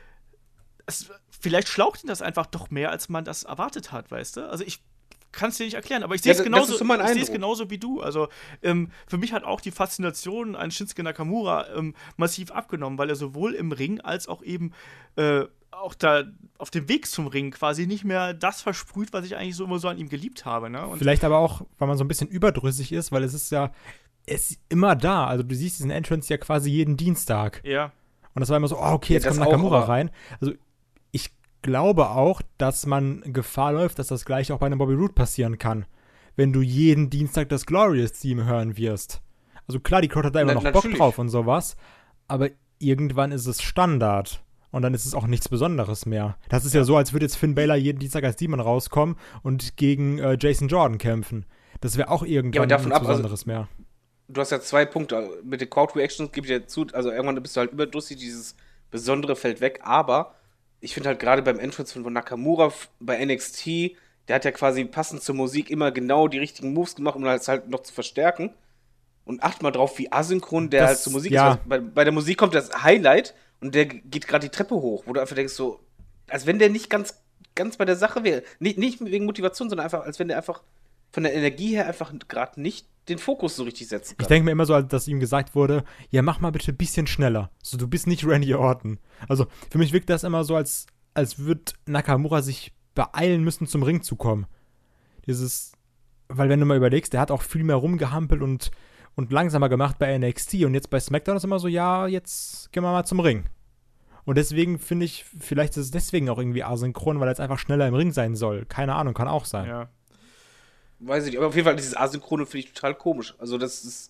es, vielleicht schlaucht ihn das einfach doch mehr, als man das erwartet hat, weißt du? Also ich kann es dir nicht erklären, aber ich sehe Ja, es das- das genauso, ist so mein ich sehe es Eindruck. genauso wie du. Also ähm, für mich hat auch die Faszination an Shinsuke Nakamura ähm, massiv abgenommen, weil er sowohl im Ring als auch eben äh, auch da auf dem Weg zum Ring quasi nicht mehr das versprüht, was ich eigentlich so immer so an ihm geliebt habe. Ne? Und Vielleicht aber auch, weil man so ein bisschen überdrüssig ist, weil es ist ja, es ist immer da. Also du siehst diesen Entrance ja quasi jeden Dienstag. ja, Und das war immer so, oh, okay, Ja, jetzt das kommt auch, Nakamura aber- rein. Also ich glaube auch, dass man Gefahr läuft, dass das gleich auch bei einem Bobby Roode passieren kann. Wenn du jeden Dienstag das Glorious-Theme hören wirst. Also klar, die Crowd hat da immer Na- noch Bock natürlich. drauf und sowas, aber irgendwann ist es Standard. Und dann ist es auch nichts Besonderes mehr. Das ist ja, so, als würde jetzt Finn Balor jeden Dienstag als Demon rauskommen und gegen äh, Jason Jordan kämpfen. Das wäre auch irgendwann davon nichts ab, also- Besonderes mehr. Du hast ja zwei Punkte. Mit den Crowd Reactions gebe ich dir zu, also irgendwann bist du halt überdrüssig, dieses Besondere fällt weg, aber ich finde halt gerade beim Entrance von Nakamura f- bei N X T, der hat ja quasi passend zur Musik immer genau die richtigen Moves gemacht, um das halt noch zu verstärken. Und acht mal drauf, wie asynchron der Das- halt zur Musik ja. ist. Bei, bei der Musik kommt das Highlight und der g- geht gerade die Treppe hoch, wo du einfach denkst so, als wenn der nicht ganz, ganz bei der Sache wäre. Nicht, nicht wegen Motivation, sondern einfach, als wenn der einfach von der Energie her einfach gerade nicht den Fokus so richtig setzen kann. Ich denke mir immer so, dass ihm gesagt wurde, ja, mach mal bitte ein bisschen schneller. So, du bist nicht Randy Orton. Also, für mich wirkt das immer so, als, als würde Nakamura sich beeilen müssen, zum Ring zu kommen. Dieses, weil wenn du mal überlegst, der hat auch viel mehr rumgehampelt und, und langsamer gemacht bei N X T und jetzt bei SmackDown ist immer so, ja, jetzt gehen wir mal zum Ring. Und deswegen finde ich, vielleicht ist es deswegen auch irgendwie asynchron, weil er jetzt einfach schneller im Ring sein soll. Keine Ahnung, kann auch sein. ja. Weiß ich nicht, aber auf jeden Fall dieses Asynchrone finde ich total komisch. Also das ist,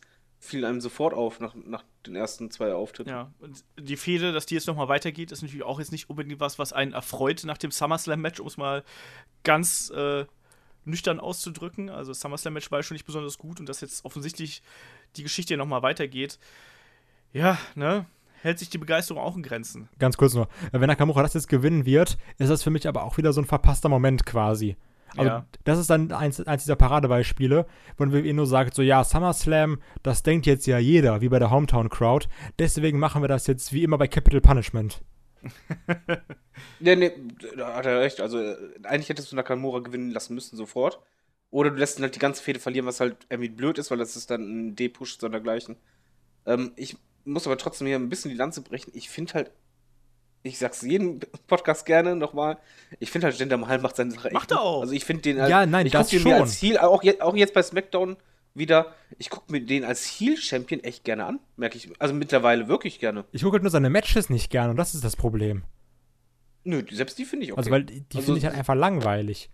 fiel einem sofort auf nach, nach den ersten zwei Auftritten. Ja, und die Fehde, dass die jetzt nochmal weitergeht, ist natürlich auch jetzt nicht unbedingt was, was einen erfreut nach dem SummerSlam-Match, um es mal ganz äh, nüchtern auszudrücken. Also das SummerSlam-Match war schon nicht besonders gut und dass jetzt offensichtlich die Geschichte nochmal weitergeht, ja, ne, hält sich die Begeisterung auch in Grenzen. Ganz kurz nur, wenn Nakamura das jetzt gewinnen wird, ist das für mich aber auch wieder so ein verpasster Moment quasi. Also Ja. das ist dann eins, eins dieser Paradebeispiele, wo wir nur sagt, so ja, SummerSlam, das denkt jetzt ja jeder, wie bei der Hometown-Crowd, deswegen machen wir das jetzt wie immer bei Capital Punishment. Ja, nee, da hat er recht. Also, äh, eigentlich hättest du Nakamura gewinnen lassen müssen sofort. Oder du lässt ihn halt die ganze Fehde verlieren, was halt irgendwie blöd ist, weil das ist dann ein D-Push sondergleichen. Ähm, ich muss aber trotzdem hier ein bisschen die Lanze brechen. Ich finde halt, ich sag's jeden Podcast gerne nochmal, ich finde halt, Jinder Mahal macht seine Sache echt Macht er gut. auch. Also ich finde den halt, Ja, nein, ich das guck den schon. mir als Heel, auch, je, auch jetzt bei SmackDown wieder, ich gucke mir den als Heel-Champion echt gerne an, merke ich. Also mittlerweile wirklich gerne. Ich gucke halt nur seine Matches nicht gern und das ist das Problem. Nö, selbst die finde ich okay. Also, weil die, die Also, finde ich halt einfach langweilig.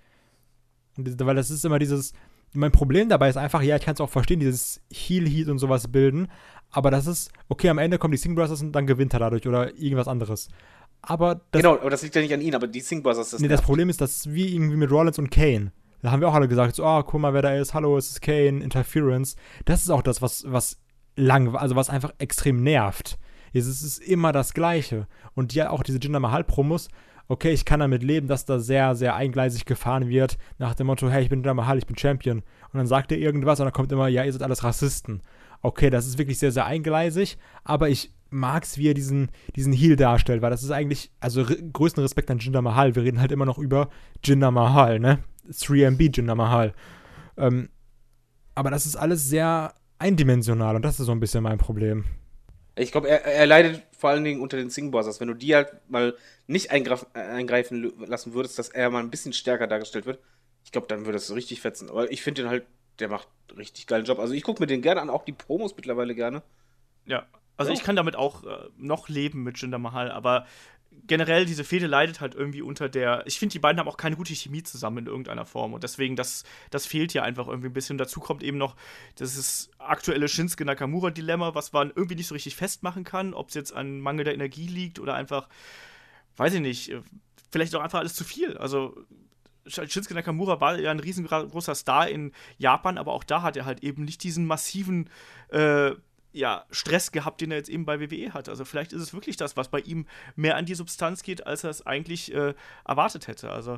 Und das, weil das ist immer dieses. Mein Problem dabei ist einfach, ja, ich kann es auch verstehen, dieses Heel-Heat und sowas bilden, aber das ist, okay, am Ende kommen die Singh Brothers und dann gewinnt er dadurch oder irgendwas anderes. Aber das, genau, aber das liegt ja nicht an ihn, aber die Singh Brothers, das nee, das nervt. Problem ist, dass es wie irgendwie mit Rollins und Kane. Da haben wir auch alle gesagt, so, ah, guck mal, wer da ist, hallo, es ist Kane, Interference. Das ist auch das, was, was lang, also was einfach extrem nervt. Es ist immer das Gleiche. Und ja, auch diese Jinder Mahal-Promos, okay, ich kann damit leben, dass da sehr, sehr eingleisig gefahren wird, nach dem Motto, hey, ich bin Jinder Mahal, ich bin Champion. Und dann sagt er irgendwas und dann kommt immer, ja, ihr seid alles Rassisten. Okay, das ist wirklich sehr, sehr eingleisig, aber ich mag's, wie er diesen, diesen Heel darstellt, weil das ist eigentlich, also r- größten Respekt an Jinder Mahal, wir reden halt immer noch über Jinder Mahal, ne? drei M B Jinder Mahal. Ähm, aber das ist alles sehr eindimensional und das ist so ein bisschen mein Problem. Ich glaube, er, er leidet vor allen Dingen unter den Singh Brothers. Wenn du die halt mal nicht eingreif, äh, eingreifen lö- lassen würdest, dass er mal ein bisschen stärker dargestellt wird, ich glaube, dann würde es so richtig fetzen. Aber ich finde den halt, der macht einen richtig geilen Job. Also ich gucke mir den gerne an, auch die Promos mittlerweile gerne. Ja, also Ja. ich kann damit auch äh, noch leben mit Jinder Mahal, aber generell diese Fehde leidet halt irgendwie unter der, ich finde, die beiden haben auch keine gute Chemie zusammen in irgendeiner Form und deswegen, das, das fehlt ja einfach irgendwie ein bisschen. Dazu kommt eben noch dieses aktuelle Shinsuke-Nakamura-Dilemma, was man irgendwie nicht so richtig festmachen kann, ob es jetzt an mangelnder Energie liegt oder einfach, weiß ich nicht, äh, vielleicht auch einfach alles zu viel. Also Shinsuke Nakamura war ja ein riesengroßer Star in Japan, aber auch da hat er halt eben nicht diesen massiven äh, ja, Stress gehabt, den er jetzt eben bei W W E hat. Also vielleicht ist es wirklich das, was bei ihm mehr an die Substanz geht, als er es eigentlich äh, erwartet hätte. Also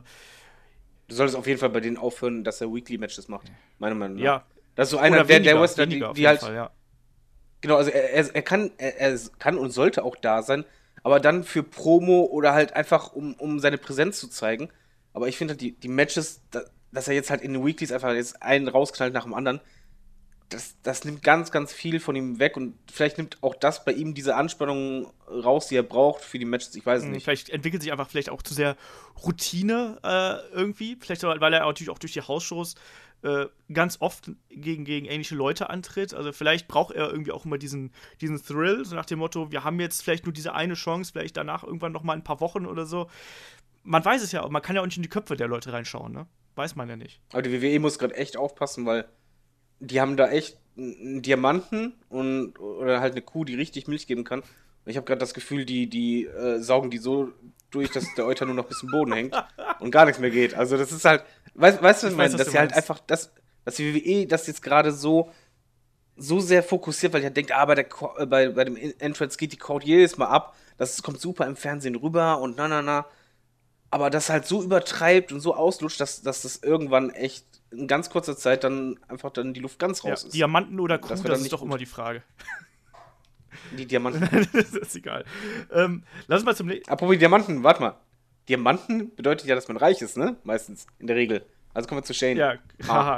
Du solltest auf jeden Fall bei denen aufhören, dass er Weekly-Matches macht. Meiner Meinung nach. ja, Das ist so einer oder der, weniger, der Wrestler, die, weniger auf die jeden halt. Fall, ja. Genau, also er, er, er, kann, er, er kann und sollte auch da sein, aber dann für Promo oder halt einfach, um, um seine Präsenz zu zeigen. Aber ich finde halt, die, die Matches, da, dass er jetzt halt in den Weeklies einfach jetzt einen rausknallt nach dem anderen, das, das nimmt ganz, ganz viel von ihm weg und vielleicht nimmt auch das bei ihm diese Anspannung raus, die er braucht für die Matches, ich weiß es Mhm, nicht. Vielleicht entwickelt sich einfach vielleicht auch zu sehr Routine äh, irgendwie. Vielleicht, auch, weil er natürlich auch durch die Hausshows äh, ganz oft gegen, gegen ähnliche Leute antritt. Also vielleicht braucht er irgendwie auch immer diesen, diesen Thrill, so nach dem Motto, wir haben jetzt vielleicht nur diese eine Chance, vielleicht danach irgendwann noch mal ein paar Wochen oder so. Man weiß es ja, man kann ja auch nicht in die Köpfe der Leute reinschauen, ne? Weiß man ja nicht. Aber die W W E muss gerade echt aufpassen, weil die haben da echt einen Diamanten und oder halt eine Kuh, die richtig Milch geben kann. Und ich habe gerade das Gefühl, die, die äh, saugen die so durch, dass der Euter nur noch bis zum Boden hängt und gar nichts mehr geht. Also das ist halt, weißt, weißt du, was ich Ich weiß, meine? was Dass du sie halt meinst. einfach, das, dass die W W E das jetzt gerade so so sehr fokussiert, weil er denkt, ah, bei, der, Qu- äh, bei, bei dem Entrance geht die Crowd jedes Mal ab. Das kommt super im Fernsehen rüber und na, na, na. Aber das halt so übertreibt und so auslutscht, dass, dass das irgendwann echt in ganz kurzer Zeit dann einfach dann die Luft ganz Ja, raus ist. Diamanten oder Kuh, Das das, wird dann ist nicht doch gut. immer die Frage. Die Diamanten. Das ist egal. Ähm, lass uns mal zum nächsten. Apropos Diamanten, warte mal. Diamanten bedeutet ja, dass man reich ist, ne? Meistens, in der Regel. Also kommen wir zu Shane. Ja, haha.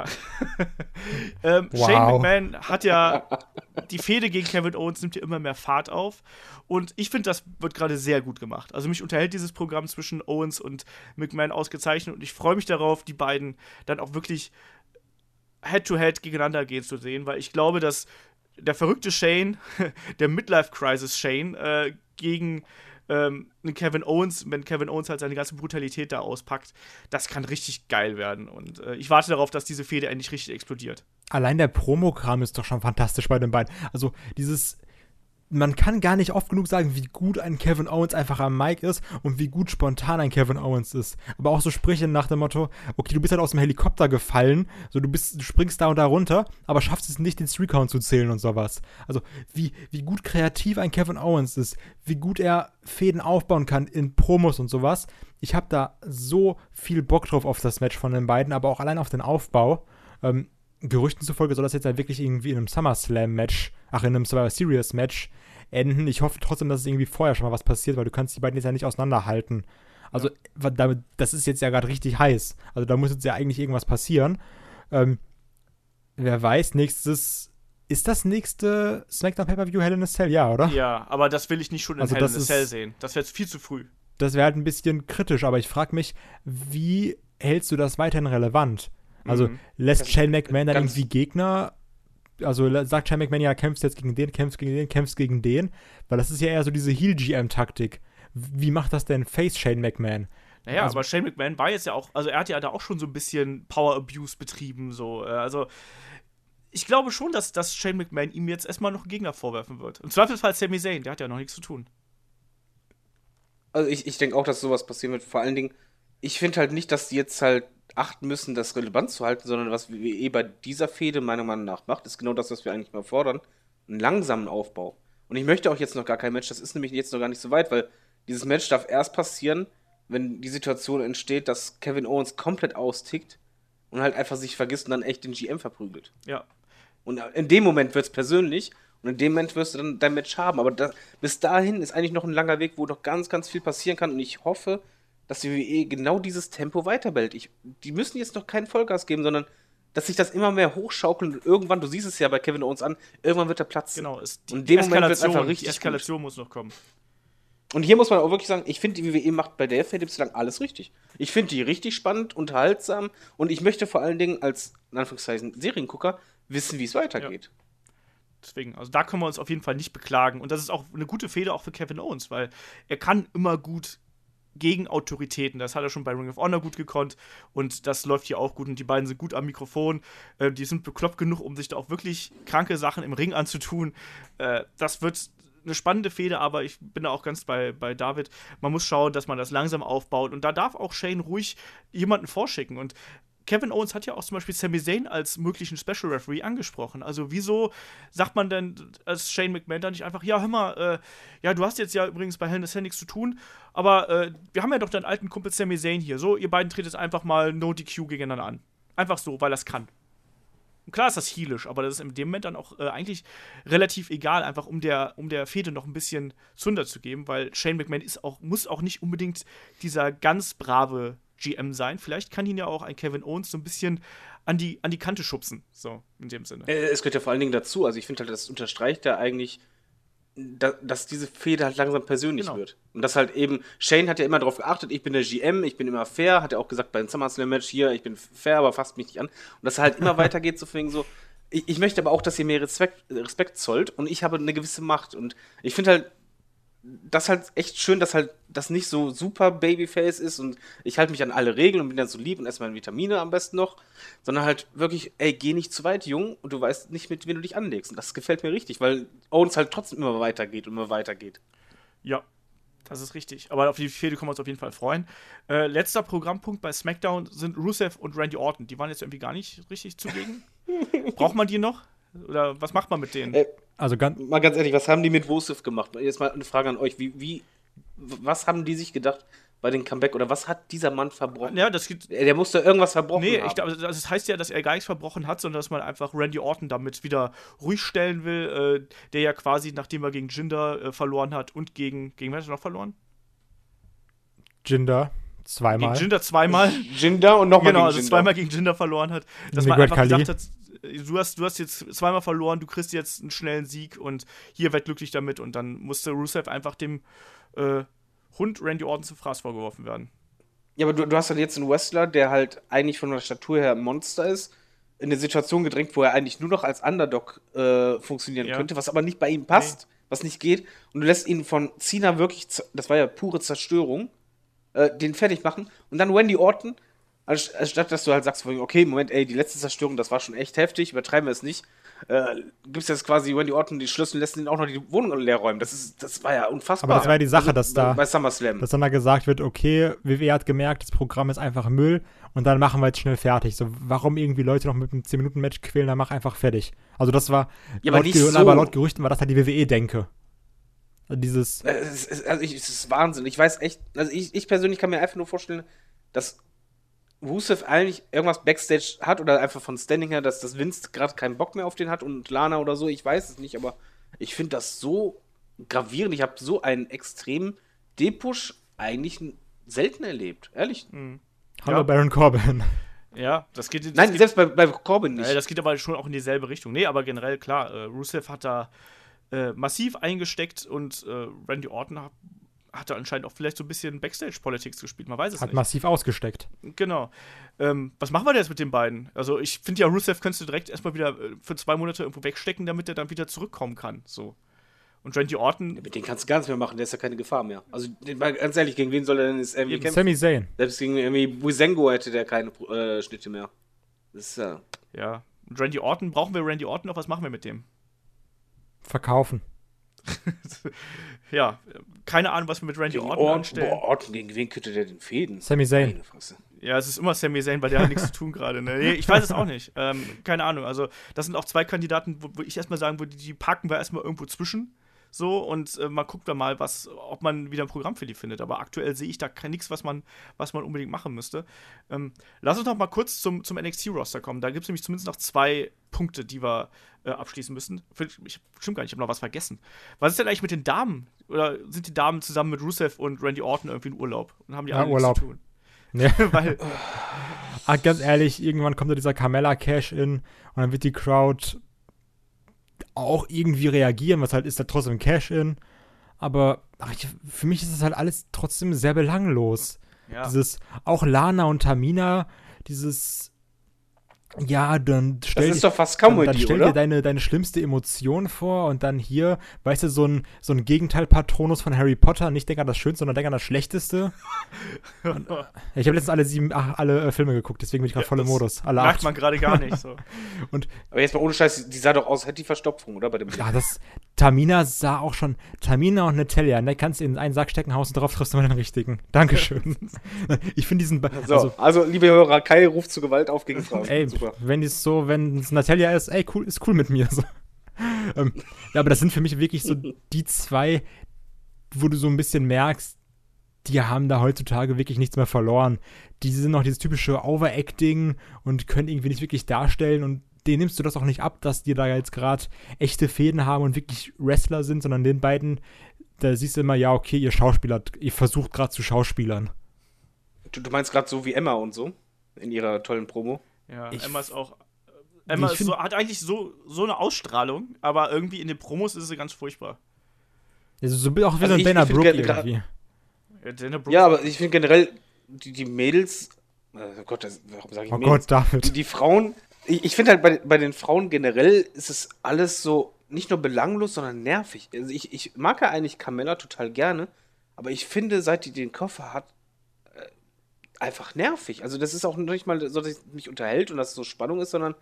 ähm, Wow. Shane McMahon hat ja die Fehde gegen Kevin Owens nimmt ja immer mehr Fahrt auf und ich finde, das wird gerade sehr gut gemacht. Also mich unterhält dieses Programm zwischen Owens und McMahon ausgezeichnet und ich freue mich darauf, die beiden dann auch wirklich Head-to-Head gegeneinander gehen zu sehen, weil ich glaube, dass der verrückte Shane, der Midlife-Crisis Shane, äh, gegen ähm, einen Kevin Owens, wenn Kevin Owens halt seine ganze Brutalität da auspackt, das kann richtig geil werden. Und äh, ich warte darauf, dass diese Fehde endlich richtig explodiert. allein der Promokram ist doch schon fantastisch bei den beiden. Also dieses, man kann gar nicht oft genug sagen, wie gut ein Kevin Owens einfach am Mic ist und wie gut spontan ein Kevin Owens ist. Aber auch so Sprüche nach dem Motto, okay, du bist halt aus dem Helikopter gefallen, so du bist, du springst da und da runter, aber schaffst es nicht, den Three-Count zu zählen und sowas. Also wie, wie gut kreativ ein Kevin Owens ist, wie gut er Fäden aufbauen kann in Promos und sowas. Ich habe da so viel Bock drauf auf das Match von den beiden, aber auch allein auf den Aufbau. Ähm, Gerüchten zufolge soll das jetzt halt wirklich irgendwie in einem SummerSlam-Match, ach, in einem Survivor Series-Match enden. Ich hoffe trotzdem, dass es irgendwie vorher schon mal was passiert, weil du kannst die beiden jetzt ja nicht auseinanderhalten. Also, ja. Das ist jetzt ja gerade richtig heiß. Also, da muss jetzt ja eigentlich irgendwas passieren. Ähm, wer weiß, nächstes, ist das nächste SmackDown Pay-Per-View Hell in a Cell? Ja, oder? Ja, aber das will ich nicht schon in also Hell in a ist, Cell sehen. Das wäre jetzt viel zu früh. Das wäre halt ein bisschen kritisch, aber ich frage mich, wie hältst du das weiterhin relevant? Also mhm. lässt das Shane McMahon dann irgendwie Gegner, also sagt Shane McMahon, ja, kämpfst jetzt gegen den, kämpfst gegen den, kämpfst gegen den, weil das ist ja eher so diese Heel-G M-Taktik. Wie macht das denn Face Shane McMahon? Naja, also, aber Shane McMahon war jetzt ja auch, also er hat ja da auch schon so ein bisschen Power-Abuse betrieben, so, also ich glaube schon, dass, dass Shane McMahon ihm jetzt erstmal noch einen Gegner vorwerfen wird. Im Zweifelsfall Sami Zayn, der hat ja noch nichts zu tun. Also ich, ich denke auch, dass sowas passieren wird. Vor allen Dingen, ich finde halt nicht, dass die jetzt halt achten müssen, das relevant zu halten, sondern was W W E bei dieser Fehde meiner Meinung nach macht, ist genau das, was wir eigentlich mal fordern, einen langsamen Aufbau. Und ich möchte auch jetzt noch gar kein Match, das ist nämlich jetzt noch gar nicht so weit, weil dieses Match darf erst passieren, wenn die Situation entsteht, dass Kevin Owens komplett austickt und halt einfach sich vergisst und dann echt den G M verprügelt. Ja. Und in dem Moment wird es persönlich und in dem Moment wirst du dann dein Match haben. Aber da, bis dahin ist eigentlich noch ein langer Weg, wo noch ganz, ganz viel passieren kann. Und ich hoffe, dass die W W E genau dieses Tempo weiterbellt. Ich, die müssen jetzt noch keinen Vollgas geben, sondern dass sich das immer mehr hochschaukelt und irgendwann, du siehst es ja bei Kevin Owens an, irgendwann wird er platzen. Genau, ist die, und in dem die Moment wird es einfach richtig die Eskalation gut. muss noch kommen. Und hier muss man auch wirklich sagen, ich finde, die W W E macht bei der Fehde bislang alles richtig. Ich finde die richtig spannend, unterhaltsam und ich möchte vor allen Dingen als, in Anführungszeichen, Seriengucker wissen, wie es weitergeht. Ja. Deswegen, also da können wir uns auf jeden Fall nicht beklagen. Und das ist auch eine gute Fehde auch für Kevin Owens, weil er kann immer gut gegen Autoritäten. Das hat er schon bei Ring of Honor gut gekonnt und das läuft hier auch gut und die beiden sind gut am Mikrofon. Äh, die sind bekloppt genug, um sich da auch wirklich kranke Sachen im Ring anzutun. Äh, das wird eine spannende Fehde, aber ich bin da auch ganz bei, bei David. Man muss schauen, dass man das langsam aufbaut und da darf auch Shane ruhig jemanden vorschicken und Kevin Owens hat ja auch zum Beispiel Sami Zayn als möglichen Special Referee angesprochen. Also wieso sagt man denn als Shane McMahon dann nicht einfach, ja, hör mal, äh, ja, du hast jetzt ja übrigens bei Hell in a Cell nichts zu tun, aber äh, wir haben ja doch deinen alten Kumpel Sami Zayn hier. So, ihr beiden tretet jetzt einfach mal No D Q gegeneinander an. Einfach so, weil das kann. Und klar ist das heelisch, aber das ist in dem Moment dann auch äh, eigentlich relativ egal, einfach um der, um der Fehde noch ein bisschen Zunder zu geben, weil Shane McMahon ist auch, muss auch nicht unbedingt dieser ganz brave G M sein. Vielleicht kann ihn ja auch ein Kevin Owens so ein bisschen an die, an die Kante schubsen. So, in dem Sinne. Es gehört ja vor allen Dingen dazu. Also ich finde halt, das unterstreicht ja eigentlich, da, dass diese Fehde halt langsam persönlich genau. wird. Und das halt eben, Shane hat ja immer darauf geachtet, ich bin der G M, ich bin immer fair, hat er auch gesagt beim SummerSlam-Match hier, ich bin fair, aber fasst mich nicht an. Und dass er halt immer weitergeht, so für so, ich, ich möchte aber auch, dass ihr mir Respekt, Respekt zollt und ich habe eine gewisse Macht. Und ich finde halt, das ist halt echt schön, dass halt das nicht so super Babyface ist und ich halte mich an alle Regeln und bin dann so lieb und esse meine Vitamine am besten noch, sondern halt wirklich, ey, geh nicht zu weit, Jung, und du weißt nicht, mit wem du dich anlegst. Und das gefällt mir richtig, weil Owens halt trotzdem immer weitergeht und immer weitergeht. Ja, das ist richtig. Aber auf die Fehde können wir uns auf jeden Fall freuen. Äh, letzter Programmpunkt bei SmackDown sind Rusev und Randy Orton. Die waren jetzt irgendwie gar nicht richtig zugegen. Braucht man die noch? Oder was macht man mit denen? Äh, Also ganz, mal ganz ehrlich, was haben die mit Rusev gemacht? Jetzt mal eine Frage an euch. Wie, wie, was haben die sich gedacht bei dem Comeback? Oder was hat dieser Mann verbrochen? Ja, das geht. Der musste irgendwas verbrochen Nee, haben. ich glaube, das heißt ja, dass er gar nichts verbrochen hat, sondern dass man einfach Randy Orton damit wieder ruhig stellen will, äh, der ja quasi, nachdem er gegen Jinder äh, verloren hat und gegen, gegen wer hat er noch verloren? Jinder zweimal. Gegen Jinder zweimal. Jinder und nochmal Genau, gegen also Jinder. zweimal gegen Jinder verloren hat. Dass Nee, man Great einfach Khali. gesagt hat, du hast, du hast jetzt zweimal verloren, du kriegst jetzt einen schnellen Sieg und hier werd glücklich damit. Und dann musste Rusev einfach dem äh, Hund Randy Orton zu Fraß vorgeworfen werden. Ja, aber du, du hast halt jetzt einen Wrestler, der halt eigentlich von der Statur her ein Monster ist, in eine Situation gedrängt, wo er eigentlich nur noch als Underdog äh, funktionieren Ja. könnte, was aber nicht bei ihm passt, nee. was nicht geht. Und du lässt ihn von Cena wirklich, z- das war ja pure Zerstörung, äh, den fertig machen. Und dann Randy Orton, Anstatt, dass du halt sagst, okay, Moment, ey, die letzte Zerstörung, das war schon echt heftig, übertreiben wir es nicht. Äh, gibt's jetzt quasi Randy Orton die Schlüssel, lässt ihn auch noch die Wohnung leer räumen. Das ist, das war ja unfassbar. Aber das war ja die Sache, also, dass da, bei SummerSlam. dass dann da gesagt wird, okay, W W E hat gemerkt, das Programm ist einfach Müll und dann machen wir jetzt schnell fertig. So, warum irgendwie Leute noch mit einem zehn Minuten Match quälen, dann mach einfach fertig. Also das war, ja, aber, laut, nicht Gerü- so. aber laut Gerüchten war das halt die W W E-Denke. Also dieses, Es ist, also ich, es ist Wahnsinn. Ich weiß echt, also ich, ich persönlich kann mir einfach nur vorstellen, dass Rusev eigentlich irgendwas Backstage hat oder einfach von Standing her, dass das Vince gerade keinen Bock mehr auf den hat und Lana oder so, ich weiß es nicht, aber ich finde das so gravierend. Ich habe so einen extremen Depush eigentlich n- selten erlebt, ehrlich. Mhm. hallo Ja. Baron Corbin. Ja, das geht. Das Nein, geht, selbst bei, bei Corbin nicht. äh, das geht aber schon auch in dieselbe Richtung. Nee, aber generell, klar, äh, Rusev hat da äh, massiv eingesteckt und äh, Randy Orton hat, hatte anscheinend auch vielleicht so ein bisschen Backstage-Politics gespielt, man weiß es Hat nicht. massiv ausgesteckt. Genau. Ähm, was machen wir denn jetzt mit den beiden? Also ich finde ja, Rusev könntest du direkt erstmal wieder äh, für zwei Monate irgendwo wegstecken, damit er dann wieder zurückkommen kann. So. Und Randy Orton, Mit dem kannst du gar nichts mehr machen, der ist ja keine Gefahr mehr. Also, den- mal ganz ehrlich, gegen wen soll er denn jetzt irgendwie kämpfen? Sami Zayn. Selbst gegen irgendwie Buisengo hätte der keine äh, Schnitte mehr. Das ist ja. ja. Und Randy Orton, brauchen wir Randy Orton noch? Was machen wir mit dem? Verkaufen. Ja, keine Ahnung, was wir mit Randy Gegen Orton Orton, anstellen. boah, Orton, gegen wen könnte der denn fäden? Sami Zayn. Meine Fresse. Ja, es ist immer Sami Zayn, weil der hat nichts zu tun gerade. Ne? Nee, ich weiß es auch nicht. Ähm, keine Ahnung. Also, das sind auch zwei Kandidaten, wo, wo ich erstmal sagen würde, die packen wir erstmal irgendwo zwischen. So, und äh, mal guckt da mal, was, ob man wieder ein Programm für die findet. Aber aktuell sehe ich da nichts, was man, was man unbedingt machen müsste. Ähm, lass uns noch mal kurz zum, zum N X T-Roster kommen. Da gibt es nämlich zumindest noch zwei Punkte, die wir äh, abschließen müssen. Ich, stimmt gar nicht, ich habe noch was vergessen. Was ist denn eigentlich mit den Damen? Oder sind die Damen zusammen mit Rusev und Randy Orton irgendwie in Urlaub? Und haben die Ja, alle Urlaub. nichts zu tun? Nee. Weil, Ah, ganz ehrlich, irgendwann kommt da dieser Carmella-Cash-In und dann wird die Crowd auch irgendwie reagieren, was halt ist da trotzdem ein Cash-In. Aber ach, ich, für mich ist das halt alles trotzdem sehr belanglos. ja. Dieses, auch Lana und Tamina, dieses, ja, dann Das stell ist dich- doch fast dann, dann Comedy, stell oder? dir deine, deine schlimmste Emotion vor und dann hier, weißt du, so ein, so ein Gegenteil-Patronus von Harry Potter, nicht denk an das Schönste, sondern denk an das Schlechteste. Und, äh, ich habe letztens alle sieben, ach, alle äh, Filme geguckt, deswegen bin ich gerade Ja, voll im das Modus. Alle merkt acht. man gerade gar nicht. So. Aber jetzt mal ohne Scheiß, die sah doch aus, hätte die Verstopfung, oder? Bei dem Ja, das, Tamina sah auch schon, Tamina und Natalia, ne, kannst du in einen Sack stecken, haust und drauf triffst du mal den richtigen. Dankeschön. Ich finde diesen, Ba- So, also, also, liebe Hörer, Kai ruft zu Gewalt auf gegen Frauen. ey, Super. wenn es so, wenn es Natalia ist, ey, cool, ist cool mit mir. So. ähm, ja, aber das sind für mich wirklich so die zwei, wo du so ein bisschen merkst, die haben da heutzutage wirklich nichts mehr verloren. Die sind noch dieses typische Overacting und können irgendwie nicht wirklich darstellen und denen nimmst du das auch nicht ab, dass die da jetzt gerade echte Fäden haben und wirklich Wrestler sind, sondern den beiden, da siehst du immer, ja, okay, ihr Schauspieler, ihr versucht gerade zu Schauspielern. Du, du meinst gerade so wie Emma und so? In ihrer tollen Promo? Ja, Ich- Emma ist auch. Emma ich ist find- so, hat eigentlich so, so eine Ausstrahlung, aber irgendwie in den Promos ist sie ganz furchtbar. Also so auch wie Also so ein ich- Dana ich find Brooke gra- gra- irgendwie. Ja, Dana Brooke- Ja, aber ich finde generell, die, die Mädels, äh, oh Gott, das, warum sage ich Oh Mädels? Gott, David. Die, die Frauen, ich, ich finde halt bei, bei den Frauen generell ist es alles so nicht nur belanglos, sondern nervig. Also ich, ich mag ja eigentlich Carmella total gerne, aber ich finde, seit die den Koffer hat, äh, einfach nervig. Also das ist auch nicht mal so, dass es mich unterhält und dass es so Spannung ist, sondern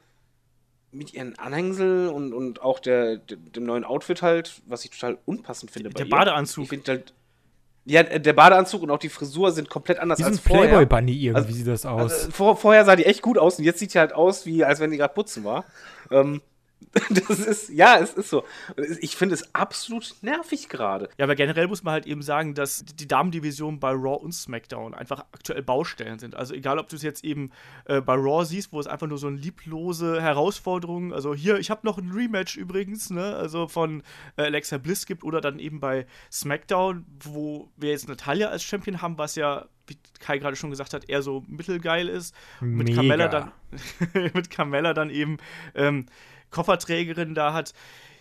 mit ihren Anhängsel und, und auch der, der, dem neuen Outfit halt, was ich total unpassend finde bei Der ihr. Badeanzug. Ich finde halt, ja, der Badeanzug und auch die Frisur sind komplett anders Wie so ein als vorher. Playboy-Bunny irgendwie Also- sieht das aus. Also, vor, vorher sah die echt gut aus und jetzt sieht die halt aus, wie als wenn die gerade putzen war. Ähm, das ist, ja, es ist so. Ich finde es absolut nervig gerade. Ja, aber generell muss man halt eben sagen, dass die Damendivision bei Raw und SmackDown einfach aktuell Baustellen sind. Also egal, ob du es jetzt eben äh, bei Raw siehst, wo es einfach nur so eine lieblose Herausforderung, also hier, ich habe noch ein Rematch übrigens, ne, also von äh, Alexa Bliss gibt, oder dann eben bei SmackDown, wo wir jetzt Natalia als Champion haben, was ja, wie Kai gerade schon gesagt hat, eher so mittelgeil ist. Mit Mega. Carmella dann, mit Carmella dann eben ähm, Kofferträgerin da hat,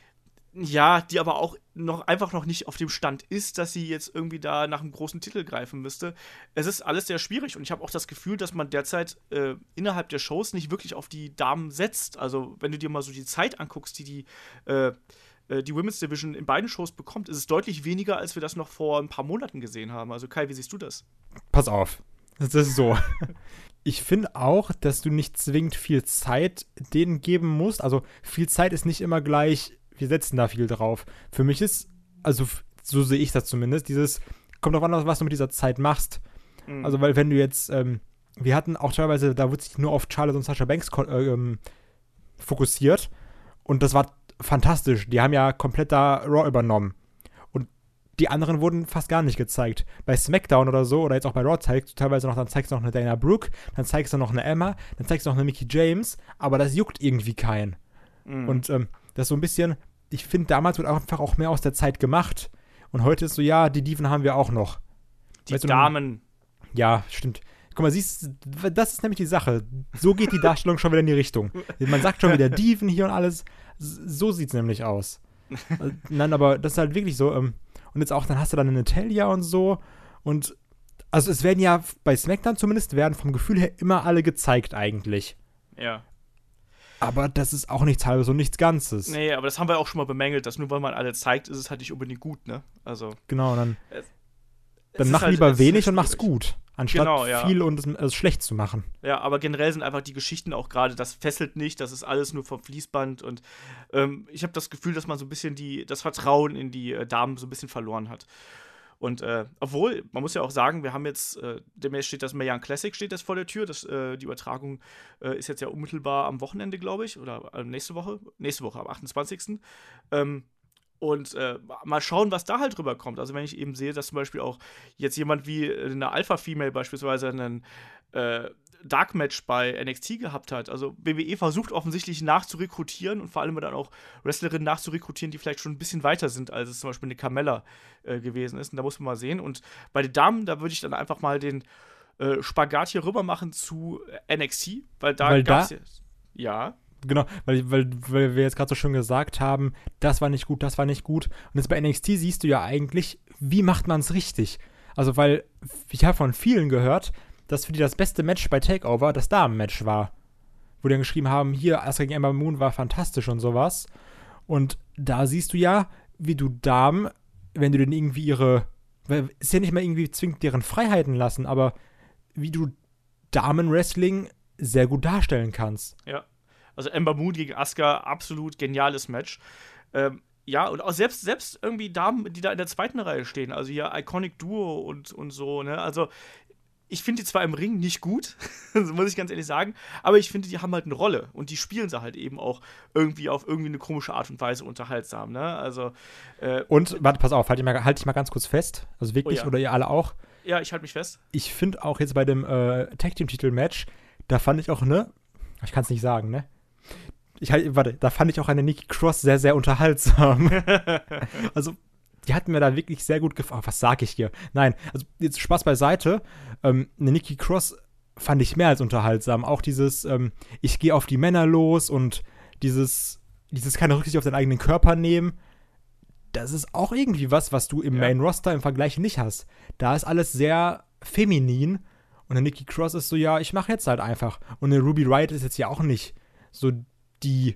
ja, die aber auch noch einfach noch nicht auf dem Stand ist, dass sie jetzt irgendwie da nach einem großen Titel greifen müsste. Es ist alles sehr schwierig und ich habe auch das Gefühl, dass man derzeit äh, innerhalb der Shows nicht wirklich auf die Damen setzt. Also wenn du dir mal so die Zeit anguckst, die die, äh, äh, die Women's Division in beiden Shows bekommt, ist es deutlich weniger, als wir das noch vor ein paar Monaten gesehen haben. Also Kai, wie siehst du das? Pass auf. Das ist so. ich finde auch, dass du nicht zwingend viel Zeit denen geben musst. Also viel Zeit ist nicht immer gleich, wir setzen da viel drauf. Für mich ist, also so sehe ich das zumindest, dieses, kommt drauf an, was du mit dieser Zeit machst. Mhm. Also weil wenn du jetzt, ähm, wir hatten auch teilweise, da wurde sich nur auf Charlotte und Sasha Banks ko- äh, ähm, fokussiert und das war fantastisch. Die haben ja komplett da Raw übernommen. Die anderen wurden fast gar nicht gezeigt. Bei SmackDown oder so, oder jetzt auch bei Raw zeigst du teilweise noch, dann zeigst du noch eine Dana Brooke, dann zeigst du noch eine Emma, dann zeigst du noch eine Mickie James, aber das juckt irgendwie keinen. Mhm. Und ähm, das ist so ein bisschen, ich finde, damals wird einfach auch mehr aus der Zeit gemacht. Und heute ist so, ja, die Diven haben wir auch noch. Die weißt du, Damen. Ja, stimmt. Guck mal, siehst das ist nämlich die Sache. So geht die Darstellung schon wieder in die Richtung. Man sagt schon wieder Diven hier und alles. So sieht's nämlich aus. Nein, aber das ist halt wirklich so, ähm, und jetzt auch, dann hast du dann eine Natalia und so. Und also es werden ja, bei SmackDown zumindest, werden vom Gefühl her immer alle gezeigt eigentlich. Ja. Aber das ist auch nichts Halbes und nichts Ganzes. Nee, aber das haben wir auch schon mal bemängelt, dass nur weil man alle zeigt, ist es halt nicht unbedingt gut, ne? Also. Genau, dann, es, dann es mach halt, lieber wenig und mach's gut. Anstatt genau, ja. viel und es, es schlecht zu machen. Ja, aber generell sind einfach die Geschichten auch gerade, das fesselt nicht, das ist alles nur vom Fließband und ähm, ich habe das Gefühl, dass man so ein bisschen die, das Vertrauen in die äh, Damen so ein bisschen verloren hat. Und äh, obwohl, man muss ja auch sagen, wir haben jetzt, äh, demnächst steht das Mae Young Classic steht jetzt vor der Tür, das, äh, die Übertragung äh, ist jetzt ja unmittelbar am Wochenende, glaube ich, oder äh, nächste Woche, nächste Woche, am achtundzwanzigsten Ähm, Und äh, mal schauen, was da halt drüber kommt. Also wenn ich eben sehe, dass zum Beispiel auch jetzt jemand wie eine Alpha-Female beispielsweise einen äh, Dark-Match bei N X T gehabt hat. Also W W E versucht offensichtlich nachzurekrutieren und vor allem dann auch Wrestlerinnen nachzurekrutieren, die vielleicht schon ein bisschen weiter sind, als es zum Beispiel eine Carmella äh, gewesen ist. Und da muss man mal sehen. Und bei den Damen, da würde ich dann einfach mal den äh, Spagat hier rüber machen zu N X T, weil da weil gab's da ja. Ja. Genau, weil, weil, weil wir jetzt gerade so schön gesagt haben, das war nicht gut, das war nicht gut. Und jetzt bei N X T siehst du ja eigentlich, wie macht man es richtig? Also, weil ich habe von vielen gehört, dass für die das beste Match bei TakeOver das Damen-Match war. Wo die dann geschrieben haben, hier, Asuka gegen Ember Moon war fantastisch und sowas. Und da siehst du ja, wie du Damen, wenn du denen irgendwie ihre, weil ist ja nicht mal irgendwie zwingend deren Freiheiten lassen, aber wie du Damen-Wrestling sehr gut darstellen kannst. Ja. Also Ember Moon gegen Asuka, absolut geniales Match. Ähm, ja, und auch selbst, selbst irgendwie Damen, die da in der zweiten Reihe stehen, also hier Iconic Duo und, und so, ne, also ich finde die zwar im Ring nicht gut, muss ich ganz ehrlich sagen, aber ich finde, die haben halt eine Rolle und die spielen sie halt eben auch irgendwie auf irgendwie eine komische Art und Weise unterhaltsam, ne, also äh, Und, warte, pass auf, halt dich mal, halt dich mal ganz kurz fest, also wirklich, oh ja. oder ihr alle auch. Ja, ich halte mich fest. Ich finde auch jetzt bei dem äh, Tag-Team-Titel-Match, da fand ich auch, ne, ich kann es nicht sagen, ne, Ich halt, warte, da fand ich auch eine Nikki Cross sehr, sehr unterhaltsam. Also, die hat mir da wirklich sehr gut gefallen. Was sag ich hier? Nein, also jetzt Spaß beiseite. Ähm, eine Nikki Cross fand ich mehr als unterhaltsam. Auch dieses, ähm, ich gehe auf die Männer los und dieses, dieses keine Rücksicht auf den eigenen Körper nehmen. Das ist auch irgendwie was, was du im ja. Main Roster im Vergleich nicht hast. Da ist alles sehr feminin. Und eine Nikki Cross ist so, ja, ich mache jetzt halt einfach. Und eine Ruby Riott ist jetzt ja auch nicht so die,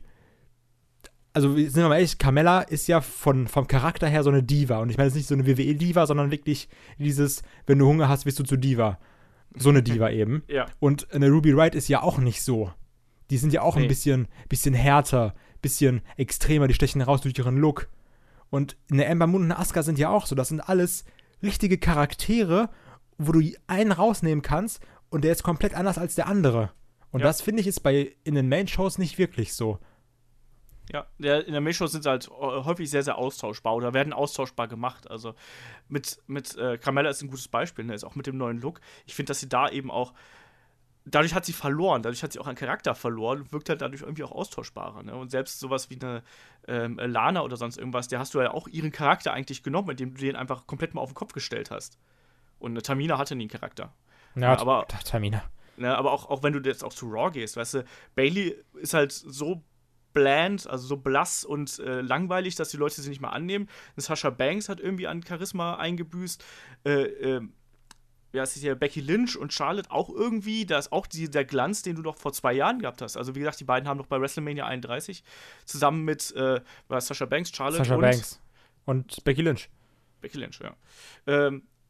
also sind wir mal ehrlich, Carmella ist ja von, vom Charakter her so eine Diva. Und ich meine jetzt nicht so eine W W E-Diva, sondern wirklich dieses, wenn du Hunger hast, wirst du zu Diva. So eine Diva eben. Ja. Und eine Ruby Riott ist ja auch nicht so. Die sind ja auch nee. ein bisschen, bisschen härter, bisschen extremer, die stechen raus durch ihren Look. Und eine Ember Moon und eine Asuka sind ja auch so. Das sind alles richtige Charaktere, wo du einen rausnehmen kannst und der ist komplett anders als der andere. Und ja. das, finde ich, ist bei in den Main-Shows nicht wirklich so. Ja, der, in der Main-Shows sind sie halt häufig sehr, sehr austauschbar oder werden austauschbar gemacht. Also mit, mit äh, Carmella ist ein gutes Beispiel, ne? Ist auch mit dem neuen Look. Ich finde, dass sie da eben auch, dadurch hat sie verloren, dadurch hat sie auch einen Charakter verloren und wirkt halt dadurch irgendwie auch austauschbarer. Ne? Und selbst sowas wie eine ähm, Lana oder sonst irgendwas, der hast du ja auch ihren Charakter eigentlich genommen, indem du den einfach komplett mal auf den Kopf gestellt hast. Und eine Tamina hatte nie einen Charakter. Ja, ja aber Tamina. Ne, aber auch, auch wenn du jetzt auch zu Raw gehst, weißt du, Bayley ist halt so bland, also so blass und äh, langweilig, dass die Leute sie nicht mal annehmen. Sasha Banks hat irgendwie an Charisma eingebüßt. Äh, äh, ja, es ist ja Becky Lynch und Charlotte auch irgendwie. Da ist auch die, der Glanz, den du noch vor zwei Jahren gehabt hast. Also wie gesagt, die beiden haben noch bei WrestleMania einunddreißig zusammen mit äh, Sasha Banks, Charlotte Sasha und Banks und Becky Lynch. Becky Lynch, ja. Ähm,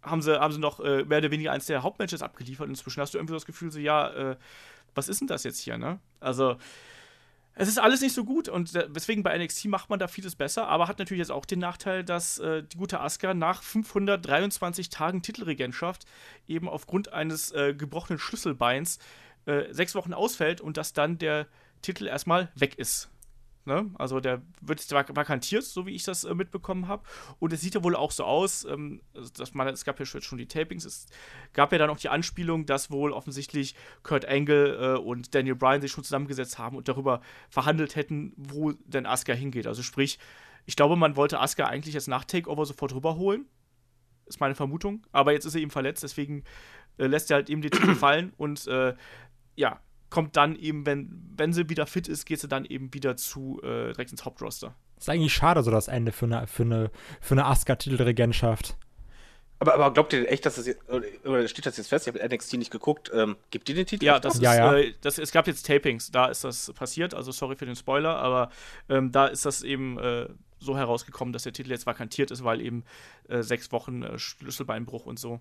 haben sie, haben sie noch äh, mehr oder weniger eins der Hauptmatches abgeliefert. Inzwischen hast du irgendwie so das Gefühl, so, ja, äh, was ist denn das jetzt hier, ne? Also, es ist alles nicht so gut und deswegen bei N X T macht man da vieles besser, aber hat natürlich jetzt auch den Nachteil, dass äh, die gute Asuka nach fünfhundertdreiundzwanzig Tagen Titelregentschaft eben aufgrund eines äh, gebrochenen Schlüsselbeins äh, sechs Wochen ausfällt und dass dann der Titel erstmal weg ist. Ne? Also der wird jetzt vak- vakantiert, so wie ich das äh, mitbekommen habe. Und es sieht ja wohl auch so aus, ähm, dass man, es gab ja schon die Tapings, es gab ja dann auch die Anspielung, dass wohl offensichtlich Kurt Angle äh, und Daniel Bryan sich schon zusammengesetzt haben und darüber verhandelt hätten, wo denn Asuka hingeht. Also sprich, ich glaube, man wollte Asuka eigentlich jetzt nach Takeover sofort rüberholen. Ist meine Vermutung. Aber jetzt ist er eben verletzt, deswegen äh, lässt er halt eben den Titel fallen und äh, ja, kommt dann eben, wenn, wenn sie wieder fit ist, geht sie dann eben wieder zu äh, direkt ins Hauptroster. Ist eigentlich schade, so das Ende für eine, für eine, für eine Asuka-Titelregentschaft. Aber, aber glaubt ihr echt, dass das jetzt, oder steht das jetzt fest? Ich habe N X T nicht geguckt. Ähm, gibt ihr den Titel? Ja, das ist, ja, ja. Äh, das, es gab jetzt Tapings, da ist das passiert, also sorry für den Spoiler, aber ähm, da ist das eben äh, so herausgekommen, dass der Titel jetzt vakantiert ist, weil eben äh, sechs Wochen äh, Schlüsselbeinbruch und so.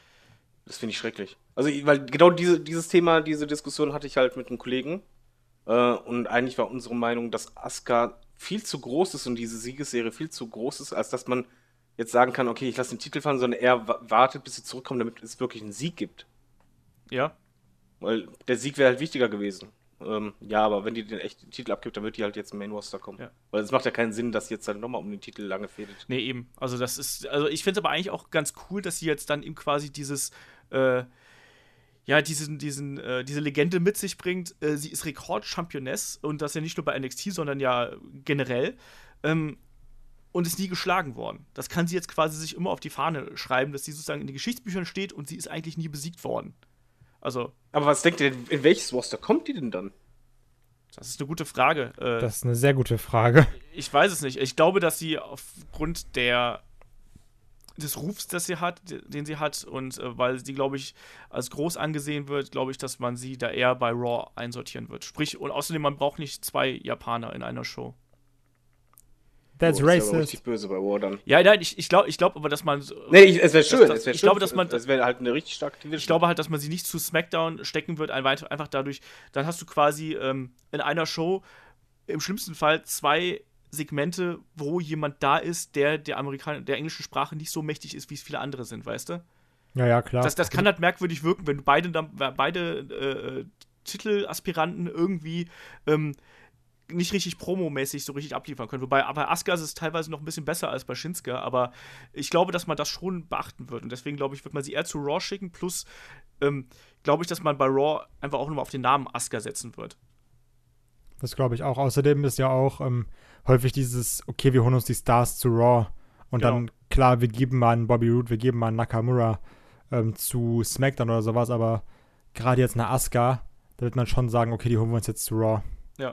Das finde ich schrecklich. Also, weil genau diese, dieses Thema, diese Diskussion hatte ich halt mit einem Kollegen. Äh, und eigentlich war unsere Meinung, dass Asuka viel zu groß ist und diese Siegesserie viel zu groß ist, als dass man jetzt sagen kann, okay, ich lasse den Titel fallen, sondern er wa- wartet, bis sie zurückkommen, damit es wirklich einen Sieg gibt. Ja, Weil der Sieg wäre halt wichtiger gewesen. Ähm, ja, aber wenn die den echten Titel abgibt, dann wird die halt jetzt im Main Roster kommen. Ja. Weil es macht ja keinen Sinn, dass jetzt dann nochmal um den Titel lange fädelt. nee, eben. Also das ist, also ich finde es aber eigentlich auch ganz cool, dass sie jetzt dann eben quasi dieses äh, ja, diesen, diesen, äh, diese Legende mit sich bringt. Äh, sie ist Rekordchampioness und das ja nicht nur bei N X T, sondern ja generell. Ähm, und ist nie geschlagen worden. Das kann sie jetzt quasi sich immer auf die Fahne schreiben, dass sie sozusagen in den Geschichtsbüchern steht und sie ist eigentlich nie besiegt worden. Also, Aber was denkt ihr denn, in welches Roster kommt die denn dann? das ist eine gute Frage. Äh, Das ist eine sehr gute Frage. ich weiß es nicht. Ich glaube, dass sie aufgrund der des Rufs, das sie hat, den sie hat und äh, weil sie, glaube ich, als groß angesehen wird, glaube ich, dass man sie da eher bei Raw einsortieren wird. Sprich, und außerdem, man braucht nicht zwei Japaner in einer Show. That's Oh, das ist aber racist. richtig böse bei War dann. Ja, nein, ich, ich glaube ich glaub aber, dass man Nee, ich, es wäre schön. das- es wär ich schön. glaube, dass man- Es wäre halt eine richtig starke Division. Ich glaube halt, dass man sie nicht zu SmackDown stecken wird, einfach dadurch, dann hast du quasi ähm, in einer Show im schlimmsten Fall zwei Segmente, wo jemand da ist, der der Amerikan- der englischen Sprache nicht so mächtig ist, wie es viele andere sind, weißt du? Ja, ja, klar. Das, das kann halt merkwürdig wirken, wenn du beide, dann- beide äh, Titelaspiranten irgendwie ähm, nicht richtig promomäßig so richtig abliefern können. Wobei bei Asuka ist es teilweise noch ein bisschen besser als bei Shinsuke, aber ich glaube, dass man das schon beachten wird. Und deswegen, glaube ich, wird man sie eher zu Raw schicken. Plus, ähm, glaube ich, dass man bei Raw einfach auch nochmal auf den Namen Asuka setzen wird. Das glaube ich auch. Außerdem ist ja auch ähm, häufig dieses, okay, wir holen uns die Stars zu Raw. Und Genau. dann, klar, wir geben mal einen Bobby Roode, wir geben mal einen Nakamura ähm, zu SmackDown oder sowas. Aber gerade jetzt eine Asuka, da wird man schon sagen, okay, die holen wir uns jetzt zu Raw. Ja.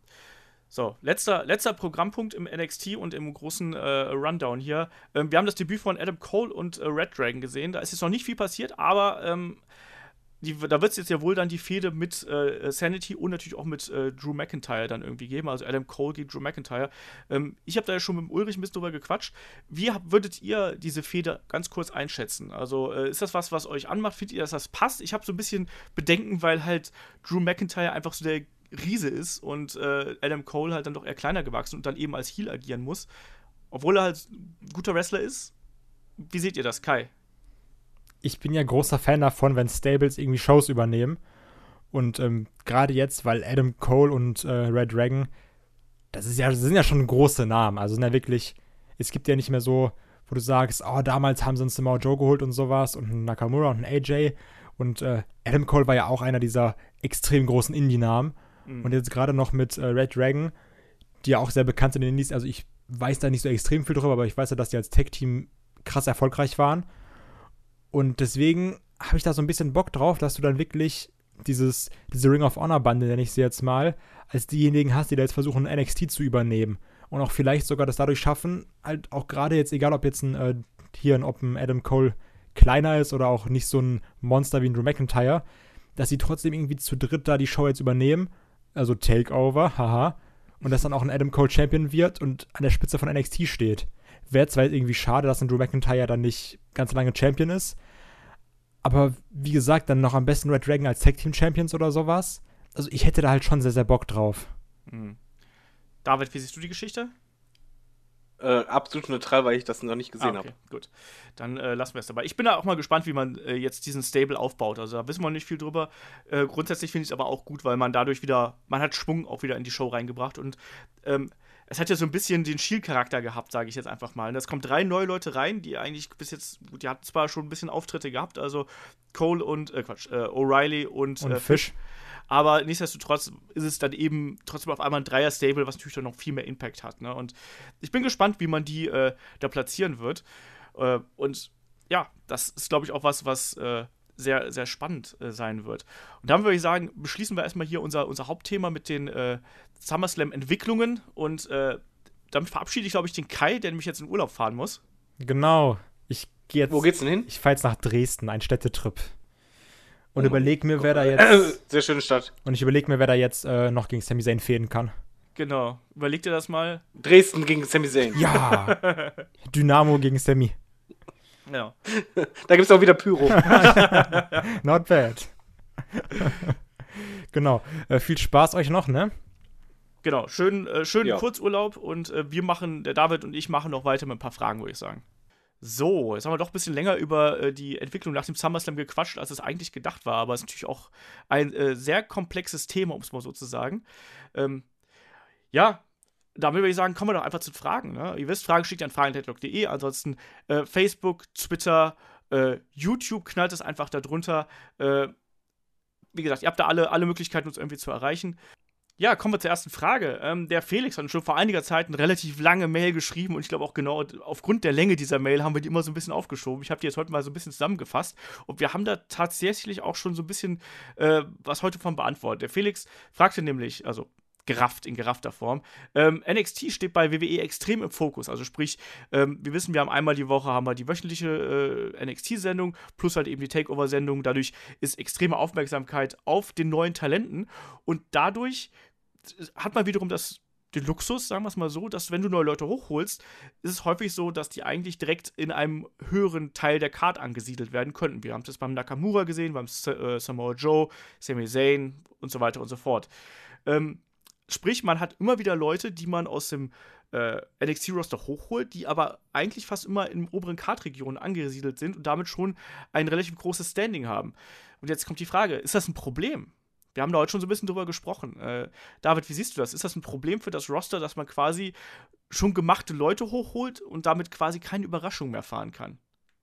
So, letzter, letzter Programmpunkt im N X T und im großen äh, Rundown hier. Ähm, wir haben das Debüt von Adam Cole und äh, Red Dragon gesehen. Da ist jetzt noch nicht viel passiert, aber ähm, die, da wird es jetzt ja wohl dann die Fehde mit äh, Sanity und natürlich auch mit äh, Drew McIntyre dann irgendwie geben. Also Adam Cole gegen Drew McIntyre. Ähm, ich habe da ja schon mit dem Ulrich ein bisschen drüber gequatscht. Wie hab, würdet ihr diese Fehde ganz kurz einschätzen? Also äh, ist das was, was euch anmacht? Findet ihr, dass das passt? Ich habe so ein bisschen Bedenken, weil halt Drew McIntyre einfach so der Riese ist und äh, Adam Cole halt dann doch eher kleiner gewachsen und dann eben als Heel agieren muss. Obwohl er halt ein guter Wrestler ist. Wie seht ihr das, Kai? Ich bin ja großer Fan davon, wenn Stables irgendwie Shows übernehmen. Und ähm, gerade jetzt, weil Adam Cole und äh, Red Dragon, das ist ja, das sind ja schon große Namen. Also sind ja wirklich, es gibt ja nicht mehr so, wo du sagst, oh, damals haben sie uns Samoa Joe geholt und sowas und einen Nakamura und einen A J. Und äh, Adam Cole war ja auch einer dieser extrem großen Indie-Namen. Mhm. Und jetzt gerade noch mit äh, Red Dragon, die ja auch sehr bekannt sind in den Indies. Also ich weiß da nicht so extrem viel drüber, aber ich weiß ja, dass die als Tag-Team krass erfolgreich waren. Und deswegen habe ich da so ein bisschen Bock drauf, dass du dann wirklich dieses, diese Ring of Honor-Bande, nenne ich sie jetzt mal, als diejenigen hast, die da jetzt versuchen, N X T zu übernehmen. Und auch vielleicht sogar das dadurch schaffen, halt auch gerade jetzt, egal ob jetzt ein, äh, hier, ob ein Adam Cole kleiner ist oder auch nicht so ein Monster wie ein Drew McIntyre, dass sie trotzdem irgendwie zu dritt da die Show jetzt übernehmen, also Takeover, haha, und dass dann auch ein Adam Cole Champion wird und an der Spitze von N X T steht. Wäre zwar irgendwie schade, dass ein Drew McIntyre dann nicht ganz lange Champion ist, aber wie gesagt, dann noch am besten Red Dragon als Tag Team Champions oder sowas. Also ich hätte da halt schon sehr, sehr Bock drauf. Mhm. David, wie siehst du die Geschichte? Äh, absolut neutral, weil ich das noch nicht gesehen ah, okay, habe. Gut, dann äh, lassen wir es dabei. Ich bin da auch mal gespannt, wie man äh, jetzt diesen Stable aufbaut. Also da wissen wir noch nicht viel drüber. Äh, grundsätzlich finde ich es aber auch gut, weil man dadurch wieder, man hat Schwung auch wieder in die Show reingebracht und ähm, es hat ja so ein bisschen den Shield-Charakter gehabt, sage ich jetzt einfach mal. Und es kommen drei neue Leute rein, die eigentlich bis jetzt, gut, die hatten zwar schon ein bisschen Auftritte gehabt, also Cole und, äh, Quatsch, äh, O'Reilly und, Und äh, Fish. Aber nichtsdestotrotz ist es dann eben trotzdem auf einmal ein Dreier-Stable, was natürlich dann noch viel mehr Impact hat. Ne? Und ich bin gespannt, wie man die äh, da platzieren wird. Äh, und ja, das ist, glaube ich, auch was, was äh, sehr, sehr spannend äh, sein wird. Und dann würde ich sagen, beschließen wir erstmal hier unser, unser Hauptthema mit den äh, SummerSlam-Entwicklungen. Und äh, damit verabschiede ich, glaube ich, den Kai, der nämlich jetzt in Urlaub fahren muss. Genau. Ich gehe jetzt. Wo geht's denn hin? Ich fahre jetzt nach Dresden, ein Städtetrip. Und Oh überleg mir, Gott. wer da jetzt. Sehr schöne Stadt. Und ich überlege mir, wer da jetzt äh, noch gegen Sami Zayn fehlen kann. Genau. Überleg dir das mal. Dresden gegen Sami Zayn. Ja! Dynamo gegen Sami. Ja. Da gibt's auch wieder Pyro. Not bad. Genau. Äh, viel Spaß euch noch, ne? Genau. Schön, äh, schönen Ja. Kurzurlaub und äh, wir machen, der David und ich machen noch weiter mit ein paar Fragen, würde ich sagen. So, jetzt haben wir doch ein bisschen länger über äh, die Entwicklung nach dem SummerSlam gequatscht, als es eigentlich gedacht war. Aber es ist natürlich auch ein äh, sehr komplexes Thema, um es mal so zu sagen. Ähm, ja, damit würde ich sagen, kommen wir doch einfach zu Fragen. Ne? Ihr wisst, Fragen schickt ihr an fragen at headlock punkt de. Ansonsten äh, Facebook, Twitter, äh, YouTube, knallt es einfach da drunter. Äh, wie gesagt, ihr habt da alle, alle Möglichkeiten, uns irgendwie zu erreichen. Ja, kommen wir zur ersten Frage. Ähm, der Felix hat schon vor einiger Zeit eine relativ lange Mail geschrieben und ich glaube auch genau aufgrund der Länge dieser Mail haben wir die immer so ein bisschen aufgeschoben. Ich habe die jetzt heute mal so ein bisschen zusammengefasst und wir haben da tatsächlich auch schon so ein bisschen äh, was heute von beantwortet. Der Felix fragte nämlich, also gerafft, in geraffter Form, ähm, N X T steht bei W W E extrem im Fokus. Also sprich, ähm, wir wissen, wir haben einmal die Woche haben wir die wöchentliche äh, N X T-Sendung plus halt eben die Takeover-Sendung. Dadurch ist extreme Aufmerksamkeit auf den neuen Talenten und dadurch hat man wiederum das, den Luxus, sagen wir es mal so, dass wenn du neue Leute hochholst, ist es häufig so, dass die eigentlich direkt in einem höheren Teil der Card angesiedelt werden könnten. Wir haben das beim Nakamura gesehen, beim äh, Samoa Joe, Sami Zayn und so weiter und so fort. Ähm, sprich, man hat immer wieder Leute, die man aus dem äh, N X T-Roster hochholt, die aber eigentlich fast immer in oberen Card-Regionen angesiedelt sind und damit schon ein relativ großes Standing haben. Und jetzt kommt die Frage, ist das ein Problem? Wir haben da heute schon so ein bisschen drüber gesprochen. Äh, David, wie siehst du das? Ist das ein Problem für das Roster, dass man quasi schon gemachte Leute hochholt und damit quasi keine Überraschung mehr fahren kann?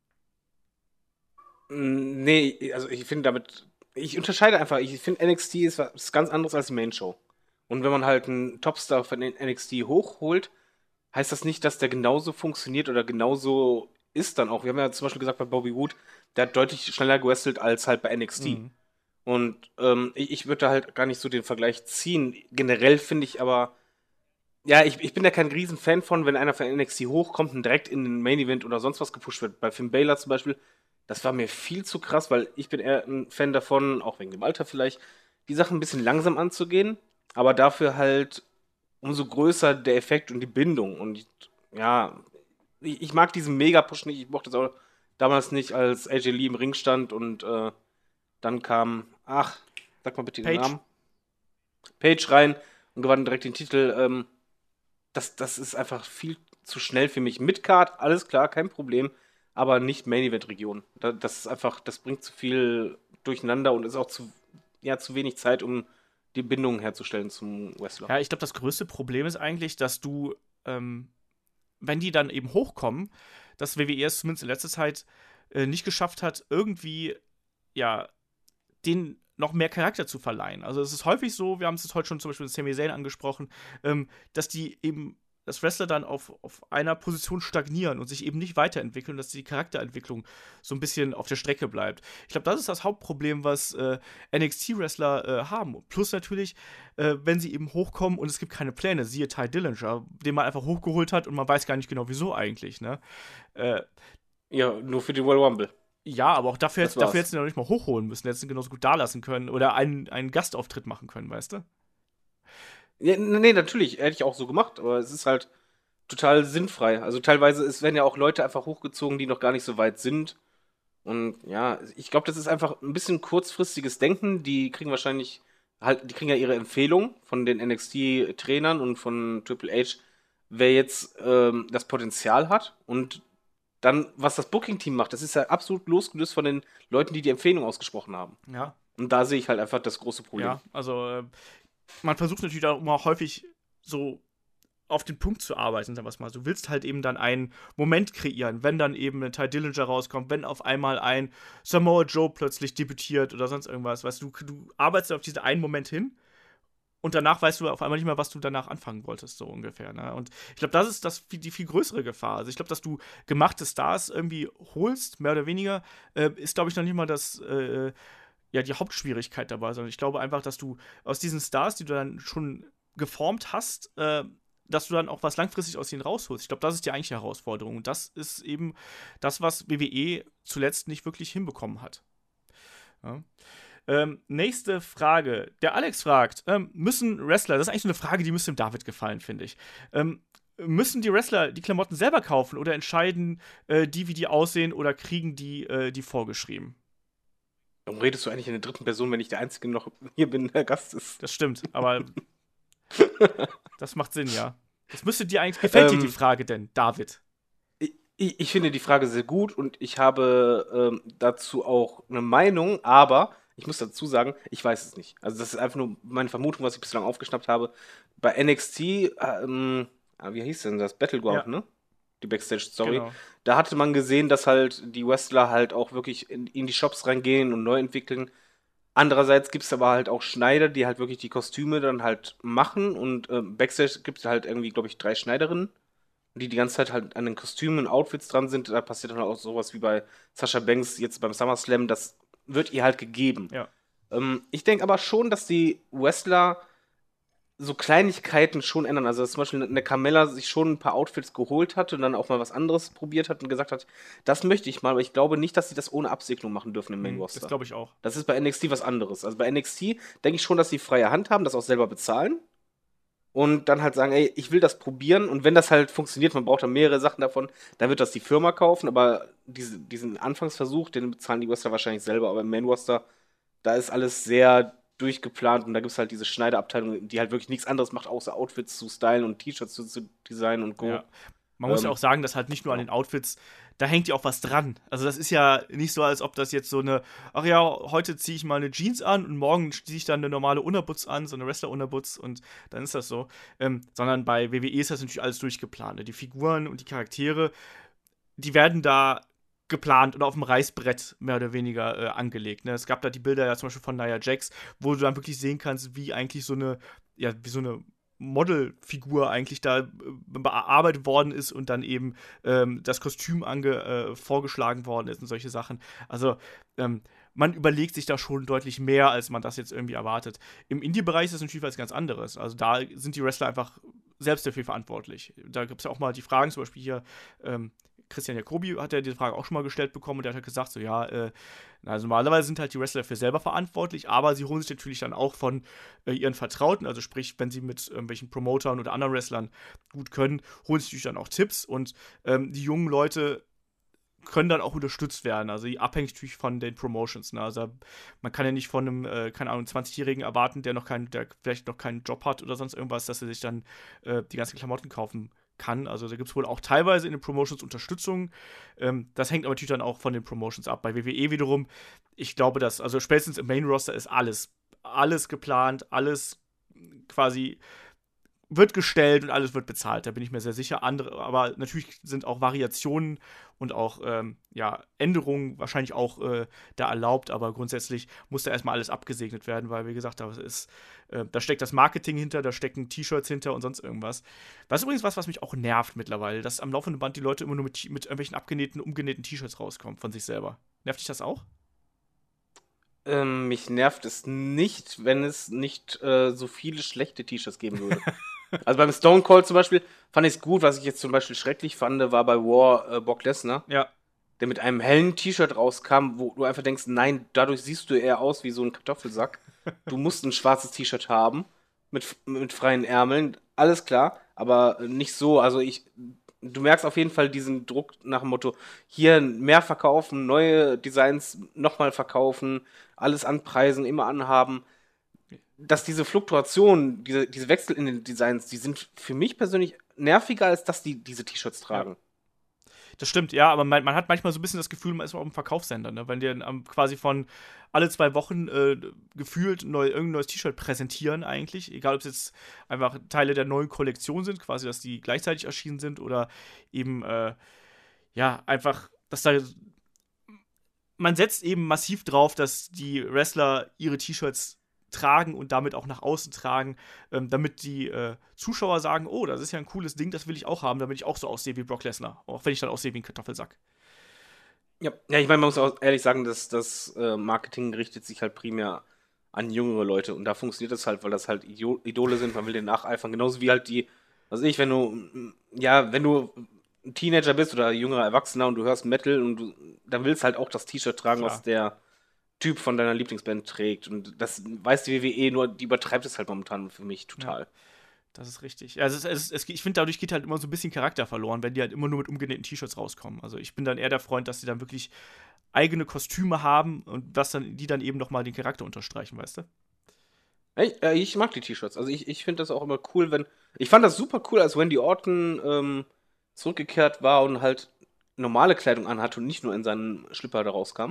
Nee, also ich finde damit, ich unterscheide einfach, ich finde N X T ist was ganz anderes als die Main Show. Und wenn man halt einen Topstar von N X T hochholt, heißt das nicht, dass der genauso funktioniert oder genauso ist dann auch. Wir haben ja zum Beispiel gesagt bei Bobby Wood, der hat deutlich schneller gewrestelt als halt bei N X T. Mhm. Und ähm, ich, ich würde da halt gar nicht so den Vergleich ziehen. Generell finde ich aber, ja, ich, ich bin da kein Riesenfan von, wenn einer von N X T hochkommt und direkt in den Main Event oder sonst was gepusht wird. Bei Finn Balor zum Beispiel, das war mir viel zu krass, weil ich bin eher ein Fan davon, auch wegen dem Alter vielleicht, die Sachen ein bisschen langsam anzugehen, aber dafür halt umso größer der Effekt und die Bindung. Und ich, ja, ich, ich mag diesen Mega-Push nicht. Ich mochte es auch damals nicht, als A J Lee im Ring stand und äh, dann kam, ach, sag mal bitte den Page. Namen. Page rein und gewann direkt den Titel. Ähm, das, das ist einfach viel zu schnell für mich. Midcard, alles klar, kein Problem, aber nicht Main-Event-Region. Da, das ist einfach, das bringt zu viel durcheinander und ist auch zu, ja, zu wenig Zeit, um die Bindung herzustellen zum Wrestler. Ja, ich glaube, das größte Problem ist eigentlich, dass du, ähm, wenn die dann eben hochkommen, dass W W E es zumindest in letzter Zeit äh, nicht geschafft hat, irgendwie, ja, den noch mehr Charakter zu verleihen. Also es ist häufig so, wir haben es jetzt heute schon zum Beispiel mit Sami Zayn angesprochen, ähm, dass die eben, dass Wrestler dann auf, auf einer Position stagnieren und sich eben nicht weiterentwickeln, dass die Charakterentwicklung so ein bisschen auf der Strecke bleibt. Ich glaube, das ist das Hauptproblem, was äh, N X T-Wrestler äh, haben. Plus natürlich, äh, wenn sie eben hochkommen und es gibt keine Pläne, siehe Ty Dillinger, den man einfach hochgeholt hat und man weiß gar nicht genau, wieso eigentlich, ne? Äh, ja, nur für die Royal Rumble. Ja, aber auch dafür, jetzt, dafür hätten sie noch nicht mal hochholen müssen. Hätten sie genauso gut da lassen können oder einen, einen Gastauftritt machen können, weißt du? Ja, nee, natürlich, hätte ich auch so gemacht, aber es ist halt total sinnfrei. Also teilweise es werden ja auch Leute einfach hochgezogen, die noch gar nicht so weit sind. Und ja, ich glaube, das ist einfach ein bisschen kurzfristiges Denken. Die kriegen wahrscheinlich halt, die kriegen ja ihre Empfehlung von den N X T-Trainern und von Triple H, wer jetzt ähm, das Potenzial hat. Und dann, was das Booking-Team macht, das ist ja absolut losgelöst von den Leuten, die die Empfehlung ausgesprochen haben. Ja. Und da sehe ich halt einfach das große Problem. Ja, also äh, man versucht natürlich auch immer häufig so auf den Punkt zu arbeiten, sagen wir es mal. Du willst halt eben dann einen Moment kreieren, wenn dann eben ein Ty Dillinger rauskommt, wenn auf einmal ein Samoa Joe plötzlich debütiert oder sonst irgendwas. Weißt du, du, du arbeitest auf diesen einen Moment hin und danach weißt du auf einmal nicht mehr, was du danach anfangen wolltest, so ungefähr. Ne? Und ich glaube, das ist das, die viel größere Gefahr. Also ich glaube, dass du gemachte Stars irgendwie holst, mehr oder weniger, äh, ist, glaube ich, noch nicht mal das äh, ja, die Hauptschwierigkeit dabei, sondern ich glaube einfach, dass du aus diesen Stars, die du dann schon geformt hast, äh, dass du dann auch was langfristig aus ihnen rausholst. Ich glaube, das ist die eigentliche Herausforderung. Und das ist eben das, was W W E zuletzt nicht wirklich hinbekommen hat. Ja. Ähm, nächste Frage. Der Alex fragt, ähm, müssen Wrestler, das ist eigentlich so eine Frage, die müsste dem David gefallen, finde ich. Ähm, müssen die Wrestler die Klamotten selber kaufen oder entscheiden äh, die, wie die aussehen, oder kriegen die äh, die vorgeschrieben? Warum redest du eigentlich in der dritten Person, wenn ich der Einzige noch hier bin, der Gast ist? Das stimmt, aber das macht Sinn, ja. Das müsste dir eigentlich, gefällt Ähm, dir die Frage denn, David? Ich, ich ich finde die Frage sehr gut und ich habe ähm, dazu auch eine Meinung, aber ich muss dazu sagen, ich weiß es nicht. Also das ist einfach nur meine Vermutung, was ich bislang aufgeschnappt habe. Bei N X T, ähm, ah, wie hieß denn das? Battleground, Ja. ne? Die Backstage-Story. Genau. Da hatte man gesehen, dass halt die Wrestler halt auch wirklich in, in die Shops reingehen und neu entwickeln. Andererseits gibt es aber halt auch Schneider, die halt wirklich die Kostüme dann halt machen. Und ähm, Backstage gibt es halt irgendwie, glaube ich, drei Schneiderinnen, die die ganze Zeit halt an den Kostümen und Outfits dran sind. Da passiert dann auch sowas wie bei Sasha Banks jetzt beim SummerSlam. Das wird ihr halt gegeben. Ja. Ähm, ich denke aber schon, dass die Wrestler so Kleinigkeiten schon ändern. Also, dass zum Beispiel eine Carmella sich schon ein paar Outfits geholt hat und dann auch mal was anderes probiert hat und gesagt hat, das möchte ich mal, aber ich glaube nicht, dass sie das ohne Absegnung machen dürfen im Main Mhm, Roster. das glaube ich auch. Das ist bei N X T was anderes. Also bei N X T denke ich schon, dass sie freie Hand haben, das auch selber bezahlen und dann halt sagen, ey, ich will das probieren und wenn das halt funktioniert, man braucht dann mehrere Sachen davon, dann wird das die Firma kaufen, aber diese, diesen Anfangsversuch, den bezahlen die Wrestler wahrscheinlich selber, aber im Main Roster, da ist alles sehr durchgeplant und da gibt es halt diese Schneiderabteilung, die halt wirklich nichts anderes macht, außer Outfits zu stylen und T-Shirts zu, zu designen und Co. Ja. Man muss ja Ähm, auch sagen, dass halt nicht nur an den Outfits, da hängt ja auch was dran. Also das ist ja nicht so, als ob das jetzt so eine, ach ja, heute ziehe ich mal eine Jeans an und morgen ziehe ich dann eine normale Unterbutz an, so eine Wrestler-Unterbutz und dann ist das so. Ähm, sondern bei W W E ist das natürlich alles durchgeplant. Ne? Die Figuren und die Charaktere, die werden da geplant oder auf dem Reißbrett mehr oder weniger äh, angelegt. Ne? Es gab da die Bilder ja zum Beispiel von Nia Jax, wo du dann wirklich sehen kannst, wie eigentlich so eine, ja, wie so eine Modelfigur eigentlich da äh, bearbeitet worden ist und dann eben ähm, das Kostüm ange, äh, vorgeschlagen worden ist und solche Sachen. Also ähm, man überlegt sich da schon deutlich mehr, als man das jetzt irgendwie erwartet. Im Indie-Bereich ist das natürlich was ganz anderes. Also da sind die Wrestler einfach selbst dafür verantwortlich. Da gibt es ja auch mal die Fragen, zum Beispiel hier ähm, Christian Jacobi hat ja diese Frage auch schon mal gestellt bekommen und der hat halt gesagt, so ja, äh, also normalerweise sind halt die Wrestler für selber verantwortlich, aber sie holen sich natürlich dann auch von äh, ihren Vertrauten, also sprich, wenn sie mit irgendwelchen Promotern oder anderen Wrestlern gut können, holen sich natürlich dann auch Tipps und ähm, die jungen Leute können dann auch unterstützt werden, also abhängig natürlich von den Promotions, ne? Also man kann ja nicht von einem, äh, keine Ahnung, zwanzigjährigen erwarten, der noch keinen, der vielleicht noch keinen Job hat oder sonst irgendwas, dass er sich dann äh, die ganzen Klamotten kaufen kann. Also da gibt es wohl auch teilweise in den Promotions Unterstützung. Ähm, das hängt aber natürlich dann auch von den Promotions ab. Bei W W E wiederum, ich glaube, dass, also spätestens im Main Roster ist alles, alles geplant, alles quasi wird gestellt und alles wird bezahlt, da bin ich mir sehr sicher. Andere, aber natürlich sind auch Variationen und auch ähm, ja, Änderungen wahrscheinlich auch äh, da erlaubt, aber grundsätzlich muss da erstmal alles abgesegnet werden, weil, wie gesagt, da, ist, äh, da steckt das Marketing hinter, da stecken T-Shirts hinter und sonst irgendwas. Das ist übrigens was, was mich auch nervt mittlerweile, dass am laufenden Band die Leute immer nur mit, mit irgendwelchen abgenähten, umgenähten T-Shirts rauskommen von sich selber. Nervt dich das auch? Ähm, mich nervt es nicht, wenn es nicht äh, so viele schlechte T-Shirts geben würde. Also beim Stone Cold zum Beispiel fand ich es gut, was ich jetzt zum Beispiel schrecklich fand, war bei War äh, Brock Lesnar, Ja. der mit einem hellen T-Shirt rauskam, wo du einfach denkst, nein, dadurch siehst du eher aus wie so ein Kartoffelsack. Du musst ein schwarzes T-Shirt haben. mit, mit freien Ärmeln, alles klar, aber nicht so. Also ich, du merkst auf jeden Fall diesen Druck nach dem Motto, hier mehr verkaufen, neue Designs nochmal verkaufen, alles anpreisen, immer anhaben. Dass diese Fluktuation, diese, diese Wechsel in den Designs, die sind für mich persönlich nerviger, als dass die diese T-Shirts tragen. Ja. Das stimmt, ja, aber man, man hat manchmal so ein bisschen das Gefühl, man ist auf dem Verkaufssender, ne? Wenn die dann ähm, quasi von alle zwei Wochen äh, gefühlt neu, irgendein neues T-Shirt präsentieren eigentlich, egal ob es jetzt einfach Teile der neuen Kollektion sind, quasi, dass die gleichzeitig erschienen sind oder eben, äh, ja, einfach, dass da man setzt eben massiv drauf, dass die Wrestler ihre T-Shirts tragen und damit auch nach außen tragen, ähm, damit die äh, Zuschauer sagen, oh, das ist ja ein cooles Ding, das will ich auch haben, damit ich auch so aussehe wie Brock Lesnar, auch wenn ich dann aussehe wie ein Kartoffelsack. Ja, ja, ich meine, man muss auch ehrlich sagen, dass das äh, Marketing richtet sich halt primär an jüngere Leute und da funktioniert das halt, weil das halt Ido- Idole sind, man will denen nacheifern, genauso wie halt die, was weiß ich, wenn du, mm, ja, wenn du ein Teenager bist oder jüngerer Erwachsener und du hörst Metal und du, dann willst halt auch das T-Shirt tragen, Klar. was der Typ von deiner Lieblingsband trägt. Und das weiß die W W E, nur die übertreibt es halt momentan für mich total. Ja, das ist richtig. Also es, es, es, ich finde, dadurch geht halt immer so ein bisschen Charakter verloren, wenn die halt immer nur mit umgenähten T-Shirts rauskommen. Also ich bin dann eher der Freund, dass die dann wirklich eigene Kostüme haben und dass dann die dann eben nochmal den Charakter unterstreichen, weißt du? Ich, äh, ich mag die T-Shirts. Also ich, ich finde das auch immer cool, wenn. Ich fand das super cool, als Randy Orton ähm, zurückgekehrt war und halt normale Kleidung anhatte und nicht nur in seinen Schlipper da rauskam.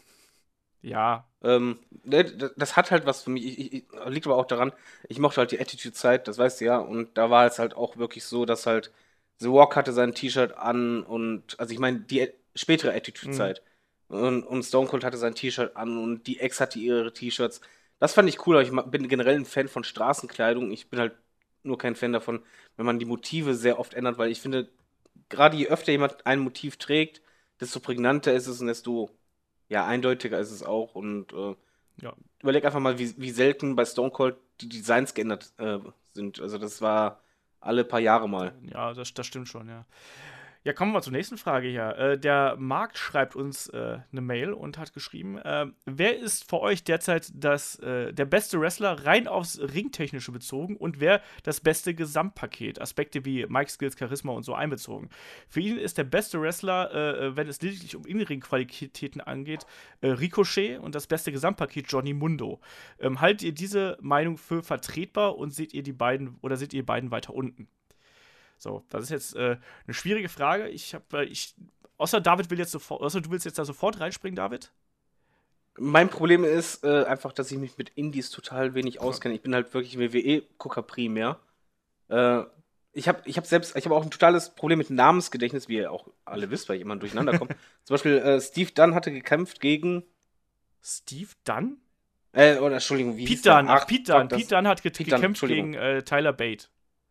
Ja. Ähm, ne, d- das hat halt was für mich. Ich, ich, ich- liegt aber auch daran, ich mochte halt die Attitude-Zeit, das weißt du ja. Und da war es halt auch wirklich so, dass halt The Rock hatte sein T-Shirt an und, also ich meine, die ä- spätere Attitude-Zeit. Und, und Stone Cold hatte sein T-Shirt an und die Ex hatte ihre T-Shirts. Das fand ich cool, aber ich ma- bin generell ein Fan von Straßenkleidung. Ich bin halt nur kein Fan davon, wenn man die Motive sehr oft ändert, weil ich finde, gerade je öfter jemand ein Motiv trägt, desto prägnanter ist es und desto ja, eindeutiger ist es auch. Und äh, Ja. überleg einfach mal, wie, wie selten bei Stone Cold die Designs geändert äh, sind. Also das war alle paar Jahre mal. Ja, das, das stimmt schon, ja. Ja, kommen wir zur nächsten Frage hier. Äh, der Marc schreibt uns äh, eine Mail und hat geschrieben, äh, wer ist für euch derzeit das, äh, der beste Wrestler rein aufs Ringtechnische bezogen und wer das beste Gesamtpaket? Aspekte wie Mike Skills, Charisma und so einbezogen. Für ihn ist der beste Wrestler, äh, wenn es lediglich um In-Ring-Qualitäten angeht, äh, Ricochet und das beste Gesamtpaket Johnny Mundo. Ähm, haltet ihr diese Meinung für vertretbar und seht ihr die beiden oder seht ihr die beiden weiter unten? So, das ist jetzt äh, eine schwierige Frage. Ich habe, äh, ich, außer David will jetzt sofort, außer du willst jetzt da sofort reinspringen, David? Mein Problem ist äh, einfach, dass ich mich mit Indies total wenig auskenne. Ich bin halt wirklich W W E-Gucker primär. Äh, ich habe ich hab selbst, ich habe auch ein totales Problem mit Namensgedächtnis, wie ihr auch alle wisst, weil ich immer durcheinander komme. Zum Beispiel äh, Steve Dunn hatte gekämpft gegen, Steve Dunn? äh, oder Entschuldigung, wie hieß Pete der? Dunn, ach, Pete Dunn. fuck, das- Pete Dunn hat ge Pete Dunn, gekämpft Entschuldigung. gegen äh, Tyler Bate.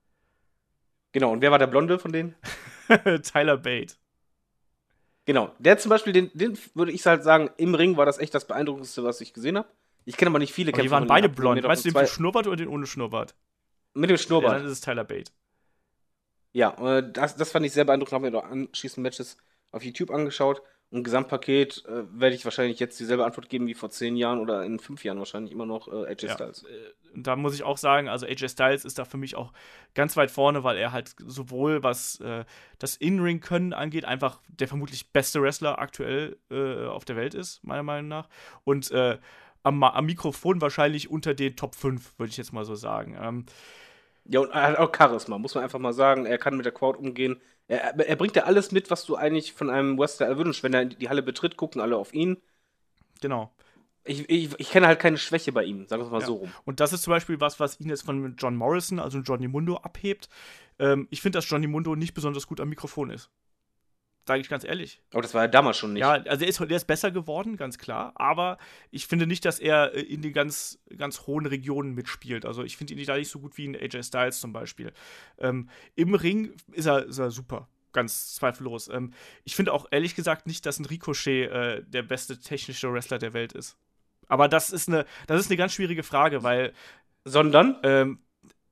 Genau, und wer war der Blonde von denen? Tyler Bate. Genau, der zum Beispiel, den, den würde ich halt sagen, im Ring war das echt das Beeindruckendste, was ich gesehen habe. Ich kenne aber nicht viele Aber die Kämpfer waren von beide denen. blond. Mir doch Weißt du, den zwei- mit Schnurrbart oder den ohne Schnurrbart? Mit dem Ja, Schnurrbart. dann ist es Tyler Bate. Ja, äh, das, das fand ich sehr beeindruckend. Habe mir doch anschließend Matches auf YouTube angeschaut. Und Gesamtpaket äh, werde ich wahrscheinlich jetzt dieselbe Antwort geben wie vor zehn Jahren oder in fünf Jahren wahrscheinlich immer noch äh, A J Ja. Styles. Äh, Und da muss ich auch sagen, also A J Styles ist da für mich auch ganz weit vorne, weil er halt sowohl was äh, das In-Ring-Können angeht, einfach der vermutlich beste Wrestler aktuell äh, auf der Welt ist, meiner Meinung nach. Und äh, am, Ma- am Mikrofon wahrscheinlich unter den Top fünf, würde ich jetzt mal so sagen. Ähm, Ja, und er hat auch Charisma, muss man einfach mal sagen. Er kann mit der Crowd umgehen. Er, er bringt ja alles mit, was du eigentlich von einem Wrestler erwünschst. Wenn er die Halle betritt, gucken alle auf ihn. genau. Ich, ich, ich kenne halt keine Schwäche bei ihm, sagen wir es mal Ja. so rum. Und das ist zum Beispiel was, was ihn jetzt von John Morrison, also Johnny Mundo, abhebt. Ähm, ich finde, dass Johnny Mundo nicht besonders gut am Mikrofon ist. Sage ich ganz ehrlich. Aber das war ja damals schon nicht. Ja, also er ist, er ist besser geworden, ganz klar. Aber ich finde nicht, dass er äh, in den ganz, ganz hohen Regionen mitspielt. Also ich finde ihn da nicht so gut wie in A J Styles zum Beispiel. Ähm, Im Ring ist er, ist er super. Ganz zweifellos. Ähm, ich finde auch ehrlich gesagt nicht, dass ein Ricochet äh, der beste technische Wrestler der Welt ist. Aber das ist eine, das ist eine ganz schwierige Frage, weil Sondern? ähm,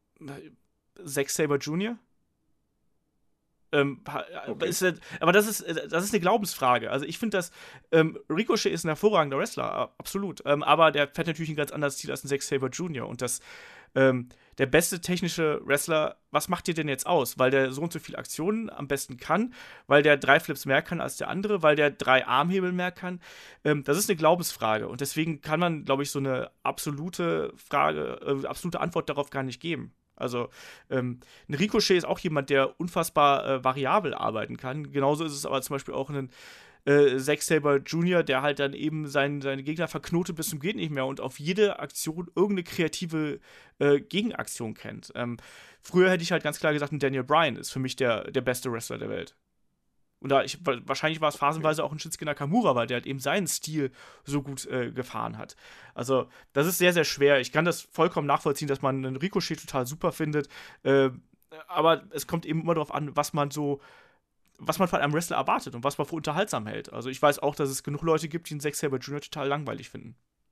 Zack Sabre Junior? Ähm, ha- Okay. ist, halt- aber das ist, äh, das ist eine Glaubensfrage. Also ich finde, dass ähm, Ricochet ist ein hervorragender Wrestler, a- absolut. Ähm, aber der fährt natürlich einen ganz anderen Stil als ein Zack Sabre Junior Und das ähm, der beste technische Wrestler, was macht dir denn jetzt aus? Weil der so und so viele Aktionen am besten kann, weil der drei Flips mehr kann als der andere, weil der drei Armhebel mehr kann. Ähm, das ist eine Glaubensfrage und deswegen kann man, glaube ich, so eine absolute Frage, äh, absolute Antwort darauf gar nicht geben. Also, ähm, ein Ricochet ist auch jemand, der unfassbar äh, variabel arbeiten kann. Genauso ist es aber zum Beispiel auch ein äh, Zack Sabre Junior, der halt dann eben sein, seine Gegner verknotet bis zum geht nicht mehr und auf jede Aktion irgendeine kreative äh, Gegenaktion kennt. Ähm, früher hätte ich halt ganz klar gesagt, ein Daniel Bryan ist für mich der, der beste Wrestler der Welt. Und da ich, wahrscheinlich war es phasenweise auch ein Shinsuke Nakamura, weil der halt eben seinen Stil so gut äh, gefahren hat. Also, das ist sehr, sehr schwer. Ich kann das vollkommen nachvollziehen, dass man einen Ricochet total super findet. Äh, aber es kommt eben immer darauf an, was man so, was man von einem Wrestler erwartet und was man für unterhaltsam hält. Also, ich weiß auch, dass es genug Leute gibt, die einen Zack Sabre Junior total langweilig finden.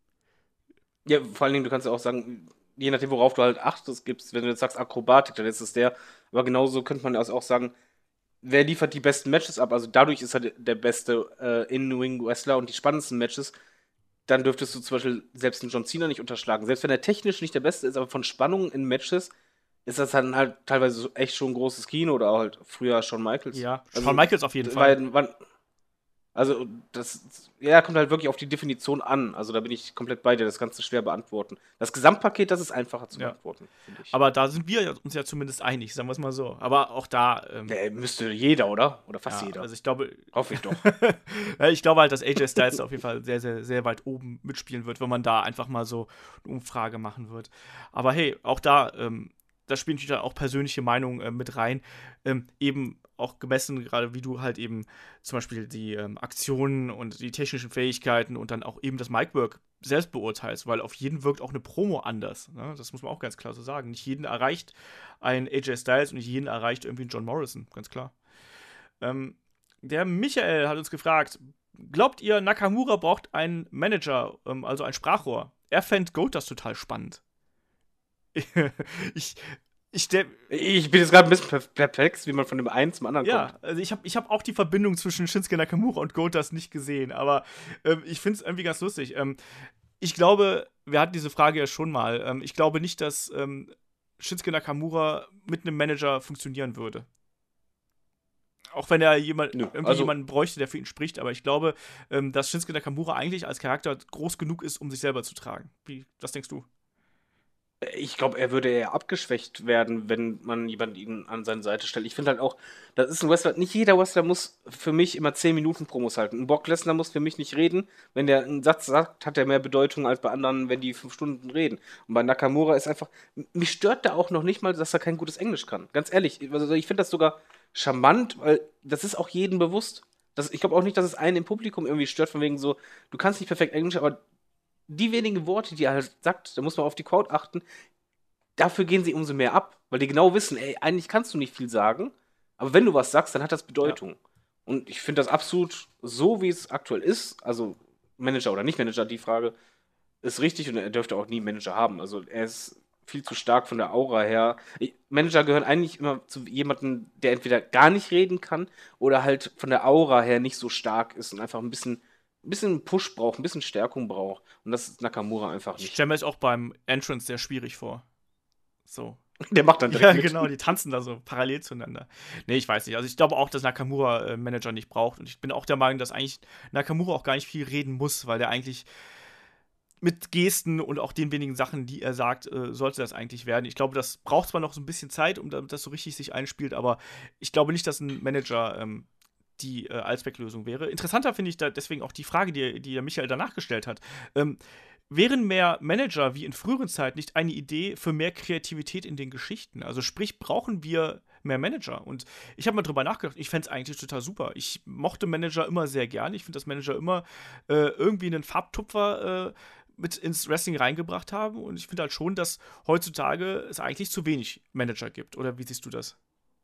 Ja, vor allen Dingen, du kannst ja auch sagen, je nachdem, worauf du halt achtest, gibst, wenn du jetzt sagst Akrobatik, dann ist es der. Aber genauso könnte man also auch sagen, wer liefert die besten Matches ab? Also dadurch ist er der beste äh, In-Ring-Wrestler und die spannendsten Matches. Dann dürftest du zum Beispiel selbst einen John Cena nicht unterschlagen. Selbst wenn er technisch nicht der Beste ist, aber von Spannung in Matches ist das dann halt teilweise so echt schon ein großes Kino oder auch halt früher Shawn Michaels. Ja, also, Shawn Michaels auf jeden Fall. Weil, wann, also das ja, kommt halt wirklich auf die Definition an. Also da bin ich komplett bei dir, das kannst du schwer beantworten. Das Gesamtpaket, das ist einfacher zu Ja. beantworten, finde ich. Aber da sind wir uns ja zumindest einig, sagen wir es mal so. Aber auch da. Ähm, Der müsste jeder, oder? Oder fast ja, jeder. Also ich glaube, Hoffe ich doch. ja, ich glaube halt, dass A J Styles auf jeden Fall sehr, sehr, sehr weit oben mitspielen wird, wenn man da einfach mal so eine Umfrage machen wird. Aber hey, auch da, ähm, da spielen natürlich auch persönliche Meinungen äh, mit rein. Ähm, eben auch gemessen, gerade wie du halt eben zum Beispiel die ähm, Aktionen und die technischen Fähigkeiten und dann auch eben das Micwork selbst beurteilst, weil auf jeden wirkt auch eine Promo anders. Ne? Das muss man auch ganz klar so sagen. Nicht jeden erreicht ein A J Styles und nicht jeden erreicht irgendwie ein John Morrison, ganz klar. Ähm, der Michael hat uns gefragt, glaubt ihr, Nakamura braucht einen Manager, ähm, also ein Sprachrohr? Er fände Goat das total spannend. ich, ich, der, Ich bin jetzt gerade ein bisschen perplex, wie man von dem einen zum anderen ja, kommt. also ich habe ich hab auch die Verbindung zwischen Shinsuke Nakamura und Goat nicht gesehen, aber ähm, ich finde es irgendwie ganz lustig. Ähm, ich glaube, wir hatten diese Frage ja schon mal. Ähm, ich glaube nicht, dass ähm, Shinsuke Nakamura mit einem Manager funktionieren würde. Auch wenn er jemand, Nö, irgendwie also- jemanden bräuchte, der für ihn spricht, aber ich glaube, ähm, dass Shinsuke Nakamura eigentlich als Charakter groß genug ist, um sich selber zu tragen. Wie, was denkst du? Ich glaube, er würde eher abgeschwächt werden, wenn man jemanden ihn an seine Seite stellt. Ich finde halt auch, das ist ein Wrestler, nicht jeder Wrestler muss für mich immer zehn Minuten Promos halten. Ein Brock Lesnar muss für mich nicht reden. Wenn der einen Satz sagt, hat er mehr Bedeutung als bei anderen, wenn die fünf Stunden reden. Und bei Nakamura ist einfach, mich stört da auch noch nicht mal, dass er kein gutes Englisch kann. Ganz ehrlich, also ich finde das sogar charmant, weil das ist auch jedem bewusst. Das, ich glaube auch nicht, dass es einen im Publikum irgendwie stört, von wegen so, du kannst nicht perfekt Englisch, aber die wenigen Worte, die er halt sagt, da muss man auf die Crowd achten, dafür gehen sie umso mehr ab, weil die genau wissen, ey, eigentlich kannst du nicht viel sagen, aber wenn du was sagst, dann hat das Bedeutung. Ja. Und ich finde das absolut so, wie es aktuell ist, also Manager oder nicht Manager, die Frage ist richtig und er dürfte auch nie Manager haben. Also er ist viel zu stark von der Aura her. Manager gehören eigentlich immer zu jemandem, der entweder gar nicht reden kann oder halt von der Aura her nicht so stark ist und einfach ein bisschen ein bisschen Push braucht, ein bisschen Stärkung braucht. Und das ist Nakamura einfach Ich nicht. stelle mir es auch beim Entrance sehr schwierig vor. So. Der macht dann Ja, direkt mit. genau, die tanzen da so parallel zueinander. Nee, ich weiß nicht. Also ich glaube auch, dass Nakamura äh, Manager nicht braucht. Und ich bin auch der Meinung, dass eigentlich Nakamura auch gar nicht viel reden muss, weil der eigentlich mit Gesten und auch den wenigen Sachen, die er sagt, äh, sollte das eigentlich werden. Ich glaube, das braucht zwar noch so ein bisschen Zeit, um damit das so richtig sich einspielt, aber ich glaube nicht, dass ein Manager ähm, die äh, Allzwecklösung wäre. Interessanter finde ich da deswegen auch die Frage, die, die der Michael danach gestellt hat. Ähm, wären mehr Manager wie in früheren Zeiten nicht eine Idee für mehr Kreativität in den Geschichten? Also sprich, brauchen wir mehr Manager? Und ich habe mal drüber nachgedacht, ich fände es eigentlich total super. Ich mochte Manager immer sehr gern. Ich finde, dass Manager immer äh, irgendwie einen Farbtupfer äh, mit ins Wrestling reingebracht haben. Und ich finde halt schon, dass heutzutage es eigentlich zu wenig Manager gibt. Oder wie siehst du das?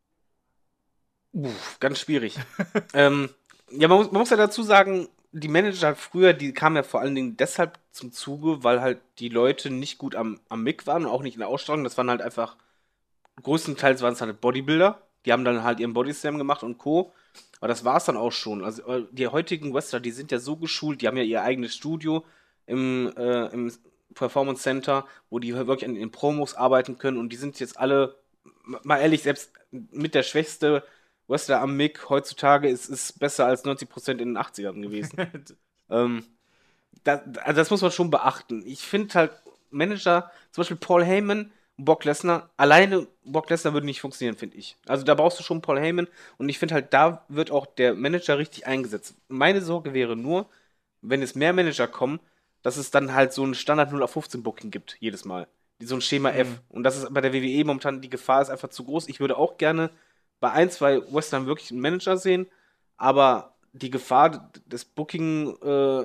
Uff, ganz schwierig. ähm, ja, man muss, man muss ja dazu sagen, die Manager früher, die kamen ja vor allen Dingen deshalb zum Zuge, weil halt die Leute nicht gut am, am Mic waren und auch nicht in der Ausstrahlung. Das waren halt einfach, größtenteils waren es halt Bodybuilder. Die haben dann halt ihren Bodyslam gemacht und Co. Aber das war es dann auch schon. Also die heutigen Wrestler, die sind ja so geschult, die haben ja ihr eigenes Studio im, äh, im Performance Center, wo die wirklich an den Promos arbeiten können und die sind jetzt alle, mal ehrlich, selbst mit der schwächste Wrestler am Mic heutzutage ist, ist besser als neunzig Prozent in den achtzigern gewesen. ähm, das, also das muss man schon beachten. Ich finde halt Manager, zum Beispiel Paul Heyman und Brock Lesnar, alleine Brock Lesnar würde nicht funktionieren, finde ich. Also da brauchst du schon Paul Heyman und ich finde halt, da wird auch der Manager richtig eingesetzt. Meine Sorge wäre nur, wenn es mehr Manager kommen, dass es dann halt so ein Standard null auf fünfzehn Booking gibt, jedes Mal. So ein Schema F. Mhm. Und das ist bei der W W E momentan, die Gefahr ist einfach zu groß. Ich würde auch gerne bei ein, zwei Wrestlern wirklich einen Manager sehen, aber die Gefahr des Booking, äh,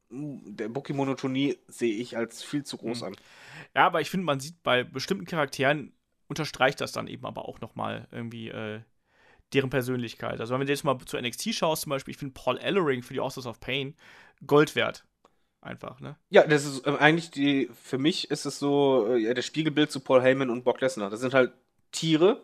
der Booking-Monotonie sehe ich als viel zu groß Mhm. an. Ja, aber ich finde, man sieht bei bestimmten Charakteren, unterstreicht das dann eben aber auch nochmal irgendwie äh, deren Persönlichkeit. Also wenn du jetzt mal zu N X T schaust zum Beispiel, ich finde Paul Ellering für die Authors of Pain Gold wert. Einfach, ne? Ja, das ist äh, eigentlich die, für mich ist es so, äh, ja, das Spiegelbild zu Paul Heyman und Brock Lesnar. Das sind halt Tiere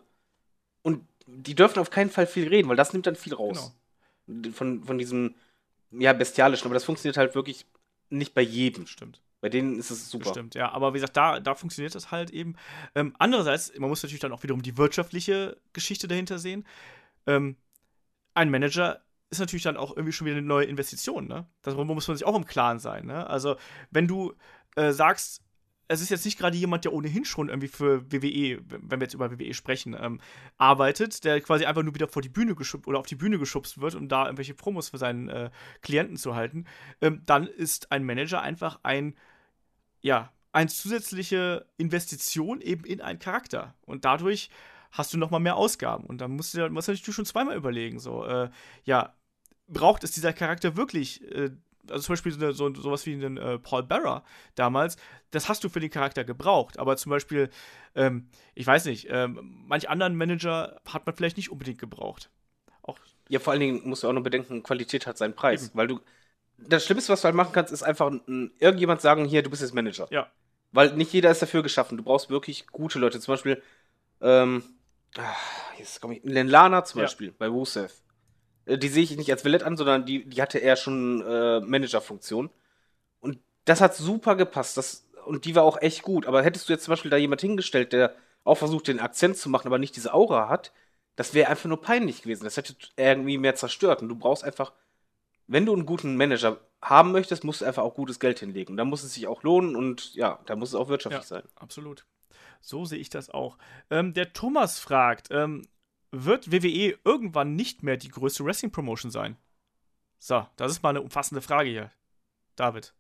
und die dürfen auf keinen Fall viel reden, weil das nimmt dann viel raus. Von, von diesem, ja, bestialischen, aber das funktioniert halt wirklich nicht bei jedem. Stimmt. Bei denen ist es super. Stimmt, ja. Aber wie gesagt, da, da funktioniert das halt eben. Ähm, andererseits, man muss natürlich dann auch wiederum die wirtschaftliche Geschichte dahinter sehen. Ähm, ein Manager ist natürlich dann auch irgendwie schon wieder eine neue Investition, ne? Darüber muss man sich auch im Klaren sein, ne? Also, wenn du äh, sagst, es ist jetzt nicht gerade jemand, der ohnehin schon irgendwie für W W E, wenn wir jetzt über W W E sprechen, ähm, arbeitet, der quasi einfach nur wieder vor die Bühne geschubst oder auf die Bühne geschubst wird, um da irgendwelche Promos für seinen äh, Klienten zu halten, ähm, dann ist ein Manager einfach ein, ja, eine zusätzliche Investition eben in einen Charakter. Und dadurch hast du noch mal mehr Ausgaben. Und dann musst du dir musst du natürlich schon zweimal überlegen, so, äh, ja, braucht es dieser Charakter wirklich, äh, also zum Beispiel so, so sowas wie einen äh, Paul Bearer damals, das hast du für den Charakter gebraucht. Aber zum Beispiel, ähm, ich weiß nicht, ähm, manch anderen Manager hat man vielleicht nicht unbedingt gebraucht. Auch Ja, vor allen Dingen musst du auch noch bedenken, Qualität hat seinen Preis. Eben. Weil du, das Schlimmste, was du halt machen kannst, ist einfach n- irgendjemand sagen, hier, du bist jetzt Manager. Ja. Weil nicht jeder ist dafür geschaffen. Du brauchst wirklich gute Leute. Zum Beispiel, ähm, ah, jetzt komm ich, Len Lana zum Ja. Beispiel, bei Rusev. Äh, Die sehe ich nicht als Valette an, sondern die, die hatte eher schon äh, Managerfunktion. Und das hat super gepasst. Das, und die war auch echt gut. Aber hättest du jetzt zum Beispiel da jemand hingestellt, der auch versucht, den Akzent zu machen, aber nicht diese Aura hat, das wäre einfach nur peinlich gewesen. Das hätte irgendwie mehr zerstört. Und du brauchst einfach, wenn du einen guten Manager haben möchtest, musst du einfach auch gutes Geld hinlegen. Und dann muss es sich auch lohnen und ja, da muss es auch wirtschaftlich Ja. sein. Absolut. So sehe ich das auch. Ähm, der Thomas fragt, ähm, wird W W E irgendwann nicht mehr die größte Wrestling-Promotion sein? So, das ist mal eine umfassende Frage hier. David.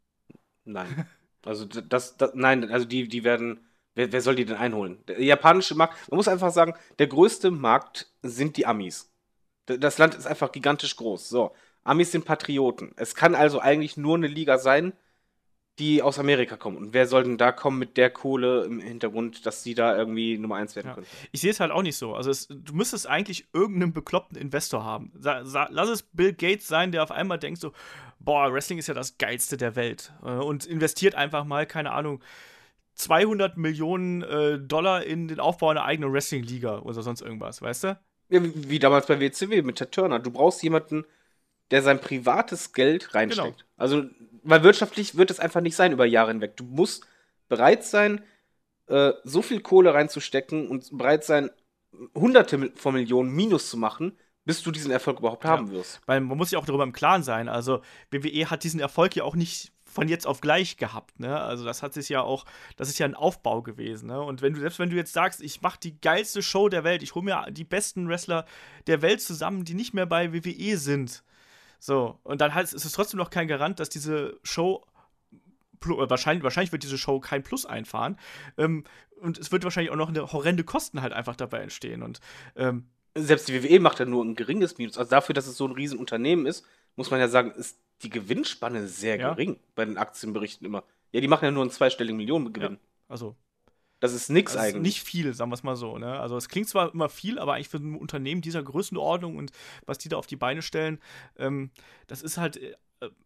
Nein. Also d- das, das nein, also die, die werden, wer, wer soll die denn einholen? Der japanische Markt, man muss einfach sagen, der größte Markt sind die Amis. D- Das Land ist einfach gigantisch groß. So, Amis sind Patrioten. Es kann also eigentlich nur eine Liga sein, die aus Amerika kommt. Und wer soll denn da kommen mit der Kohle im Hintergrund, dass sie da irgendwie Nummer eins werden Ja. können? Ich sehe es halt auch nicht so. Also es, du müsstest eigentlich irgendeinen bekloppten Investor haben. Sa sa lass es Bill Gates sein, der auf einmal denkt so, boah, Wrestling ist ja das Geilste der Welt. Äh, und investiert einfach mal, keine Ahnung, zweihundert Millionen äh, Dollar in den Aufbau einer eigenen Wrestling-Liga oder sonst irgendwas, weißt du? Ja, wie, wie damals bei W C W mit Ted Turner. Du brauchst jemanden, der sein privates Geld reinsteckt. Genau. Also, weil wirtschaftlich wird es einfach nicht sein über Jahre hinweg. Du musst bereit sein, äh, so viel Kohle reinzustecken und bereit sein, hunderte Mil- von Millionen Minus zu machen, bis du diesen Erfolg überhaupt Ja. haben wirst. Weil man muss sich auch darüber im Klaren sein. Also W W E hat diesen Erfolg ja auch nicht von jetzt auf gleich gehabt, ne? Also das hat sich ja auch, das ist ja ein Aufbau gewesen, ne? Und wenn du, selbst wenn du jetzt sagst, ich mache die geilste Show der Welt, ich hole mir die besten Wrestler der Welt zusammen, die nicht mehr bei W W E sind, so, und dann halt, ist es trotzdem noch kein Garant, dass diese Show plu- äh, wahrscheinlich, wahrscheinlich wird diese Show kein Plus einfahren. Ähm, und es wird wahrscheinlich auch noch eine horrende Kosten halt einfach dabei entstehen. Und ähm, Selbst die W W E macht ja nur ein geringes Minus. Also dafür, dass es so ein Riesenunternehmen ist, muss man ja sagen, ist die Gewinnspanne sehr Ja. gering bei den Aktienberichten immer. Ja, die machen ja nur einen zweistelligen Millionengewinn. also Das ist nix Das ist eigentlich. nicht viel, sagen wir es mal so. Ne? Also es klingt zwar immer viel, aber eigentlich für ein Unternehmen dieser Größenordnung und was die da auf die Beine stellen, ähm, das ist halt äh,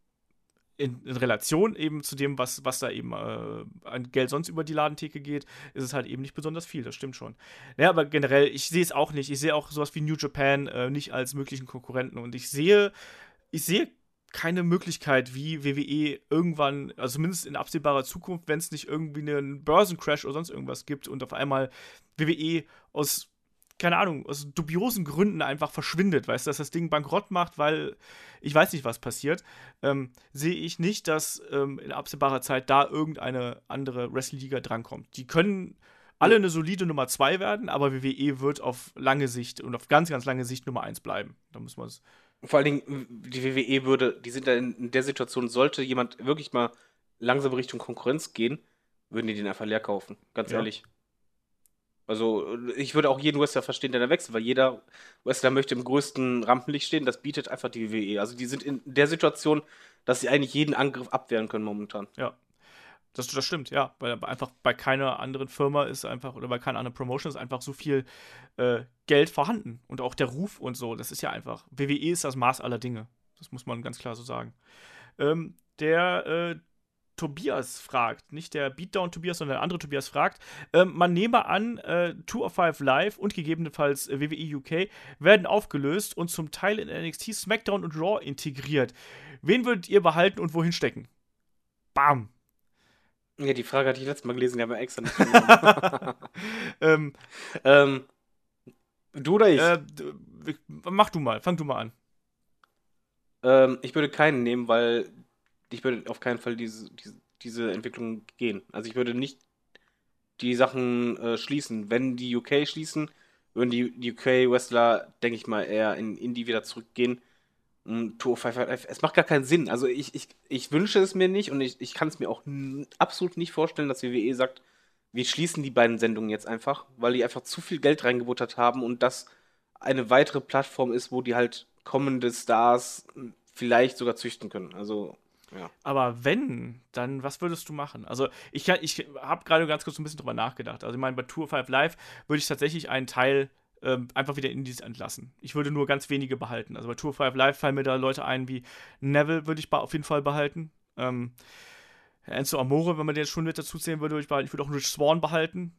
in, in Relation eben zu dem, was, was da eben äh, an Geld sonst über die Ladentheke geht, ist es halt eben nicht besonders viel, das stimmt schon. Ja, aber generell, ich sehe es auch nicht. Ich sehe auch sowas wie New Japan äh, nicht als möglichen Konkurrenten und ich sehe, ich sehe keine Möglichkeit, wie W W E irgendwann, also zumindest in absehbarer Zukunft, wenn es nicht irgendwie einen Börsencrash oder sonst irgendwas gibt und auf einmal W W E aus, keine Ahnung, aus dubiosen Gründen einfach verschwindet, weißt du, dass das Ding bankrott macht, weil ich weiß nicht, was passiert, ähm, sehe ich nicht, dass ähm, in absehbarer Zeit da irgendeine andere Wrestling-Liga drankommt. Die können alle eine solide Nummer zwei werden, aber W W E wird auf lange Sicht und auf ganz, ganz lange Sicht Nummer eins bleiben. Da muss man es. Vor allen Dingen, die W W E würde, die sind da in, in der Situation, sollte jemand wirklich mal langsam Richtung Konkurrenz gehen, würden die den einfach leer kaufen, ganz Ja. ehrlich. Also, ich würde auch jeden Wrestler verstehen, der da wechselt, weil jeder Wrestler möchte im größten Rampenlicht stehen, das bietet einfach die W W E. Also, die sind in der Situation, dass sie eigentlich jeden Angriff abwehren können momentan. Ja. Das, das stimmt, ja. Weil einfach bei keiner anderen Firma ist einfach, oder bei keiner anderen Promotion ist einfach so viel äh, Geld vorhanden. Und auch der Ruf und so. Das ist ja einfach. W W E ist das Maß aller Dinge. Das muss man ganz klar so sagen. Ähm, der äh, Tobias fragt, nicht der Beatdown-Tobias, sondern der andere Tobias fragt, ähm, man nehme an, äh, two oh five Live und gegebenenfalls äh, W W E U K werden aufgelöst und zum Teil in N X T, SmackDown und Raw integriert. Wen würdet ihr behalten und wohin stecken? Bam! Ja, die Frage hatte ich letztes Mal gelesen, die haben wir extra nicht gelesen. ähm, ähm, du oder ich? äh, d- mach du mal, fang du mal an. Ähm, ich würde keinen nehmen, weil ich würde auf keinen Fall diese, diese, diese Entwicklung gehen. Also ich würde nicht die Sachen äh, schließen. Wenn die U K schließen, würden die, die U K-Wrestler, denke ich mal, eher in Indie wieder zurückgehen. Und two oh five Live, es macht gar keinen Sinn. Also ich, ich, ich wünsche es mir nicht und ich, ich kann es mir auch n- absolut nicht vorstellen, dass W W E sagt, wir schließen die beiden Sendungen jetzt einfach, weil die einfach zu viel Geld reingebuttert haben und das eine weitere Plattform ist, wo die halt kommende Stars m, vielleicht sogar züchten können. Also, ja. Aber wenn, dann was würdest du machen? Also ich, kann- ich habe gerade ganz kurz ein bisschen drüber nachgedacht. Also ich meine, bei two oh five Live würde ich tatsächlich einen Teil ähm, einfach wieder in Indies entlassen. Ich würde nur ganz wenige behalten. Also bei two oh five Live fallen mir da Leute ein wie Neville würde ich ba- auf jeden Fall behalten. Ähm, Enzo Amore, wenn man den jetzt schon mit dazu zählen würde, würde ich behalten. Ich würde auch Rich Swann behalten.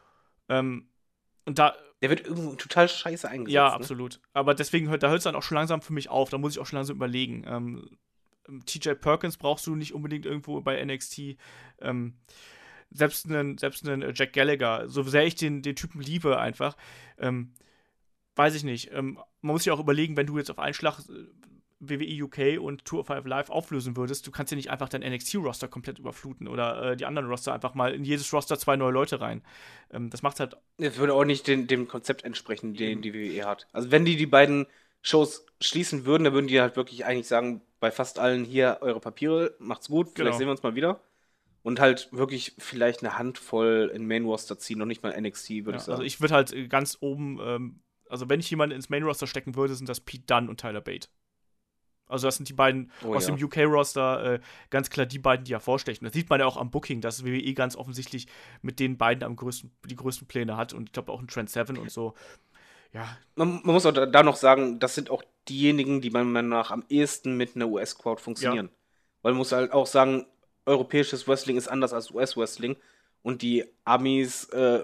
Ähm, und da, Der wird irgendwo total scheiße eingesetzt. ja, ne? absolut. Aber deswegen hört, da hört es dann auch schon langsam für mich auf. Da muss ich auch schon langsam überlegen. Ähm, T J Perkins brauchst du nicht unbedingt irgendwo bei N X T. Ähm, selbst einen, selbst einen Jack Gallagher, so sehr ich den, den Typen liebe einfach, ähm, weiß ich nicht. Ähm, man muss ja auch überlegen, wenn du jetzt auf einen Schlag äh, W W E U K und two oh five Live auflösen würdest, du kannst ja nicht einfach dein N X T-Roster komplett überfluten oder äh, die anderen Roster einfach mal in jedes Roster zwei neue Leute rein. Ähm, das macht halt. Das würde auch nicht den, dem Konzept entsprechen, den Eben. die W W E hat. Also wenn die die beiden Shows schließen würden, dann würden die halt wirklich eigentlich sagen, bei fast allen hier eure Papiere, macht's gut, vielleicht Genau. sehen wir uns mal wieder. Und halt wirklich vielleicht eine Handvoll in Main Roster ziehen, noch nicht mal N X T, würde Ja, ich sagen. also ich würde halt äh, ganz oben, ähm, also wenn ich jemanden ins Main-Roster stecken würde, sind das Pete Dunne und Tyler Bate. Also das sind die beiden Oh aus ja. dem U K-Roster, äh, ganz klar die beiden, die hervorstechen. Das sieht man ja auch am Booking, dass W W E ganz offensichtlich mit den beiden am größten, die größten Pläne hat und ich glaube auch ein Trent Seven und so. Ja, man, man muss auch da, da noch sagen, das sind auch diejenigen, die meiner Meinung nach am ehesten mit einer U S-Crowd funktionieren. Weil man muss halt auch sagen, europäisches Wrestling ist anders als U S-Wrestling und die Amis, äh,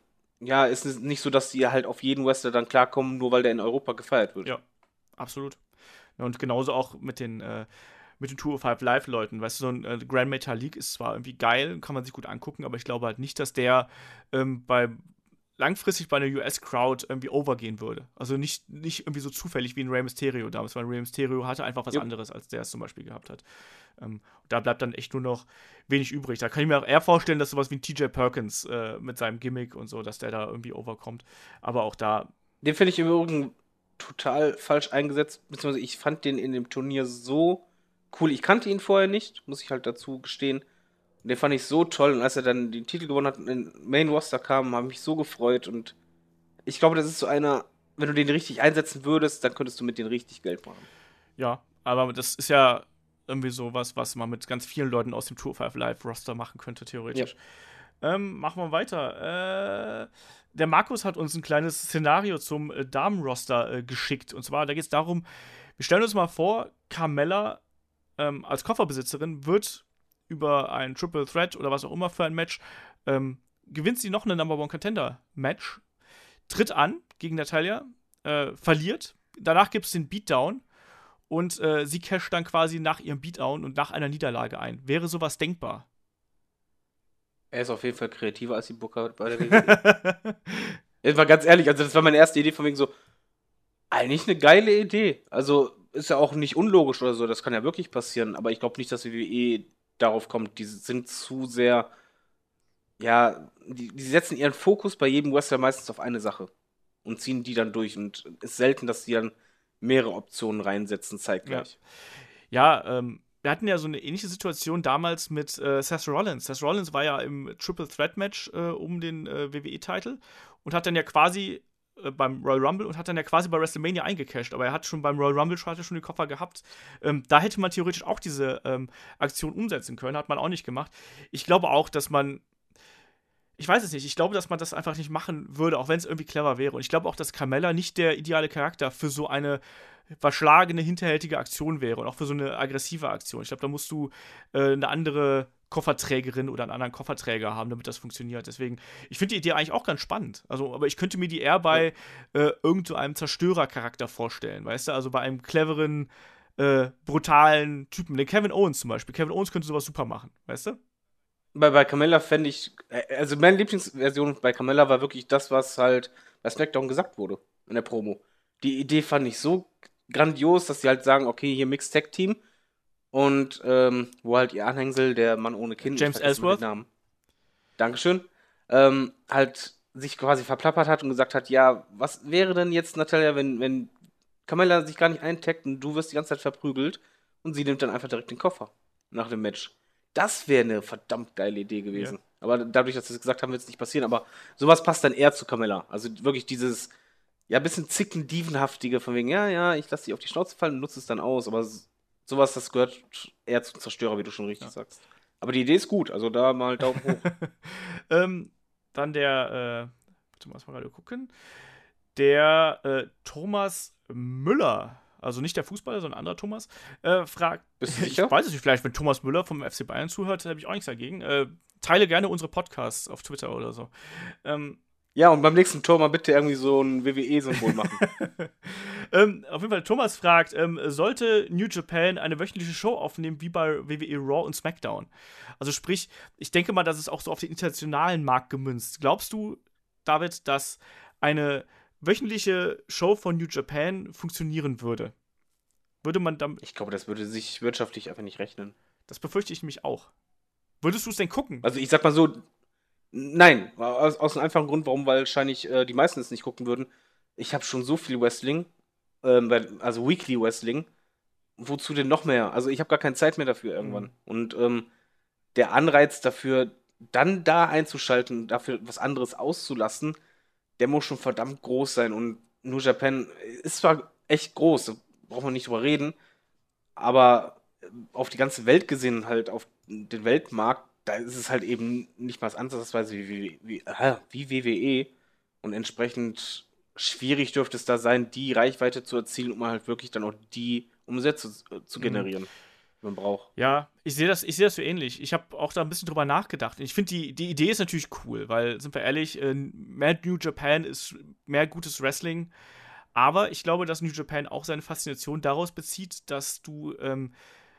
ja, ist es nicht so, dass die halt auf jeden Wrestler dann klarkommen, nur weil der in Europa gefeiert wird. Ja. absolut. Und genauso auch mit den, äh, mit den two oh five Live-Leuten. Weißt du, so ein äh, Grand Metalik ist zwar irgendwie geil, kann man sich gut angucken, aber ich glaube halt nicht, dass der ähm, bei langfristig bei einer U S-Crowd irgendwie overgehen würde. Also nicht, nicht irgendwie so zufällig wie ein Rey Mysterio damals, weil Rey Mysterio hatte einfach was Jupp. anderes, als der es zum Beispiel gehabt hat. Ähm, da bleibt dann echt nur noch wenig übrig. Da kann ich mir auch eher vorstellen, dass sowas wie ein T J Perkins äh, mit seinem Gimmick und so, dass der da irgendwie overkommt. Aber auch da, Den finde ich im Übrigen total falsch eingesetzt, beziehungsweise ich fand den in dem Turnier so cool. Ich kannte ihn vorher nicht, muss ich halt dazu gestehen. Und den fand ich so toll. Und als er dann den Titel gewonnen hat und in den Main Roster kam, habe ich mich so gefreut. Und ich glaube, das ist so einer, wenn du den richtig einsetzen würdest, dann könntest du mit denen richtig Geld machen. ja, aber das ist ja irgendwie sowas, was man mit ganz vielen Leuten aus dem two oh five Live-Roster machen könnte, theoretisch. Ähm, machen wir weiter. Äh, der Markus hat uns ein kleines Szenario zum äh, Damenroster äh, geschickt. Und zwar, da geht es darum, wir stellen uns mal vor, Carmella ähm, als Kofferbesitzerin wird über ein Triple Threat oder was auch immer für ein Match, ähm, gewinnt sie noch eine Number One Contender Match, tritt an gegen Natalia, äh, verliert. Danach gibt es den Beatdown. und äh, sie casht dann quasi nach ihrem Beatdown und nach einer Niederlage ein. Wäre sowas denkbar? Er ist auf jeden Fall kreativer als die Booker bei der W W E. Jetzt mal ganz ehrlich, also das war meine erste Idee von wegen so, eigentlich eine geile Idee. Also ist ja auch nicht unlogisch oder so, das kann ja wirklich passieren, aber ich glaube nicht, dass die W W E darauf kommt. Die sind zu sehr, ja, die, die setzen ihren Fokus bei jedem Wrestler meistens auf eine Sache und ziehen die dann durch und es ist selten, dass die dann mehrere Optionen reinsetzen zeitgleich. Ja, ja ähm, wir hatten ja so eine ähnliche Situation damals mit äh, Seth Rollins. Seth Rollins war ja im Triple Threat Match äh, um den äh, W W E-Titel und hat dann ja quasi äh, beim Royal Rumble und hat dann ja quasi bei WrestleMania eingecasht. Aber er hat schon beim Royal Rumble schon, hatte schon den Koffer gehabt. Ähm, da hätte man theoretisch auch diese ähm, Aktion umsetzen können. Hat man auch nicht gemacht. Ich glaube auch, dass man Ich weiß es nicht. Ich glaube, dass man das einfach nicht machen würde, auch wenn es irgendwie clever wäre. Und ich glaube auch, dass Carmella nicht der ideale Charakter für so eine verschlagene, hinterhältige Aktion wäre und auch für so eine aggressive Aktion. Ich glaube, da musst du äh, eine andere Kofferträgerin oder einen anderen Kofferträger haben, damit das funktioniert. Deswegen, ich finde die Idee eigentlich auch ganz spannend. Also, aber ich könnte mir die eher bei äh, irgend so einem Zerstörercharakter vorstellen, weißt du? Also bei einem cleveren, äh, brutalen Typen. Den Kevin Owens zum Beispiel. Kevin Owens könnte sowas super machen, weißt du? Bei, bei Carmella fände ich, also meine Lieblingsversion bei Carmella war wirklich das, was halt bei SmackDown gesagt wurde in der Promo. Die Idee fand ich so grandios, dass sie halt sagen, okay, hier Mixed Tag Team und ähm, wo halt ihr Anhängsel, der Mann ohne Kind, James Ellsworth, Namen. Dankeschön, ähm, halt sich quasi verplappert hat und gesagt hat, ja, was wäre denn jetzt, Natalia, wenn, wenn Carmella sich gar nicht eintaggt und du wirst die ganze Zeit verprügelt und sie nimmt dann einfach direkt den Koffer nach dem Match. Das wäre eine verdammt geile Idee gewesen. Ja. Aber dadurch, dass sie es gesagt haben, wird es nicht passieren. Aber sowas passt dann eher zu Carmella. Also wirklich dieses, ja, bisschen zicken-dievenhaftige von wegen, ja, ja, ich lasse dich auf die Schnauze fallen und nutze es dann aus. Aber sowas, das gehört eher zum Zerstörer, wie du schon richtig ja. sagst. Aber die Idee ist gut. Also da mal Daumen hoch. ähm, dann der, äh, warte mal, mal gerade gucken. Der äh, Thomas Müller, also nicht der Fußballer, sondern ein anderer Thomas, äh, fragt, Bist du sicher? Ich weiß es nicht, vielleicht, wenn Thomas Müller vom F C Bayern zuhört, habe ich auch nichts dagegen. Äh, teile gerne unsere Podcasts auf Twitter oder so. Ähm, ja, und beim nächsten Tor mal bitte irgendwie so ein W W E-Symbol machen. ähm, auf jeden Fall, Thomas fragt, ähm, sollte New Japan eine wöchentliche Show aufnehmen, wie bei W W E Raw und SmackDown? Also sprich, ich denke mal, das ist auch so auf den internationalen Markt gemünzt. Glaubst du, David, dass eine wöchentliche Show von New Japan funktionieren würde? Würde man dann. Ich glaube, das würde sich wirtschaftlich einfach nicht rechnen. Das befürchte ich nämlich auch. Würdest du es denn gucken? Also ich sag mal so, nein, aus, aus einem einfachen Grund, warum wahrscheinlich äh, die meisten es nicht gucken würden. Ich habe schon so viel Wrestling, ähm, also Weekly Wrestling. Wozu denn noch mehr? Also ich habe gar keine Zeit mehr dafür irgendwann. Mhm. Und ähm, der Anreiz dafür, dann da einzuschalten, dafür was anderes auszulassen, der muss schon verdammt groß sein. Und New Japan ist zwar echt groß, da braucht man nicht drüber reden, aber auf die ganze Welt gesehen, halt auf den Weltmarkt, da ist es halt eben nicht mal ansatzweise wie, wie, wie, äh, wie W W E. Und entsprechend schwierig dürfte es da sein, die Reichweite zu erzielen, um halt wirklich dann auch die Umsätze zu, zu generieren, mhm. die man braucht. Ja, ich sehe das, ich sehe das so ähnlich. Ich habe auch da ein bisschen drüber nachgedacht. Ich finde, die, die Idee ist natürlich cool, weil, sind wir ehrlich, äh, mehr New Japan ist mehr gutes Wrestling. Aber ich glaube, dass New Japan auch seine Faszination daraus bezieht, dass du, ähm,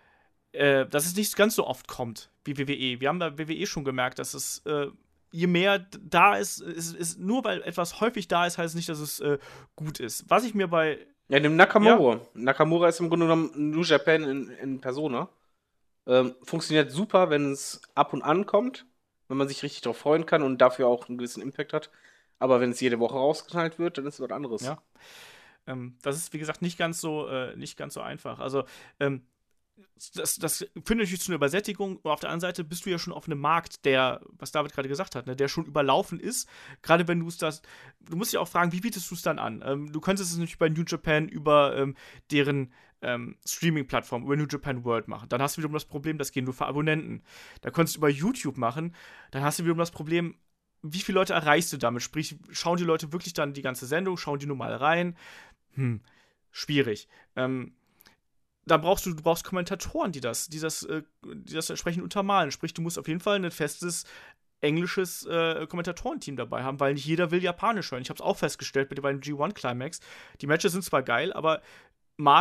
äh, dass es nicht ganz so oft kommt wie W W E. Wir haben bei W W E schon gemerkt, dass es, äh, je mehr da ist, ist, ist, nur weil etwas häufig da ist, heißt es nicht, dass es äh, gut ist. Was ich mir bei Ja, dem Nakamura. Ja. Nakamura ist im Grunde genommen New Japan in, in Persona. Ähm, funktioniert super, wenn es ab und an kommt, wenn man sich richtig darauf freuen kann und dafür auch einen gewissen Impact hat. Aber wenn es jede Woche rausgeknallt wird, dann ist es was anderes. Ja. Ähm, das ist, wie gesagt, nicht ganz so, äh, nicht ganz so einfach. Also, ähm, das, das führt natürlich zu einer Übersättigung. Und auf der anderen Seite bist du ja schon auf einem Markt, der, was David gerade gesagt hat, ne, der schon überlaufen ist. Gerade wenn du es das, du musst dich auch fragen, wie bietest du es dann an? Ähm, du könntest es natürlich bei New Japan über ähm, deren ähm, Streaming-Plattform, über New Japan World machen. Dann hast du wiederum das Problem, das gehen nur für Abonnenten. Da könntest du über YouTube machen. Dann hast du wiederum das Problem, wie viele Leute erreichst du damit? Sprich, schauen die Leute wirklich dann die ganze Sendung, schauen die nur mal rein? Hm, schwierig. Ähm, da brauchst du, du brauchst Kommentatoren, die das, die das, äh, die das entsprechend untermalen. Sprich, du musst auf jeden Fall ein festes englisches äh, Kommentatorenteam dabei haben, weil nicht jeder will Japanisch hören. Ich habe es auch festgestellt bei dem G eins Climax. Die Matches sind zwar geil, aber mal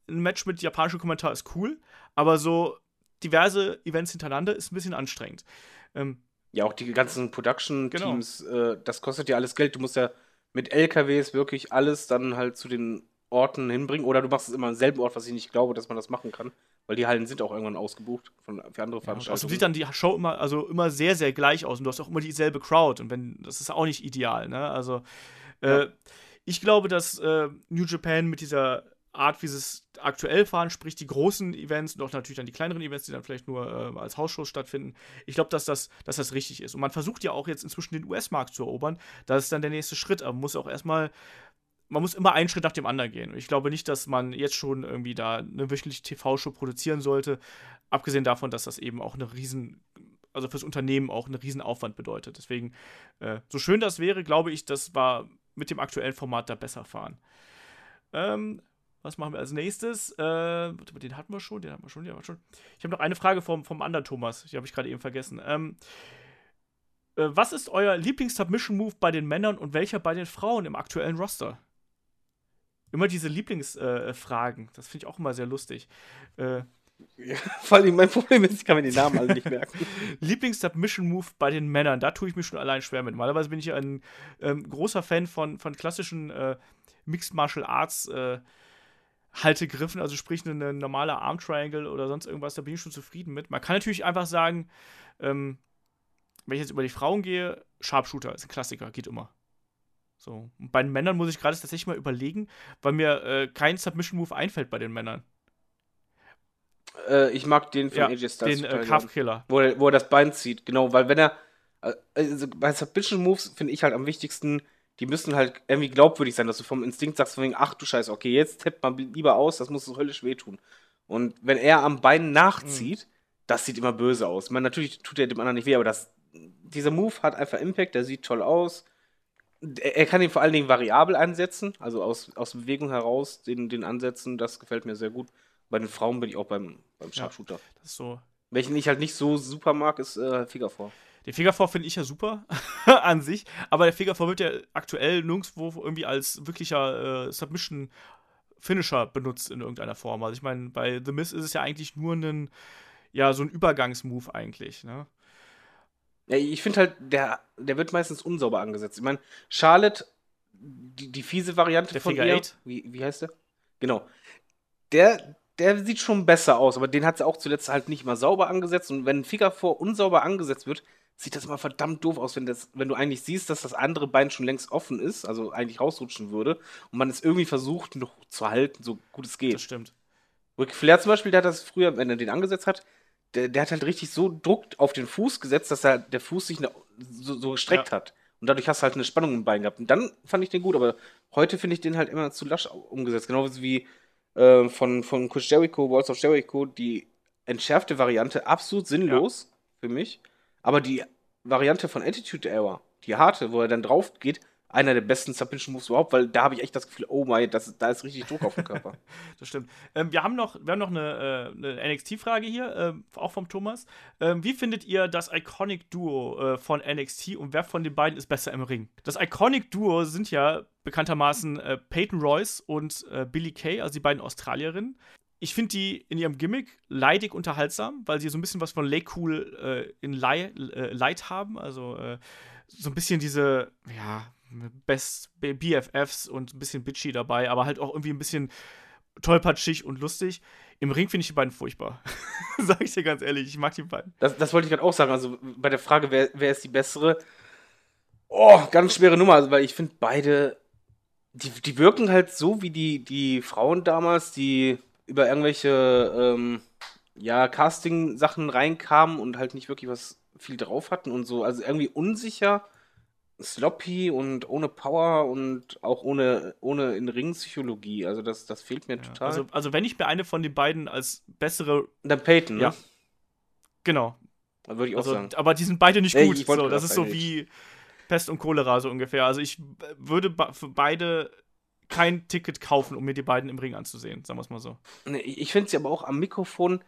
ein Match mit japanischem Kommentar ist cool, aber so diverse Events hintereinander ist ein bisschen anstrengend. Ähm, Ja, auch die ganzen Production-Teams, genau. äh, das kostet ja alles Geld. Du musst ja mit L K Ws wirklich alles dann halt zu den Orten hinbringen. Oder du machst es immer am selben Ort, was ich nicht glaube, dass man das machen kann. Weil die Hallen sind auch irgendwann ausgebucht von, für andere ja, Veranstaltungen. also sieht dann die Show immer, also immer sehr, sehr gleich aus. Und du hast auch immer dieselbe Crowd. Und wenn, das ist auch nicht ideal, ne? Also, äh, ja. ich glaube, dass äh, New Japan mit dieser Art, wie sie es aktuell fahren, sprich die großen Events und auch natürlich dann die kleineren Events, die dann vielleicht nur äh, als Hausshows stattfinden. Ich glaube, dass das, dass das richtig ist. Und man versucht ja auch jetzt inzwischen den U S-Markt zu erobern. Das ist dann der nächste Schritt. Aber man muss auch erstmal, man muss immer einen Schritt nach dem anderen gehen. Und ich glaube nicht, dass man jetzt schon irgendwie da eine wöchentliche T V-Show produzieren sollte. Abgesehen davon, dass das eben auch eine riesen, also fürs Unternehmen auch einen riesen Aufwand bedeutet. Deswegen, äh, so schön das wäre, glaube ich, das war mit dem aktuellen Format da besser fahren. Ähm, Was machen wir als nächstes? Äh, den hatten wir schon, den hatten wir schon, den hatten wir schon. Ich habe noch eine Frage vom, vom anderen Thomas, die habe ich gerade eben vergessen. Ähm, äh, was ist euer Lieblings-Submission-Move bei den Männern und welcher bei den Frauen im aktuellen Roster? Immer diese Lieblingsfragen, äh, das finde ich auch immer sehr lustig. Äh, ja, vor allem mein Problem ist, ich kann mir die Namen alle nicht merken. Lieblings-Submission-Move bei den Männern, da tue ich mich schon allein schwer mit. Normalerweise bin ich ein ähm, großer Fan von, von klassischen äh, Mixed Martial Arts äh, Haltegriffen, also sprich eine normale Arm Triangle oder sonst irgendwas, da bin ich schon zufrieden mit. Man kann natürlich einfach sagen, ähm, wenn ich jetzt über die Frauen gehe, Sharpshooter ist ein Klassiker, geht immer. So. Und bei den Männern muss ich gerade tatsächlich mal überlegen, weil mir äh, kein Submission-Move einfällt bei den Männern. Äh, ich mag den von ja, A J Styles. Den äh, Calf-Killer. Wo er, wo er das Bein zieht, genau, weil wenn er, also bei Submission-Moves finde ich halt am wichtigsten, die müssen halt irgendwie glaubwürdig sein, dass du vom Instinkt sagst, von wegen, ach du Scheiße, okay, jetzt tippt man lieber aus, das muss so höllisch wehtun. Und wenn er am Bein nachzieht, mhm. das sieht immer böse aus. Ich meine, natürlich tut er dem anderen nicht weh, aber das, dieser Move hat einfach Impact, der sieht toll aus. Er, er kann ihn vor allen Dingen variabel einsetzen, also aus, aus Bewegung heraus den, den Ansätzen, das gefällt mir sehr gut. Bei den Frauen bin ich auch beim, beim Sharpshooter. Ja, das ist so. Welchen ich halt nicht so super mag, ist äh, Figure Four. Den Figure Four finde ich ja super an sich, aber der Figure Four wird ja aktuell nirgendwo irgendwie als wirklicher äh, Submission-Finisher benutzt in irgendeiner Form. Also ich meine, bei The Miz ist es ja eigentlich nur ein, ja, so ein Übergangsmove eigentlich, ne? Ja, ich finde halt, der, der wird meistens unsauber angesetzt. Ich meine, Charlotte, die, die fiese Variante der von Figure ihr, Eight. Wie, wie heißt der? Genau. Der, der sieht schon besser aus, aber den hat sie auch zuletzt halt nicht mal sauber angesetzt. Und wenn ein Figure Four unsauber angesetzt wird, sieht das immer verdammt doof aus, wenn, das, wenn du eigentlich siehst, dass das andere Bein schon längst offen ist, also eigentlich rausrutschen würde, und man es irgendwie versucht, noch zu halten, so gut es geht. Das stimmt. Ric Flair zum Beispiel, der hat das früher, wenn er den angesetzt hat, der, der hat halt richtig so Druck auf den Fuß gesetzt, dass er, der Fuß sich ne, so, so gestreckt ja. hat. Und dadurch hast du halt eine Spannung im Bein gehabt. Und dann fand ich den gut, aber heute finde ich den halt immer zu lasch umgesetzt. Genauso wie äh, von, von Chris Jericho, Walls of Jericho, die entschärfte Variante, absolut sinnlos ja. für mich. Aber die Variante von Attitude Era, die harte, wo er dann drauf geht, einer der besten Submission Moves überhaupt, weil da habe ich echt das Gefühl, oh mein, das, da ist richtig Druck auf dem Körper. Das stimmt. Ähm, wir haben noch, wir haben noch eine, äh, eine N X T-Frage hier, äh, auch vom Thomas. Ähm, wie findet ihr das Iconic Duo äh, von N X T und wer von den beiden ist besser im Ring? Das Iconic Duo sind ja bekanntermaßen äh, Peyton Royce und äh, Billie Kay, also die beiden Australierinnen. Ich finde die in ihrem Gimmick leidig unterhaltsam, weil sie so ein bisschen was von Lake Cool äh, in Light, äh, Light haben. Also äh, so ein bisschen diese, ja, Best B F Fs und ein bisschen bitchy dabei, aber halt auch irgendwie ein bisschen tollpatschig und lustig. Im Ring finde ich die beiden furchtbar. Sag ich dir ganz ehrlich, ich mag die beiden. Das, das wollte ich gerade auch sagen. Also bei der Frage, wer, wer ist die bessere? Oh, ganz schwere Nummer, also, weil ich finde beide, die, die wirken halt so wie die, die Frauen damals, die über irgendwelche ähm, ja, Casting-Sachen reinkamen und halt nicht wirklich was viel drauf hatten und so. Also irgendwie unsicher, sloppy und ohne Power und auch ohne, ohne In-Ring-Psychologie. Also das, das fehlt mir ja, total. Also, also wenn ich mir eine von den beiden als bessere... Dann Peyton, ja. ne? Genau. Da würde ich auch also, sagen. Aber die sind beide nicht Ey, gut. So, das ist so eigentlich. wie Pest und Cholera so ungefähr. Also ich würde für beide kein Ticket kaufen, um mir die beiden im Ring anzusehen, sagen wir es mal so. Nee, ich finde sie aber auch am Mikrofon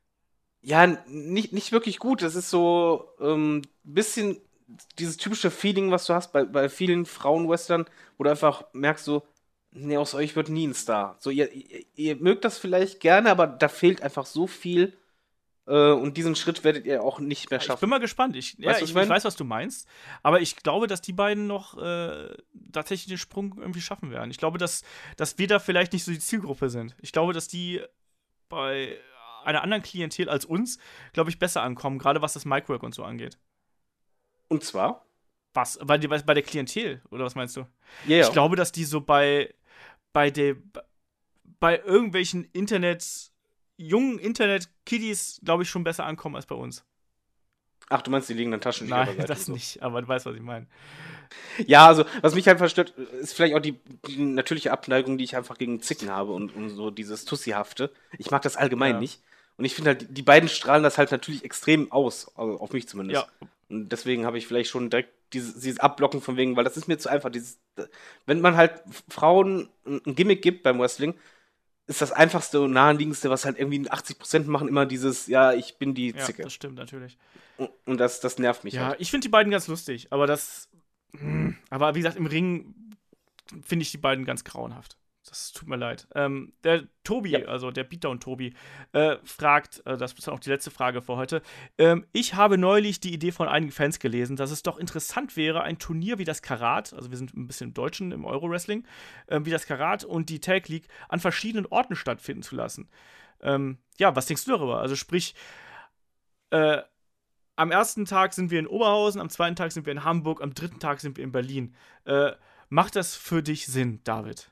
ja nicht, nicht wirklich gut. Das ist so ein ähm, bisschen dieses typische Feeling, was du hast bei, bei vielen Frauen-Western, wo du einfach merkst so, Nee, aus euch wird nie ein Star. So, ihr, ihr, ihr mögt das vielleicht gerne, aber da fehlt einfach so viel. Äh, und diesen Schritt werdet ihr auch nicht mehr Ich schaffen. bin mal gespannt. Ich, ja, Weißt du, was ich, ich mein? ich weiß, was du meinst. Aber ich glaube, dass die beiden noch äh, tatsächlich den Sprung irgendwie schaffen werden. Ich glaube, dass, dass wir da vielleicht nicht so die Zielgruppe sind. Ich glaube, dass die bei einer anderen Klientel als uns, glaube ich, besser ankommen, gerade was das Micwork und so angeht. Und zwar? Was? Bei, die- bei der Klientel, oder was meinst du? Ja, ja. Ich glaube, dass die so bei, bei, der, bei irgendwelchen Internet, jungen Internet-Kiddies, glaube ich, schon besser ankommen als bei uns. Ach, du meinst, die liegen dann Taschentücher Nein, beiseite das und so. nicht, aber du weißt, was ich meine. Ja, also, was mich halt verstört, ist vielleicht auch die, die natürliche Abneigung, die ich einfach gegen Zicken habe und, und so dieses Tussihafte. Ich mag das allgemein Ja. nicht. Und ich finde halt, die beiden strahlen das halt natürlich extrem aus, also auf mich zumindest. Ja. Und deswegen habe ich vielleicht schon direkt dieses, dieses Abblocken von wegen, weil das ist mir zu einfach. Dieses, wenn man halt Frauen ein ein Gimmick gibt beim Wrestling, ist das einfachste und naheliegendste, was halt irgendwie achtzig Prozent machen, immer dieses, ja, ich bin die Ja, Zicke. das stimmt natürlich. Und, und das, das nervt mich Ja, halt. ich finde die beiden ganz lustig, aber das. mm, Aber wie gesagt, im Ring finde ich die beiden ganz grauenhaft. Das tut mir leid. Ähm, der Tobi, Ja. also der Beatdown-Tobi, äh, fragt, äh, das ist dann auch die letzte Frage für heute. Ähm, ich habe neulich die Idee von einigen Fans gelesen, dass es doch interessant wäre, ein Turnier wie das Karat, also wir sind ein bisschen im Deutschen, im Euro-Wrestling, äh, wie das Karat und die Tag League an verschiedenen Orten stattfinden zu lassen. Ähm, ja, was denkst du darüber? Also sprich, äh, am ersten Tag sind wir in Oberhausen, am zweiten Tag sind wir in Hamburg, am dritten Tag sind wir in Berlin. Äh, macht das für dich Sinn, David?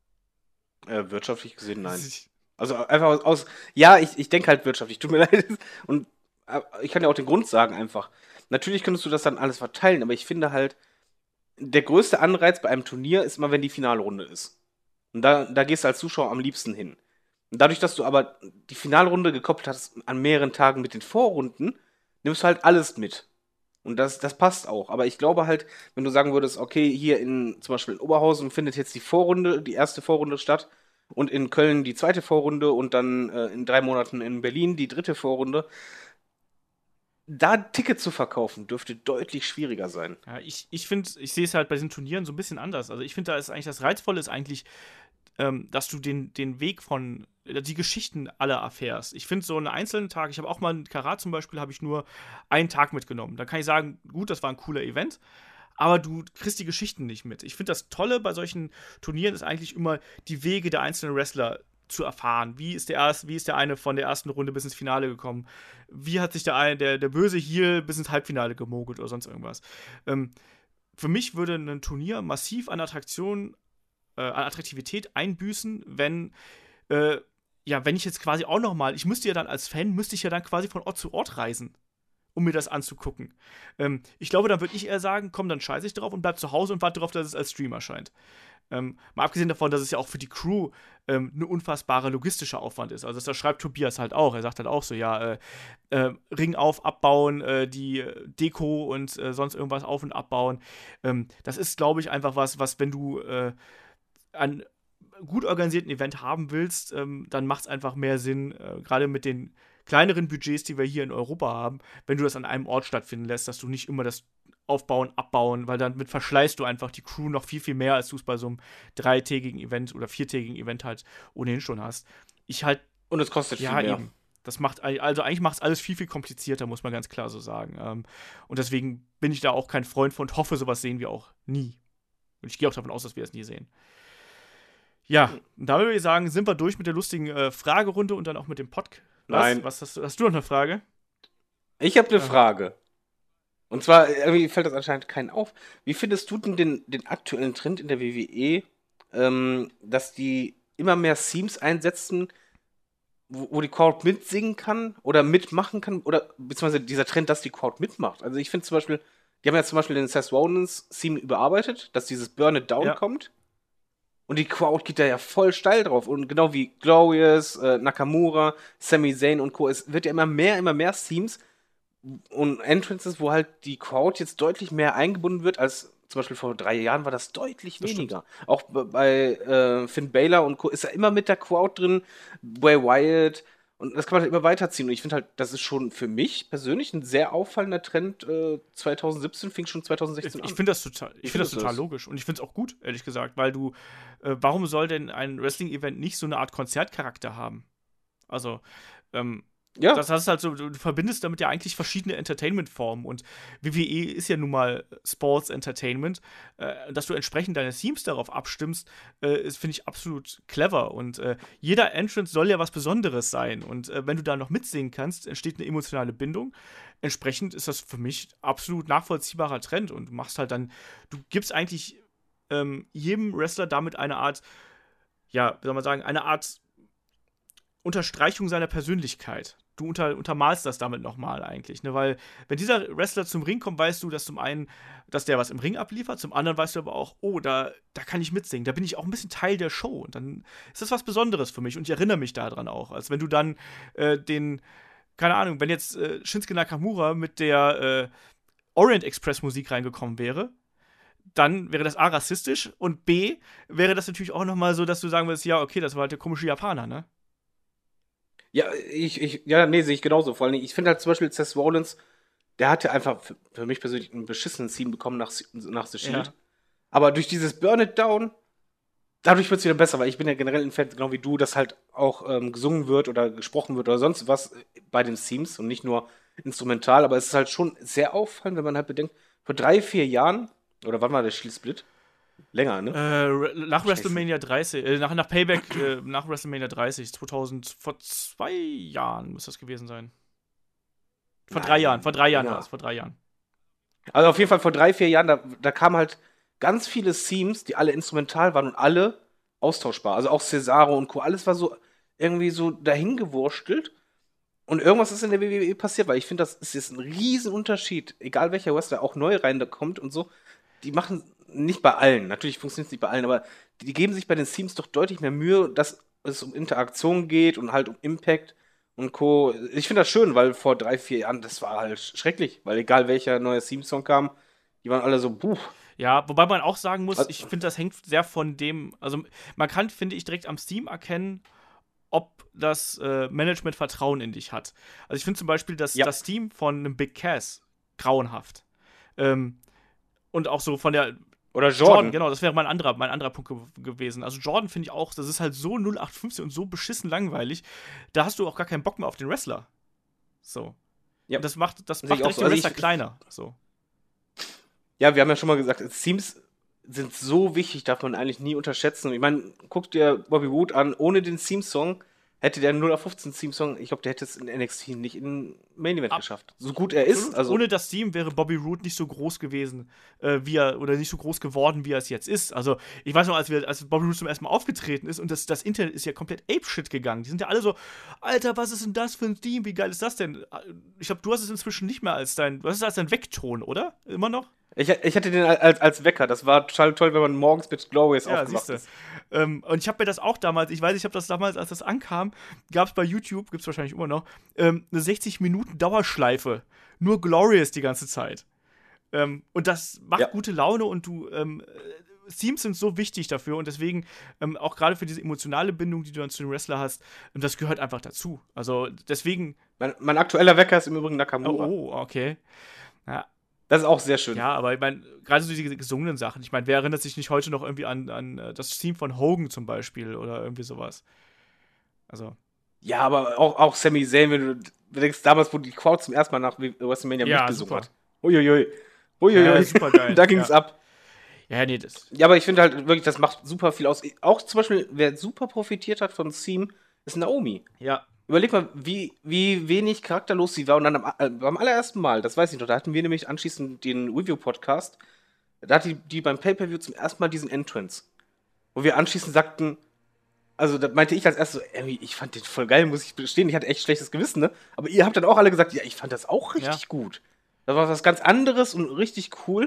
Äh, wirtschaftlich gesehen, nein. Ich- Also einfach aus, aus ja, ich, ich denke halt wirtschaftlich, tut mir leid. Und äh, ich kann ja auch den Grund sagen einfach. Natürlich könntest du das dann alles verteilen, aber ich finde halt, der größte Anreiz bei einem Turnier ist immer, wenn die Finalrunde ist. Und da, da gehst du als Zuschauer am liebsten hin. Und dadurch, dass du aber die Finalrunde gekoppelt hast an mehreren Tagen mit den Vorrunden, nimmst du halt alles mit. Und das, das passt auch. Aber ich glaube halt, wenn du sagen würdest, okay, hier in zum Beispiel in Oberhausen findet jetzt die Vorrunde, die erste Vorrunde statt und in Köln die zweite Vorrunde und dann äh, in drei Monaten in Berlin die dritte Vorrunde, da ein Ticket zu verkaufen, dürfte deutlich schwieriger sein. Ja, ich, ich finde, ich sehe es halt bei diesen Turnieren so ein bisschen anders. Also ich finde, da ist eigentlich das Reizvolle ist eigentlich, ähm, dass du den, den Weg von, äh, die Geschichten alle erfährst. Ich finde so einen einzelnen Tag, ich habe auch mal in Karat zum Beispiel, habe ich nur einen Tag mitgenommen. Da kann ich sagen, gut, das war ein cooler Event, aber du kriegst die Geschichten nicht mit. Ich finde, das Tolle bei solchen Turnieren ist eigentlich immer die Wege der einzelnen Wrestler zu erfahren. Wie ist der erste, wie ist der eine von der ersten Runde bis ins Finale gekommen? Wie hat sich der eine, der, der böse Heel bis ins Halbfinale gemogelt oder sonst irgendwas? Ähm, für mich würde ein Turnier massiv an Attraktion, äh, an Attraktivität einbüßen, wenn, äh, ja, wenn ich jetzt quasi auch noch mal, ich müsste ja dann als Fan, müsste ich ja dann quasi von Ort zu Ort reisen, um mir das anzugucken. Ähm, ich glaube, dann würde ich eher sagen, komm, dann scheiße ich drauf und bleib zu Hause und warte darauf, dass es als Stream erscheint. Ähm, mal abgesehen davon, dass es ja auch für die Crew ähm, ein unfassbarer logistischer Aufwand ist. Also das schreibt Tobias halt auch. Er sagt halt auch so, ja, äh, äh, Ring auf, abbauen, äh, die Deko und äh, sonst irgendwas auf- und abbauen. Ähm, das ist, glaube ich, einfach was, was, wenn du äh, einen gut organisierten Event haben willst, ähm, dann macht es einfach mehr Sinn, äh, gerade mit den kleineren Budgets, die wir hier in Europa haben, wenn du das an einem Ort stattfinden lässt, dass du nicht immer das aufbauen, abbauen, weil damit verschleißt du einfach die Crew noch viel, viel mehr, als du es bei so einem dreitägigen Event oder viertägigen Event halt ohnehin schon hast. Ich halt, Und es kostet ja, viel mehr. eben. Das macht, also eigentlich macht es alles viel, viel komplizierter, muss man ganz klar so sagen. Ähm, und deswegen bin ich da auch kein Freund von und hoffe, sowas sehen wir auch nie. Und ich gehe auch davon aus, dass wir es nie sehen. Ja, und da würde ich sagen, sind wir durch mit der lustigen äh, Fragerunde und dann auch mit dem Podcast. Nein. Was hast du, hast du noch eine Frage? Ich habe eine Ja. Frage. Und zwar, irgendwie fällt das anscheinend keinen auf. Wie findest du denn den, den aktuellen Trend in der W W E, ähm, dass die immer mehr Themes einsetzen, wo, wo die Crowd mitsingen kann oder mitmachen kann? Oder beziehungsweise dieser Trend, dass die Crowd mitmacht. Also ich finde zum Beispiel, die haben ja zum Beispiel den Seth Rollins Theme überarbeitet, dass dieses Burn It Down Ja. kommt. Und die Crowd geht da ja voll steil drauf. Und genau wie Glorious, äh, Nakamura, Sami Zayn und Co. Es wird ja immer mehr, immer mehr Themes und Entrances, wo halt die Crowd jetzt deutlich mehr eingebunden wird, als zum Beispiel vor drei Jahren war das deutlich Das weniger. Auch b- bei äh, Finn Balor und Co. ist er immer mit der Crowd drin, Bray Wyatt Und das kann man halt immer weiterziehen. Und ich finde halt, das ist schon für mich persönlich ein sehr auffallender Trend. Äh, zwanzig siebzehn fing schon zwanzig sechzehn Ich an. finde das total, ich Ich finde das find total das. logisch und ich finde es auch gut, ehrlich gesagt, weil du, äh, warum soll denn ein Wrestling-Event nicht so eine Art Konzertcharakter haben? Also, ähm, Ja, das heißt halt so, du verbindest damit ja eigentlich verschiedene Entertainment-Formen und W W E ist ja nun mal Sports Entertainment. Äh, dass du entsprechend deine Themes darauf abstimmst, äh, ist, finde ich, absolut clever und äh, jeder Entrance soll ja was Besonderes sein und äh, wenn du da noch mitsingen kannst, entsteht eine emotionale Bindung. Entsprechend ist das für mich absolut nachvollziehbarer Trend und du machst halt dann, du gibst eigentlich ähm, jedem Wrestler damit eine Art, ja, wie soll man sagen, eine Art Unterstreichung seiner Persönlichkeit. Du unter, untermalst das damit nochmal eigentlich, ne? Weil, wenn dieser Wrestler zum Ring kommt, weißt du, dass zum einen, dass der was im Ring abliefert, zum anderen weißt du aber auch, oh, da, da kann ich mitsingen, da bin ich auch ein bisschen Teil der Show. Und dann ist das was Besonderes für mich und ich erinnere mich daran auch. Als wenn du dann äh, den, keine Ahnung, wenn jetzt äh, Shinsuke Nakamura mit der äh, Orient Express Musik reingekommen wäre, dann wäre das A, rassistisch und B, wäre das natürlich auch nochmal so, dass du sagen würdest, ja, okay, das war halt der komische Japaner, ne? ja, ich, ich, ja, nee, sehe ich genauso. Vor allem, ich finde halt zum Beispiel Seth Rollins, der hatte einfach für, für mich persönlich einen beschissenen Theme bekommen nach, nach The Shield. Ja. Aber durch dieses Burn It Down, dadurch wird es wieder besser, weil ich bin ja generell ein Fan, genau wie du, dass halt auch ähm, gesungen wird oder gesprochen wird oder sonst was bei den Themes und nicht nur instrumental. Aber es ist halt schon sehr auffallend, wenn man halt bedenkt, vor drei, vier Jahren, oder wann war der Shield Split? Länger, ne? Äh, nach Scheiße. WrestleMania dreißig, äh, nach, nach Payback, äh, nach WrestleMania dreißig, zweitausend, vor zwei Jahren muss das gewesen sein. Vor Nein, drei Jahren, vor drei Jahren ja. war es, vor drei Jahren. Also auf jeden Fall vor drei, vier Jahren, da, da kamen halt ganz viele Themes, die alle instrumental waren und alle austauschbar. Also auch Cesaro und Co. Alles war so irgendwie so dahingewurstelt. Und irgendwas ist in der W W E passiert, weil ich finde, das ist jetzt ein Riesenunterschied. Egal welcher Wrestler auch neu rein da kommt und so. Die machen nicht bei allen, natürlich funktioniert es nicht bei allen, aber die, die geben sich bei den Themes doch deutlich mehr Mühe, dass es um Interaktion geht und halt um Impact und Co. Ich finde das schön, weil vor drei, vier Jahren, das war halt schrecklich, weil egal welcher neue Theme-Song kam, die waren alle so, buh. Ja, wobei man auch sagen muss, Also- ich finde, das hängt sehr von dem, also man kann, finde ich, direkt am Theme erkennen, ob das äh, Management Vertrauen in dich hat. Also ich finde zum Beispiel, dass Ja. das Team von einem Big Cass grauenhaft. Ähm, und auch so von der Oder Jordan, Jordan. genau, das wäre mein anderer, mein anderer Punkt ge gewesen. Also Jordan finde ich auch, das ist halt so null acht fünfzehn und so beschissen langweilig, da hast du auch gar keinen Bock mehr auf den Wrestler. So. Ja. Und das macht, das Sehe macht ich auch direkt so. den Also Wrestler ich- kleiner. So. Ja, wir haben ja schon mal gesagt, Themes sind so wichtig, darf man eigentlich nie unterschätzen. Ich meine, guck dir Bobby Roode an, ohne den Theme-Song hätte der null auf fünfzehn Theme-Song, ich glaube, der hätte es in N X T nicht in Main Event Ab- geschafft. So gut er ist, Absolut. also Ohne das Team wäre Bobby Roode nicht so groß gewesen, äh, wie er, oder nicht so groß geworden, wie er es jetzt ist. Also, ich weiß noch, als, wir, als Bobby Roode zum ersten Mal aufgetreten ist und das, das Internet ist ja komplett apeshit gegangen. Die sind ja alle so, Alter, was ist denn das für ein Team? Wie geil ist das denn? Ich glaube, du hast es inzwischen nicht mehr als dein, du hast es als dein Weckton, oder? Immer noch? ich, ich hatte den als, als Wecker. Das war total toll, wenn man morgens mit Glorious Ja, aufgewacht siehst ist. du. Ähm, und ich habe mir das auch damals, ich weiß, ich habe das damals, als das ankam, gab es bei YouTube, gibt es wahrscheinlich immer noch, ähm, eine sechzig Minuten Dauerschleife. Nur Glorious die ganze Zeit. Ähm, und das macht Ja. gute Laune und du, ähm, äh, Themes sind so wichtig dafür und deswegen, ähm, auch gerade für diese emotionale Bindung, die du dann zu dem Wrestler hast, ähm, das gehört einfach dazu. Also deswegen, Mein, mein aktueller Wecker ist im Übrigen oh, Nakamura. oh okay. Ja, Das ist auch sehr schön. ja, aber ich meine, gerade so diese gesungenen Sachen. Ich meine, wer erinnert sich nicht heute noch irgendwie an, an äh, das Theme von Hogan zum Beispiel oder irgendwie sowas? Also, Ja, aber auch, auch Sami Zayn, wenn du denkst, damals, wo die Crowd zum ersten Mal nach WrestleMania Ja, mitgesungen super. hat. Uiuiui. Uiuiui. Ja, supergeil. Da ging's Ja. ab. ja, nee, das. Ja, aber ich finde halt wirklich, das macht super viel aus. Auch zum Beispiel, wer super profitiert hat von Theme, ist Naomi. Ja, Überleg mal, wie, wie wenig charakterlos sie war. Und dann am, äh, beim allerersten Mal, das weiß ich noch, da hatten wir nämlich anschließend den Review-Podcast. Da hat die, die beim Pay-Per-View zum ersten Mal diesen Entrance. Wo wir anschließend sagten, also da meinte ich als erstes so, irgendwie, ich fand den voll geil, muss ich bestehen. Ich hatte echt schlechtes Gewissen, ne? Aber ihr habt dann auch alle gesagt, ja, ich fand das auch richtig Ja. gut. Das war was ganz anderes und richtig cool.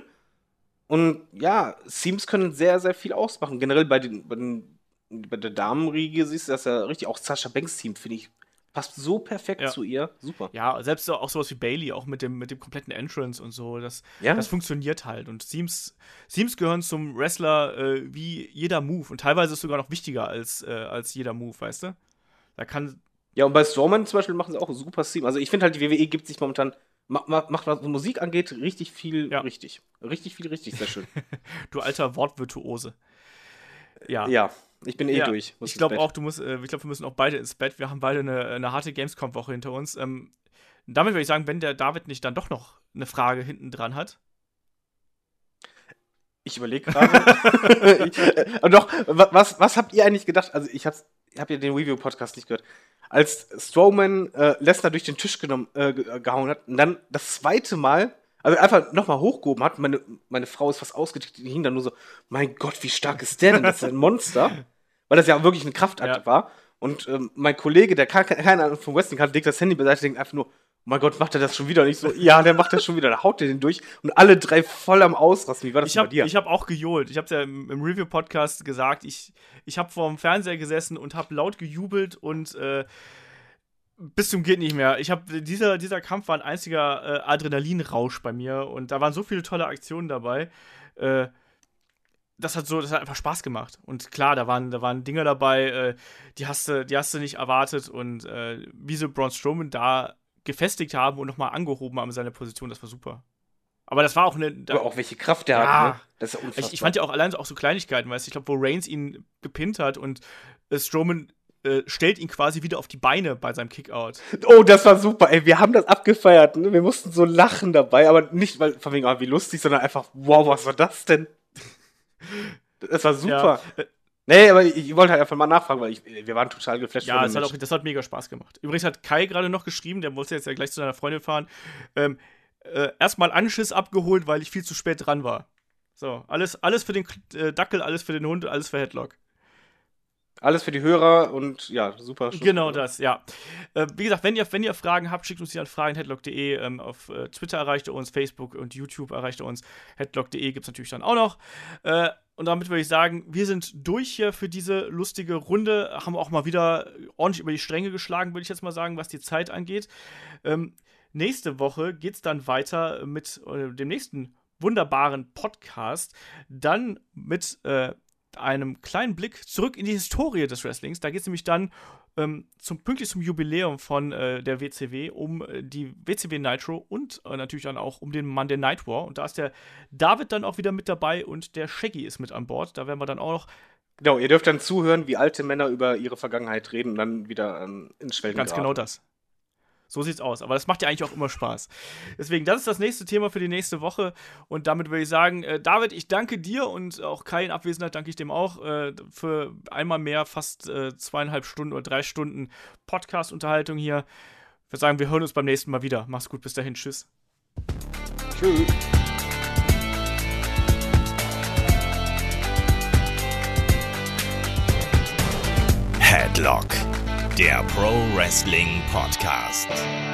Und ja, Themes können sehr, sehr viel ausmachen. Generell bei den, bei den bei der Damenriege siehst du das ja richtig. Auch Sasha Banks Team, finde ich, passt so perfekt Ja. zu ihr. Super. ja, selbst so, auch sowas wie Bailey, auch mit dem, mit dem kompletten Entrance und so, das, Ja. das funktioniert halt. Und Themes, Themes gehören zum Wrestler äh, wie jeder Move. Und teilweise ist es sogar noch wichtiger als, äh, als jeder Move, weißt du? Da kann, Ja, und bei Strowman zum Beispiel machen sie auch ein super Stream. Also ich finde halt, die W W E gibt sich momentan, ma, ma, macht, was Musik angeht, richtig viel Ja. richtig. Richtig viel richtig, sehr schön. Du alter Wortvirtuose. Ja. Ja, ich bin eh Ja, durch. Muss ich ins glaube Bett. auch, du musst, äh, ich glaube, wir müssen auch beide ins Bett. Wir haben beide eine, eine harte Gamescom-Woche hinter uns. Ähm, damit würde ich sagen, wenn der David nicht dann doch noch eine Frage hinten dran hat. Ich überlege gerade. ich, äh, doch, wa- was, was habt ihr eigentlich gedacht? Also ich hab's, ich hab ja den Review-Podcast nicht gehört. Als Strowman äh, Lesnar durch den Tisch genommen, äh, ge- gehauen hat und dann das zweite Mal, also einfach nochmal hochgehoben hat, meine, meine Frau ist fast ausgetickt, die hing dann nur so, mein Gott, wie stark ist der denn? Das ist ein Monster. Weil das ja wirklich ein Kraftakt Ja. war. Und ähm, mein Kollege, der keine keine Ahnung vom Wrestling hat, legt das Handy beiseite, denkt einfach nur, oh mein Gott, macht er das schon wieder? Und ich so, ja, der macht das schon wieder, da haut der den durch. Und alle drei voll am Ausrasten. Wie war das Ich denn habe bei dir? ich hab auch gejohlt. Ich habe es ja im, im Review-Podcast gesagt. Ich, ich habe vor dem Fernseher gesessen und habe laut gejubelt und äh, bis zum geht nicht mehr. Ich habe dieser, dieser Kampf war ein einziger äh, Adrenalinrausch bei mir und da waren so viele tolle Aktionen dabei. Äh, das hat so, das hat einfach Spaß gemacht. Und klar, da waren, da waren Dinge dabei, äh, die hast du, die hast du nicht erwartet und äh, wie sie Braun Strowman da gefestigt haben und nochmal angehoben haben in seine Position, das war super. Aber das war auch eine. Da, Aber auch welche Kraft der Ja. hat, ne? Das ist ja unfassbar. ich, ich fand ja auch allein so, auch so Kleinigkeiten, weißt du, ich glaube, wo Reigns ihn gepinnt hat und äh, Strowman äh, stellt ihn quasi wieder auf die Beine bei seinem Kickout. Oh, das war super, ey. Wir haben das abgefeiert, ne? Wir mussten so lachen dabei, aber nicht, weil von wegen, ah, wie lustig, sondern einfach, wow, was war das denn? Das war super. Ja, Nee, aber ich, ich wollte halt einfach mal nachfragen, weil ich, wir waren total geflasht ja von das, dem hat auch, Match. das hat mega Spaß gemacht. Übrigens hat Kai gerade noch geschrieben, der wollte jetzt ja gleich zu seiner Freundin fahren, ähm, äh, erstmal Anschiss abgeholt, weil ich viel zu spät dran war. So, alles, alles für den äh, Dackel, alles für den Hund, alles für Headlock. Alles für die Hörer und ja, super. Genau das, ja. Äh, wie gesagt, wenn ihr, wenn ihr Fragen habt, schickt uns die an fragen headlock punkt de. Ähm, auf äh, Twitter erreicht ihr uns, Facebook und YouTube erreicht ihr uns. headlock punkt de gibt es natürlich dann auch noch. Äh, und damit würde ich sagen, wir sind durch hier für diese lustige Runde. Haben auch mal wieder ordentlich über die Stränge geschlagen, würde ich jetzt mal sagen, was die Zeit angeht. Ähm, nächste Woche geht es dann weiter mit äh, dem nächsten wunderbaren Podcast. Dann mit äh, einem kleinen Blick zurück in die Historie des Wrestlings. Da geht es nämlich dann ähm, zum, pünktlich zum Jubiläum von äh, der W C W um äh, die W C W Nitro und äh, natürlich dann auch um den Monday Night War. Und da ist der David dann auch wieder mit dabei und der Shaggy ist mit an Bord. Da werden wir dann auch noch Genau, ihr dürft dann zuhören, wie alte Männer über ihre Vergangenheit reden und dann wieder ähm, ins Schwelgen ganz geraten. genau das. So sieht's aus. Aber das macht ja eigentlich auch immer Spaß. Deswegen, das ist das nächste Thema für die nächste Woche. Und damit würde ich sagen, äh, David, ich danke dir und auch Kai in Abwesenheit danke ich dem auch äh, für einmal mehr fast äh, zweieinhalb Stunden oder drei Stunden Podcast-Unterhaltung hier. Ich würde sagen, wir hören uns beim nächsten Mal wieder. Mach's gut, bis dahin. Tschüss. Tschüss. Headlock, der Pro Wrestling Podcast.